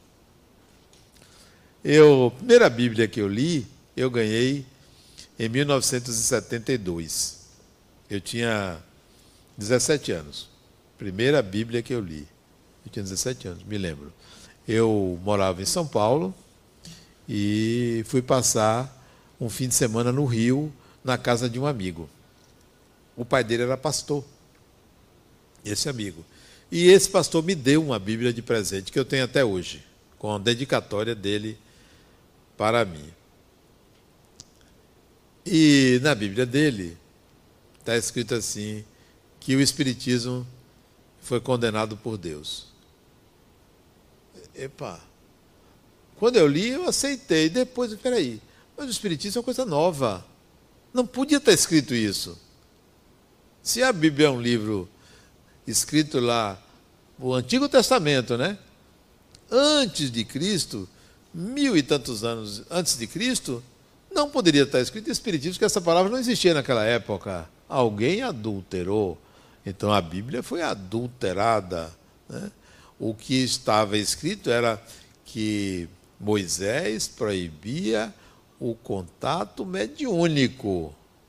Eu, a primeira Bíblia que eu li, eu ganhei em mil novecentos e setenta e dois. Eu tinha dezessete anos. Primeira Bíblia que eu li. Eu tinha dezessete anos, me lembro. Eu morava em São Paulo e fui passar um fim de semana no Rio, na casa de um amigo. O pai dele era pastor, esse amigo. E esse pastor me deu uma Bíblia de presente, que eu tenho até hoje, com a dedicatória dele para mim. E na Bíblia dele está escrito assim, que o Espiritismo foi condenado por Deus. Epa! Quando eu li, eu aceitei. Depois, peraí, mas o Espiritismo é uma coisa nova. Não podia estar escrito isso. Se a Bíblia é um livro escrito lá, o Antigo Testamento, né? Antes de Cristo, mil e tantos anos antes de Cristo, não poderia estar escrito Espiritismo, porque essa palavra não existia naquela época. Alguém adulterou. Então a Bíblia foi adulterada, né? O que estava escrito era que Moisés proibia o contato mediúnico,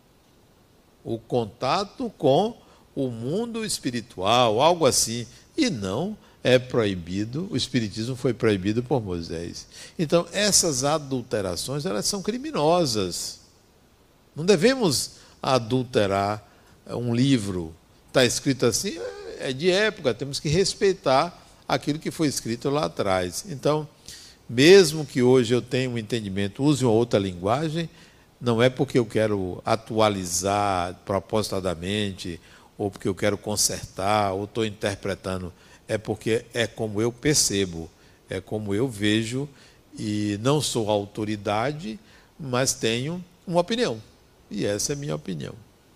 o contato com o mundo espiritual, algo assim, e não é proibido, o Espiritismo foi proibido por Moisés. Então, essas adulterações, elas são criminosas. Não devemos adulterar um livro. Está escrito assim, é de época, temos que respeitar aquilo que foi escrito lá atrás. Então, mesmo que hoje eu tenha um entendimento, use uma outra linguagem, não é porque eu quero atualizar propositadamente, ou porque eu quero consertar, ou estou interpretando, é porque é como eu percebo, é como eu vejo, e não sou autoridade, mas tenho uma opinião. E essa é a minha opinião.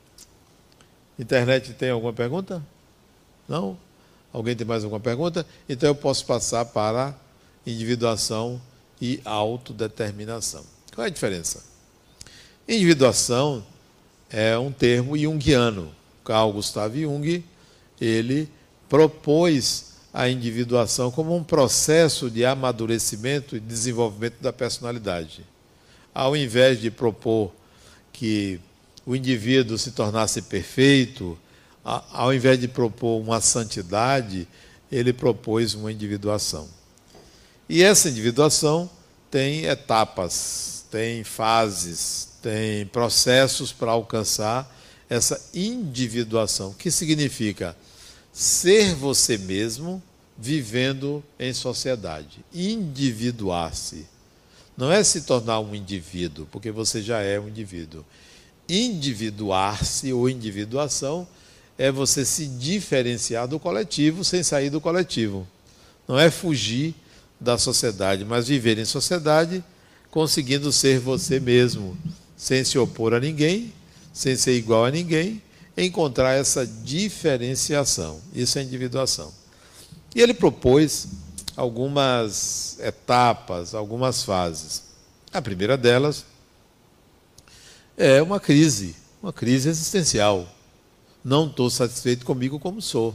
Internet tem alguma pergunta? Não? Alguém tem mais alguma pergunta? Então eu posso passar para individuação e autodeterminação. Qual é a diferença? Individuação é um termo junguiano. Carl Gustav Jung, ele propôs a individuação como um processo de amadurecimento e desenvolvimento da personalidade. Ao invés de propor que o indivíduo se tornasse perfeito, ao invés de propor uma santidade, ele propôs uma individuação. E essa individuação tem etapas, tem fases, tem processos para alcançar essa individuação, que significa ser você mesmo vivendo em sociedade, individuar-se. Não é se tornar um indivíduo, porque você já é um indivíduo. individuar-se ou individuação é você se diferenciar do coletivo sem sair do coletivo. Não é fugir da sociedade, mas viver em sociedade conseguindo ser você mesmo, sem se opor a ninguém, sem ser igual a ninguém, encontrar essa diferenciação. Isso é individuação. E ele propôs algumas etapas, algumas fases. A primeira delas é uma crise, uma crise existencial. Não estou satisfeito comigo como sou.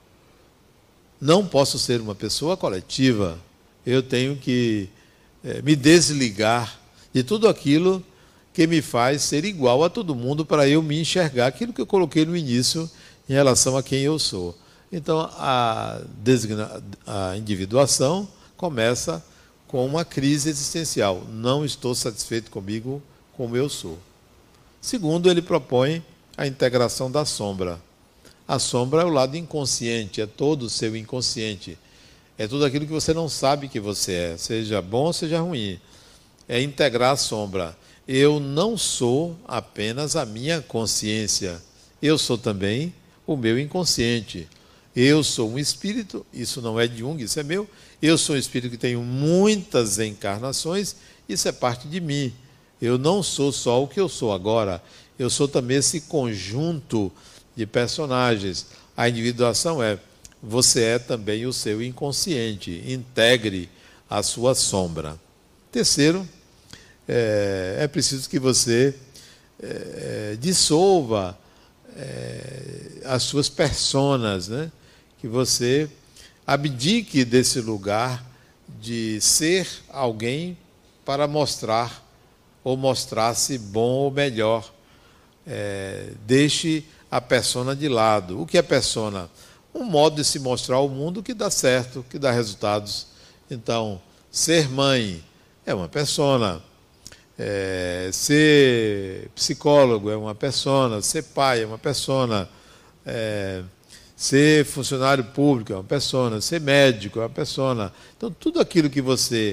Não posso ser uma pessoa coletiva. Eu tenho que é, me desligar de tudo aquilo que me faz ser igual a todo mundo para eu me enxergar, aquilo que eu coloquei no início em relação a quem eu sou. Então, a, designa, a individuação começa com uma crise existencial. Não estou satisfeito comigo como eu sou. Segundo, ele propõe a integração da sombra. A sombra é o lado inconsciente, é todo o seu inconsciente. É tudo aquilo que você não sabe que você é, seja bom ou seja ruim. É integrar a sombra. Eu não sou apenas a minha consciência, eu sou também o meu inconsciente. Eu sou um espírito, isso não é de Jung, isso é meu. Eu sou um espírito que tenho muitas encarnações, isso é parte de mim. Eu não sou só o que eu sou agora, eu sou também esse conjunto de personagens. A individuação é, você é também o seu inconsciente, integre a sua sombra. Terceiro, é, é preciso que você é, dissolva é, as suas personas, né? Que você abdique desse lugar de ser alguém para mostrar ou mostrar-se bom ou melhor. É, deixe a persona de lado. O que é persona? Um modo de se mostrar ao mundo que dá certo, que dá resultados. Então, ser mãe é uma persona, é, ser psicólogo é uma persona, ser pai é uma persona, é, ser funcionário público é uma persona, ser médico é uma persona. Então, tudo aquilo que você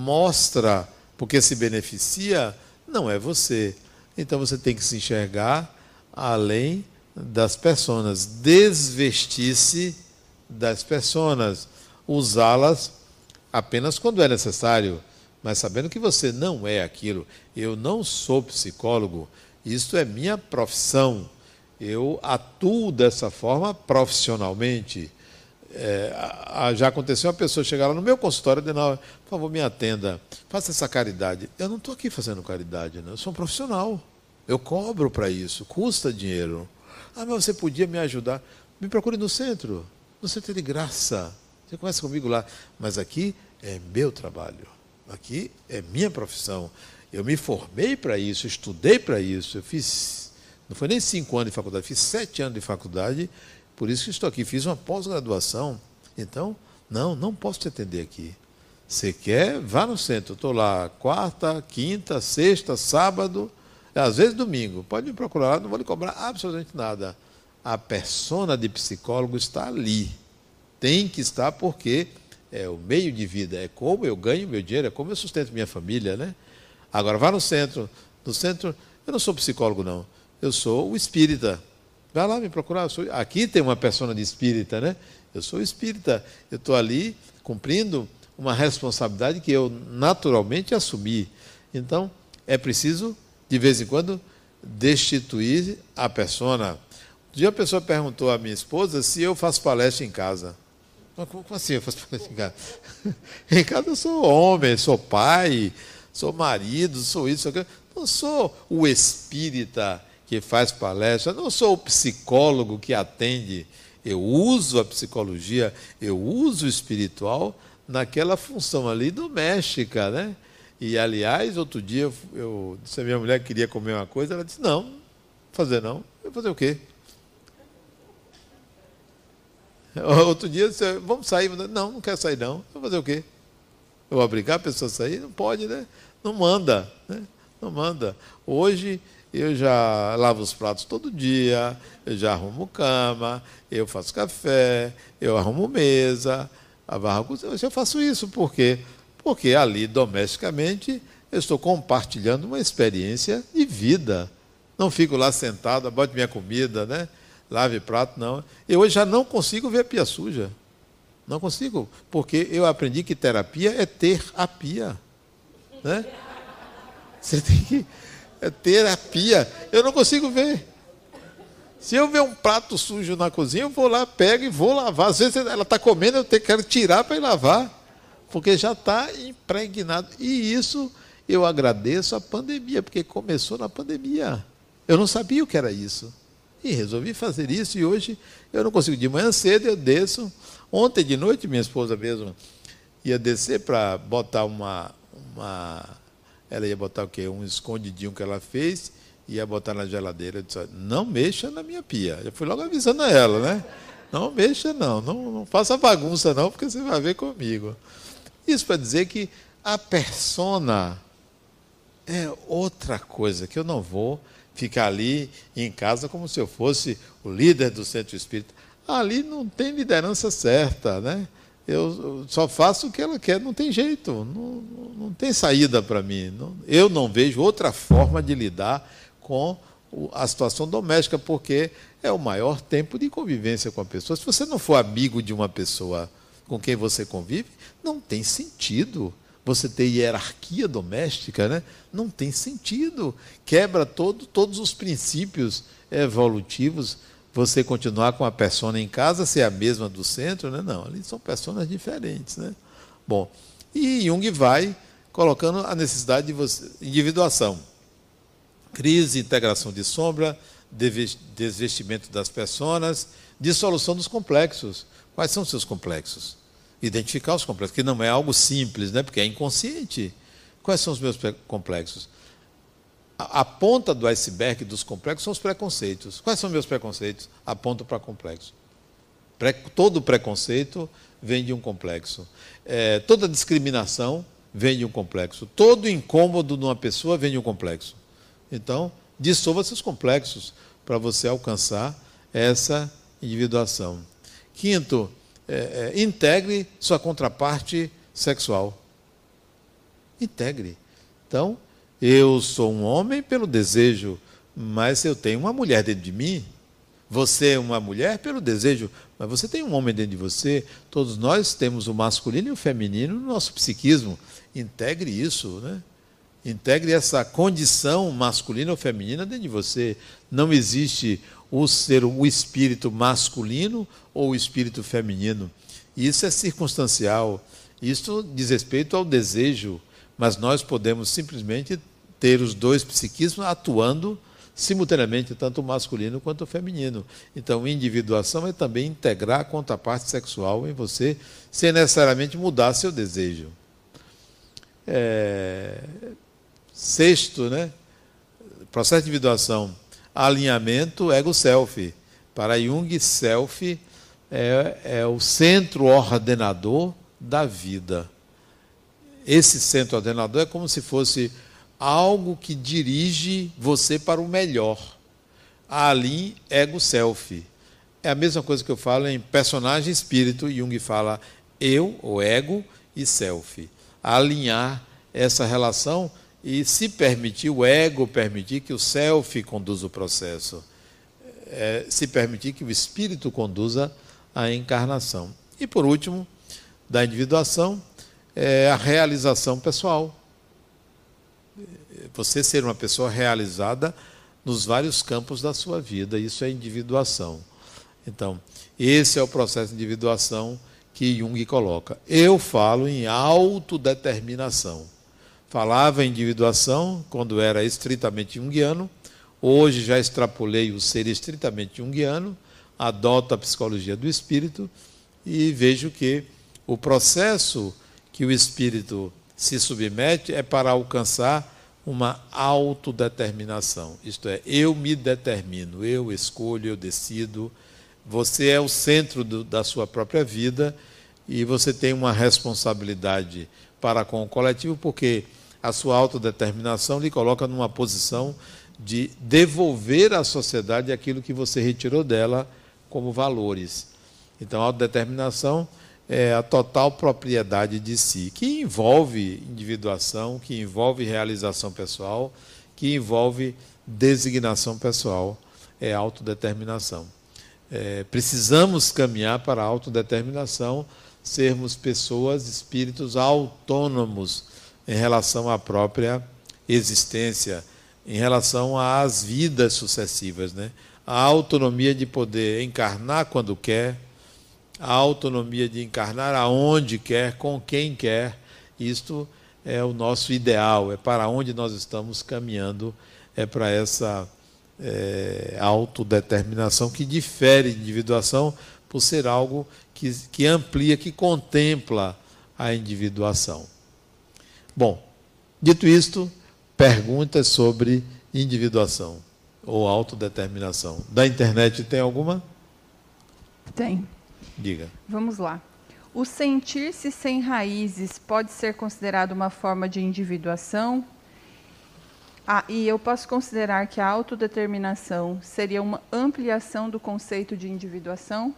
mostra porque se beneficia, não é você. Então, você tem que se enxergar além das personas, desvestir-se das personas, usá-las apenas quando é necessário, mas sabendo que você não é aquilo. Eu não sou psicólogo, isto é minha profissão, eu atuo dessa forma profissionalmente. É, já aconteceu uma pessoa chegar lá no meu consultório e dizer, não, por favor, me atenda, faça essa caridade. Eu não estou aqui fazendo caridade, não. Eu sou um profissional, eu cobro para isso, custa dinheiro. Ah, mas você podia me ajudar. Me procure no centro, no centro de graça. Você conversa comigo lá. Mas aqui é meu trabalho, aqui é minha profissão. Eu me formei para isso, estudei para isso. Eu fiz, não foi nem cinco anos de faculdade, fiz sete anos de faculdade. Por isso que estou aqui, fiz uma pós-graduação. Então, não, não posso te atender aqui. Você quer? Vá no centro. Estou lá quarta, quinta, sexta, sábado, às vezes domingo. Pode me procurar lá, não vou lhe cobrar absolutamente nada. A persona de psicólogo está ali. Tem que estar porque é o meio de vida, é como eu ganho meu dinheiro, é como eu sustento minha família, né? Agora, vá no centro. No centro, eu não sou psicólogo, não. Eu sou o espírita. Vai lá me procurar. Eu sou... Aqui tem uma persona de espírita, né? Eu sou espírita. Eu estou ali cumprindo uma responsabilidade que eu naturalmente assumi. Então, é preciso, de vez em quando, destituir a persona. Um dia a pessoa perguntou à minha esposa se eu faço palestra em casa. Como assim eu faço palestra em casa? Em casa eu sou homem, sou pai, sou marido, sou isso, sou aquilo. Não sou o espírita que faz palestra, não sou o psicólogo que atende. Eu uso a psicologia, eu uso o espiritual naquela função ali doméstica, né? E, aliás, outro dia, eu, eu se a minha mulher queria comer uma coisa, ela disse, não, fazer não. Eu vou fazer o quê? Outro dia, eu disse, vamos sair. Não, não quero sair não. Eu vou fazer o quê? Eu vou obrigar a pessoa a sair? Não pode, né? Não manda, né? Não manda. Hoje, eu já lavo os pratos todo dia, eu já arrumo cama, eu faço café, eu arrumo mesa, avarro, eu faço isso, por quê? Porque ali, domesticamente, eu estou compartilhando uma experiência de vida. não fico lá sentado, bote minha comida, né? Lave prato, não. Eu hoje já não consigo ver a pia suja. Não consigo, porque eu aprendi que terapia é ter a pia. Né? Você tem que é ter a pia. Eu não consigo ver. Se eu ver um prato sujo na cozinha, eu vou lá, pego e vou lavar. Às vezes ela está comendo, eu tenho, quero tirar para ir lavar, porque já está impregnado. E isso eu agradeço a pandemia, porque começou na pandemia. Eu não sabia o que era isso. E resolvi fazer isso, e hoje eu não consigo. De manhã cedo eu desço. Ontem de noite, minha esposa mesmo ia descer para botar uma, uma... Ela ia botar o quê? Um escondidinho que ela fez, ia botar na geladeira. Eu disse, não mexa na minha pia. Eu fui logo avisando a ela, né? Não mexa não, não, não faça bagunça não, porque você vai ver comigo. Isso para dizer que a persona é outra coisa, que eu não vou ficar ali em casa como se eu fosse o líder do centro espírita. Ali não tem liderança certa, né? Eu só faço o que ela quer, não tem jeito, não, não tem saída para mim. Não, eu não vejo outra forma de lidar com a situação doméstica, porque é o maior tempo de convivência com a pessoa. Se você não for amigo de uma pessoa com quem você convive, não tem sentido você ter hierarquia doméstica, né? Não tem sentido. Quebra todo, todos os princípios evolutivos. Você continuar com a persona em casa, ser a mesma do centro, né? Não, ali são personas diferentes, né? Bom, e Jung vai colocando a necessidade de você, individuação. Crise, integração de sombra, desvestimento das personas, dissolução dos complexos. Quais são os seus complexos? Identificar os complexos, que não é algo simples, né? Porque é inconsciente. Quais são os meus complexos? A ponta do iceberg dos complexos são os preconceitos. Quais são meus preconceitos? Apontam para complexo. Todo preconceito vem de um complexo. É, toda discriminação vem de um complexo. Todo incômodo de uma pessoa vem de um complexo. Então, dissolva seus complexos para você alcançar essa individuação. Quinto, é, é, integre sua contraparte sexual. Integre. Então, eu sou um homem pelo desejo, mas eu tenho uma mulher dentro de mim. Você é uma mulher pelo desejo, mas você tem um homem dentro de você. Todos nós temos o masculino e o feminino no nosso psiquismo. Integre isso, né? Integre essa condição masculina ou feminina dentro de você. Não existe o ser o espírito masculino ou o espírito feminino. Isso é circunstancial. Isso diz respeito ao desejo. Mas nós podemos simplesmente ter os dois psiquismos atuando simultaneamente, tanto o masculino quanto o feminino. Então, individuação é também integrar a contraparte sexual em você, sem necessariamente mudar seu desejo. É... Sexto, né? Processo de individuação. Alinhamento ego-self. Para Jung, self é, é o centro ordenador da vida. Esse centro ordenador é como se fosse algo que dirige você para o melhor. Ali, ego-self. É a mesma coisa que eu falo em personagem espírito. Jung fala eu, o ego, e self. Alinhar essa relação e se permitir, o ego permitir que o self conduza o processo. É, se permitir que o espírito conduza a encarnação. E, por último, da individuação, é a realização pessoal. Você ser uma pessoa realizada nos vários campos da sua vida, isso é individuação. Então, esse é o processo de individuação que Jung coloca. Eu falo em autodeterminação. Falava em individuação quando era estritamente junguiano, hoje já extrapolei o ser estritamente junguiano, adoto a psicologia do espírito e vejo que o processo que o espírito se submete é para alcançar uma autodeterminação. Isto é, eu me determino, eu escolho, eu decido. Você é o centro do, da sua própria vida e você tem uma responsabilidade para com o coletivo, porque a sua autodeterminação lhe coloca numa posição de devolver à sociedade aquilo que você retirou dela como valores. Então, a autodeterminação é a total propriedade de si, que envolve individuação, que envolve realização pessoal, que envolve designação pessoal, é autodeterminação. É, precisamos caminhar para a autodeterminação, sermos pessoas, espíritos autônomos em relação à própria existência, em relação às vidas sucessivas, né? A autonomia de poder encarnar quando quer, a autonomia de encarnar aonde quer, com quem quer. Isto é o nosso ideal, é para onde nós estamos caminhando, é para essa é, autodeterminação que difere de individuação por ser algo que, que amplia, que contempla a individuação. Bom, dito isto, perguntas sobre individuação ou autodeterminação. Da internet tem alguma? Tem. Diga. Vamos lá. O sentir-se sem raízes pode ser considerado uma forma de individuação? Ah, e eu posso considerar que a autodeterminação seria uma ampliação do conceito de individuação?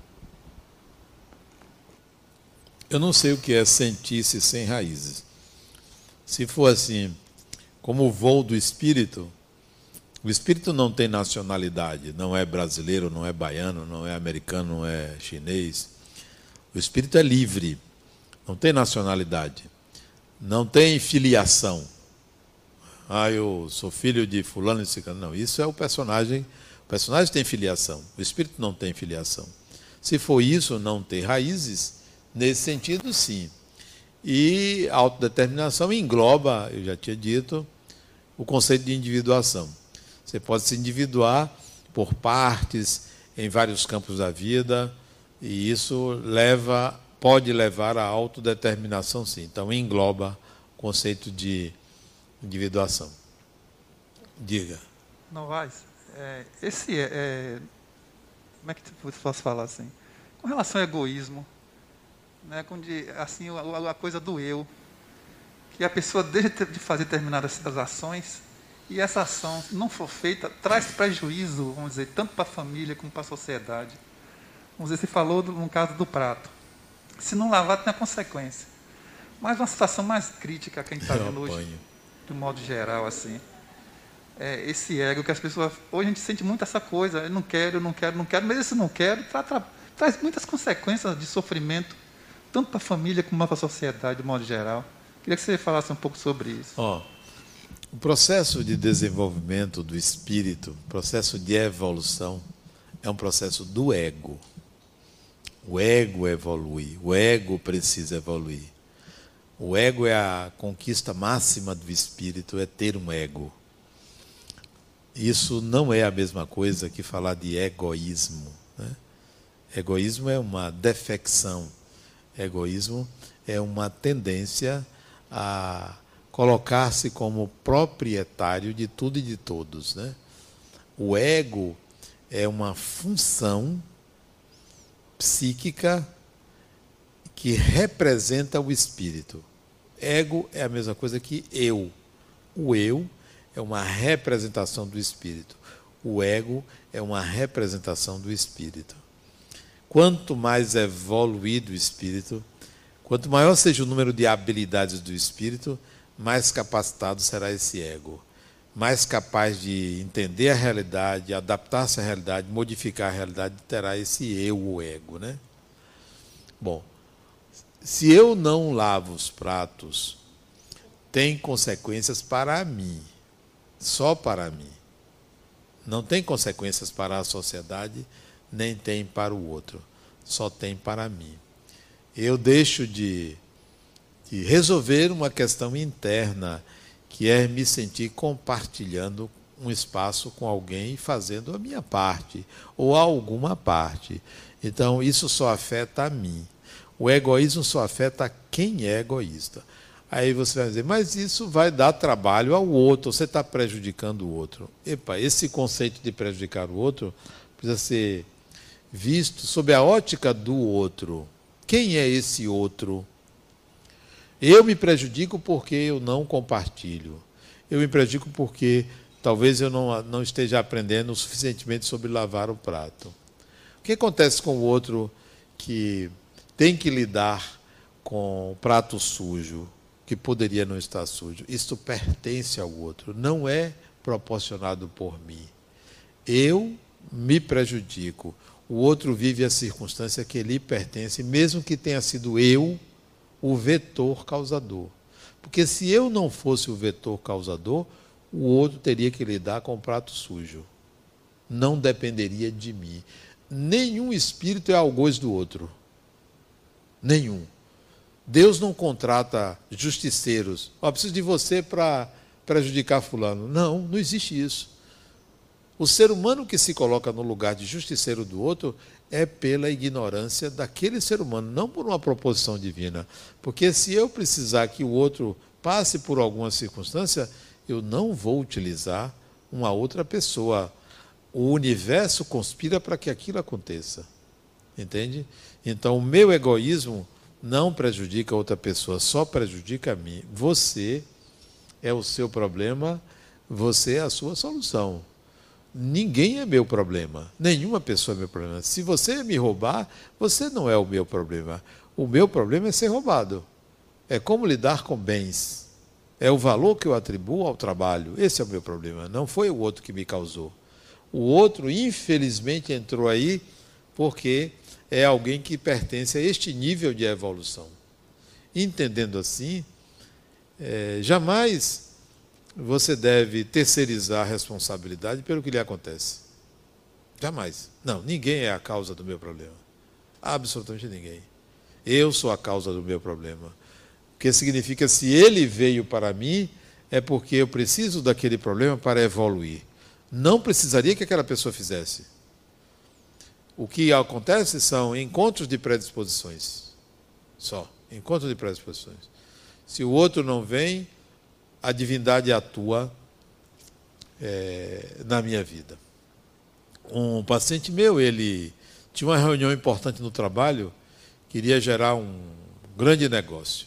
Eu não sei o que é sentir-se sem raízes. Se for assim, como o voo do espírito, o espírito não tem nacionalidade, não é brasileiro, não é baiano, não é americano, não é chinês. O espírito é livre, não tem nacionalidade, não tem filiação. Ah, eu sou filho de fulano e ciclano. Não, isso é o personagem. O personagem tem filiação, o espírito não tem filiação. Se for isso, não ter raízes, nesse sentido, sim. E a autodeterminação engloba, eu já tinha dito, o conceito de individuação. Você pode se individuar por partes em vários campos da vida, e isso leva, pode levar à autodeterminação, sim. Então, engloba o conceito de individuação. Diga. Novaes, é, esse é, é... Como é que eu posso falar assim? Com relação ao egoísmo, né, com de, assim, a, a coisa do eu, que a pessoa deixa de fazer determinadas ações, e essa ação não for feita, traz prejuízo, vamos dizer, tanto para a família como para a sociedade. Vamos dizer, você falou do, no caso do prato. Se não lavar, tem a consequência. Mas uma situação mais crítica que a gente está vendo hoje, de um modo geral, assim, é esse ego que as pessoas... Hoje a gente sente muito essa coisa, eu não quero, eu não quero, não quero, mas esse não quero tra, tra, traz muitas consequências de sofrimento, tanto para a família como para a sociedade, de modo geral. Queria que você falasse um pouco sobre isso. Ó, o processo de desenvolvimento do espírito, o processo de evolução, é um processo do ego. O ego evolui, o ego precisa evoluir. O ego é a conquista máxima do espírito, é ter um ego. Isso não é a mesma coisa que falar de egoísmo, né? Egoísmo é uma defecção. Egoísmo é uma tendência a colocar-se como proprietário de tudo e de todos, né? O ego é uma função psíquica que representa o espírito. Ego é a mesma coisa que eu. O eu é uma representação do espírito. O ego é uma representação do espírito. Quanto mais evoluído o espírito, quanto maior seja o número de habilidades do espírito, mais capacitado será esse ego. Mais capaz de entender a realidade, adaptar-se à realidade, modificar a realidade, terá esse eu, o ego, né? Bom, se eu não lavo os pratos, tem consequências para mim, só para mim. Não tem consequências para a sociedade, nem tem para o outro, só tem para mim. Eu deixo de, de resolver uma questão interna, que é me sentir compartilhando um espaço com alguém e fazendo a minha parte, ou alguma parte. Então, isso só afeta a mim. O egoísmo só afeta quem é egoísta. Aí você vai dizer, mas isso vai dar trabalho ao outro, você está prejudicando o outro. Epa, esse conceito de prejudicar o outro precisa ser visto sob a ótica do outro. Quem é esse outro? Eu me prejudico porque eu não compartilho. Eu me prejudico porque talvez eu não, não esteja aprendendo o suficientemente sobre lavar o prato. O que acontece com o outro que tem que lidar com o prato sujo? que poderia não estar sujo. Isto pertence ao outro, não é proporcionado por mim. Eu me prejudico. O outro vive a circunstância que lhe pertence, mesmo que tenha sido eu o vetor causador. Porque se eu não fosse o vetor causador, o outro teria que lidar com o prato sujo. Não dependeria de mim. Nenhum espírito é algoz do outro. Nenhum. Deus não contrata justiceiros. Ó, preciso de você para prejudicar fulano. Não, não existe isso. O ser humano que se coloca no lugar de justiceiro do outro é pela ignorância daquele ser humano, não por uma proposição divina. Porque se eu precisar que o outro passe por alguma circunstância, eu não vou utilizar uma outra pessoa. O universo conspira para que aquilo aconteça. Entende? Então, o meu egoísmo não prejudica outra pessoa, só prejudica a mim. Você é o seu problema, você é a sua solução. Ninguém é meu problema, nenhuma pessoa é meu problema. Se você me roubar, você não é o meu problema. O meu problema é ser roubado. É como lidar com bens. É o valor que eu atribuo ao trabalho. Esse é o meu problema. Não foi o outro que me causou. O outro, infelizmente, entrou aí porque é alguém que pertence a este nível de evolução. Entendendo assim, é, jamais você deve terceirizar a responsabilidade pelo que lhe acontece. Jamais. Não, ninguém é a causa do meu problema. Absolutamente ninguém. Eu sou a causa do meu problema. O que significa, se ele veio para mim, é porque eu preciso daquele problema para evoluir. Não precisaria que aquela pessoa fizesse. O que acontece são encontros de predisposições. Só. Encontros de predisposições. Se o outro não vem, a divindade atua é, na minha vida. Um paciente meu, ele tinha uma reunião importante no trabalho, queria gerar um grande negócio.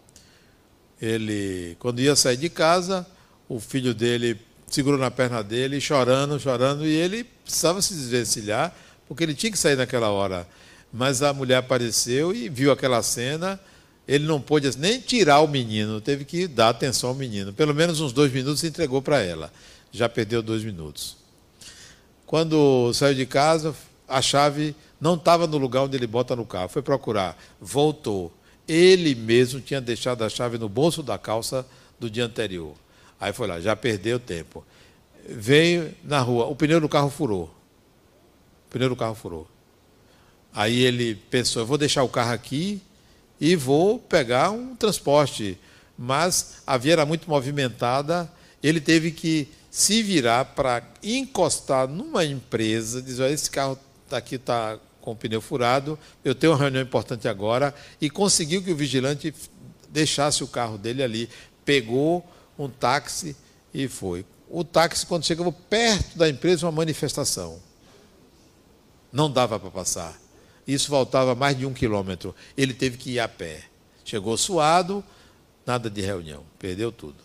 Ele, quando ia sair de casa, o filho dele segurou na perna dele, chorando, chorando, e ele precisava se desvencilhar, porque ele tinha que sair naquela hora. Mas a mulher apareceu e viu aquela cena. Ele não pôde nem tirar o menino, teve que dar atenção ao menino. Pelo menos uns dois minutos entregou para ela. Já perdeu dois minutos. Quando saiu de casa, a chave não estava no lugar onde ele bota no carro. Foi procurar, voltou. Ele mesmo tinha deixado a chave no bolso da calça do dia anterior. Aí foi lá, já perdeu tempo. Veio na rua, o pneu do carro furou. O pneu do carro furou. Aí ele pensou, eu vou deixar o carro aqui e vou pegar um transporte. Mas a via era muito movimentada, ele teve que se virar para encostar numa empresa, dizer, esse carro aqui está com o pneu furado, eu tenho uma reunião importante agora, e conseguiu que o vigilante deixasse o carro dele ali. Pegou um táxi e foi. O táxi, quando chegou perto da empresa, uma manifestação. Não dava para passar. Isso faltava mais de um quilômetro. Ele teve que ir a pé. Chegou suado, nada de reunião. Perdeu tudo.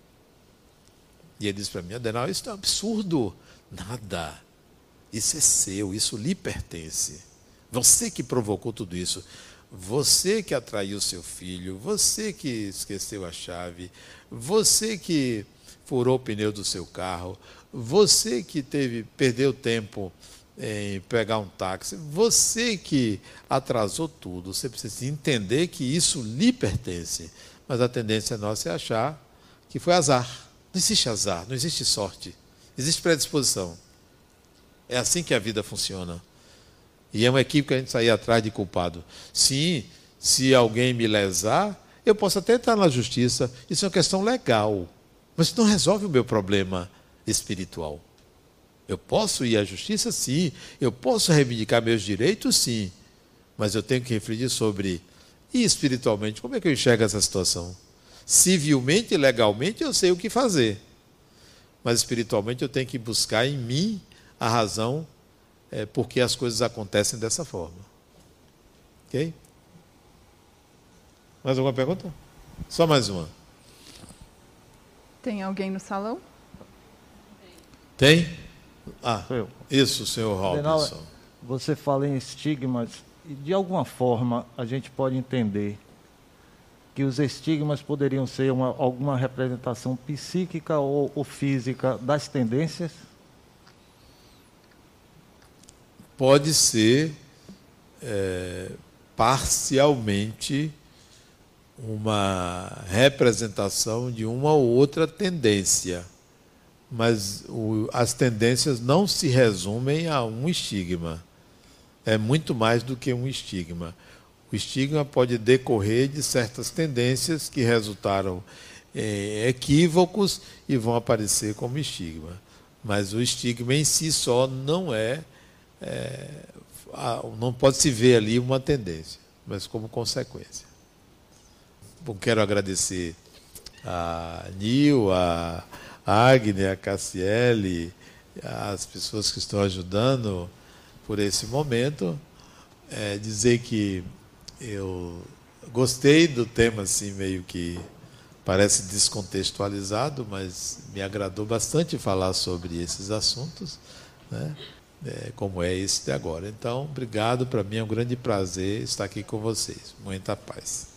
E ele disse para mim, Adenal, isso é um absurdo. Nada. Isso é seu, isso lhe pertence. Você que provocou tudo isso. Você que atraiu seu filho. Você que esqueceu a chave. Você que furou o pneu do seu carro. Você que teve, perdeu tempo em pegar um táxi, você que atrasou tudo, você precisa entender que isso lhe pertence. Mas a tendência nossa é achar que foi azar. Não existe azar, não existe sorte, existe predisposição. É assim que a vida funciona. E é uma equipe que a gente sair atrás de culpado. Sim, se alguém me lesar, eu posso até estar na justiça, isso é uma questão legal, mas isso não resolve o meu problema espiritual. Eu posso ir à justiça, sim. Eu posso reivindicar meus direitos, sim. Mas eu tenho que refletir sobre, e espiritualmente, como é que eu enxergo essa situação? Civilmente e legalmente eu sei o que fazer. Mas espiritualmente eu tenho que buscar em mim a razão é, porque as coisas acontecem dessa forma. Ok? Mais alguma pergunta? Só mais uma. Tem alguém no salão? Tem? Ah, eu. Isso, senhor Robinson. Você fala em estigmas, e de alguma forma a gente pode entender que os estigmas poderiam ser uma, alguma representação psíquica ou, ou física das tendências? Pode ser é, parcialmente uma representação de uma ou outra tendência, mas o, as tendências não se resumem a um estigma. É muito mais do que um estigma. O estigma pode decorrer de certas tendências que resultaram em equívocos e vão aparecer como estigma. Mas o estigma em si só não é, é não pode se ver ali uma tendência, mas como consequência. Bom, quero agradecer a Nil, a Agnes, a Cassiele, as pessoas que estão ajudando por esse momento. É, dizer que eu gostei do tema, assim, meio que parece descontextualizado, mas me agradou bastante falar sobre esses assuntos, né? É, como é esse de agora. Então, obrigado, para mim é um grande prazer estar aqui com vocês. Muita paz.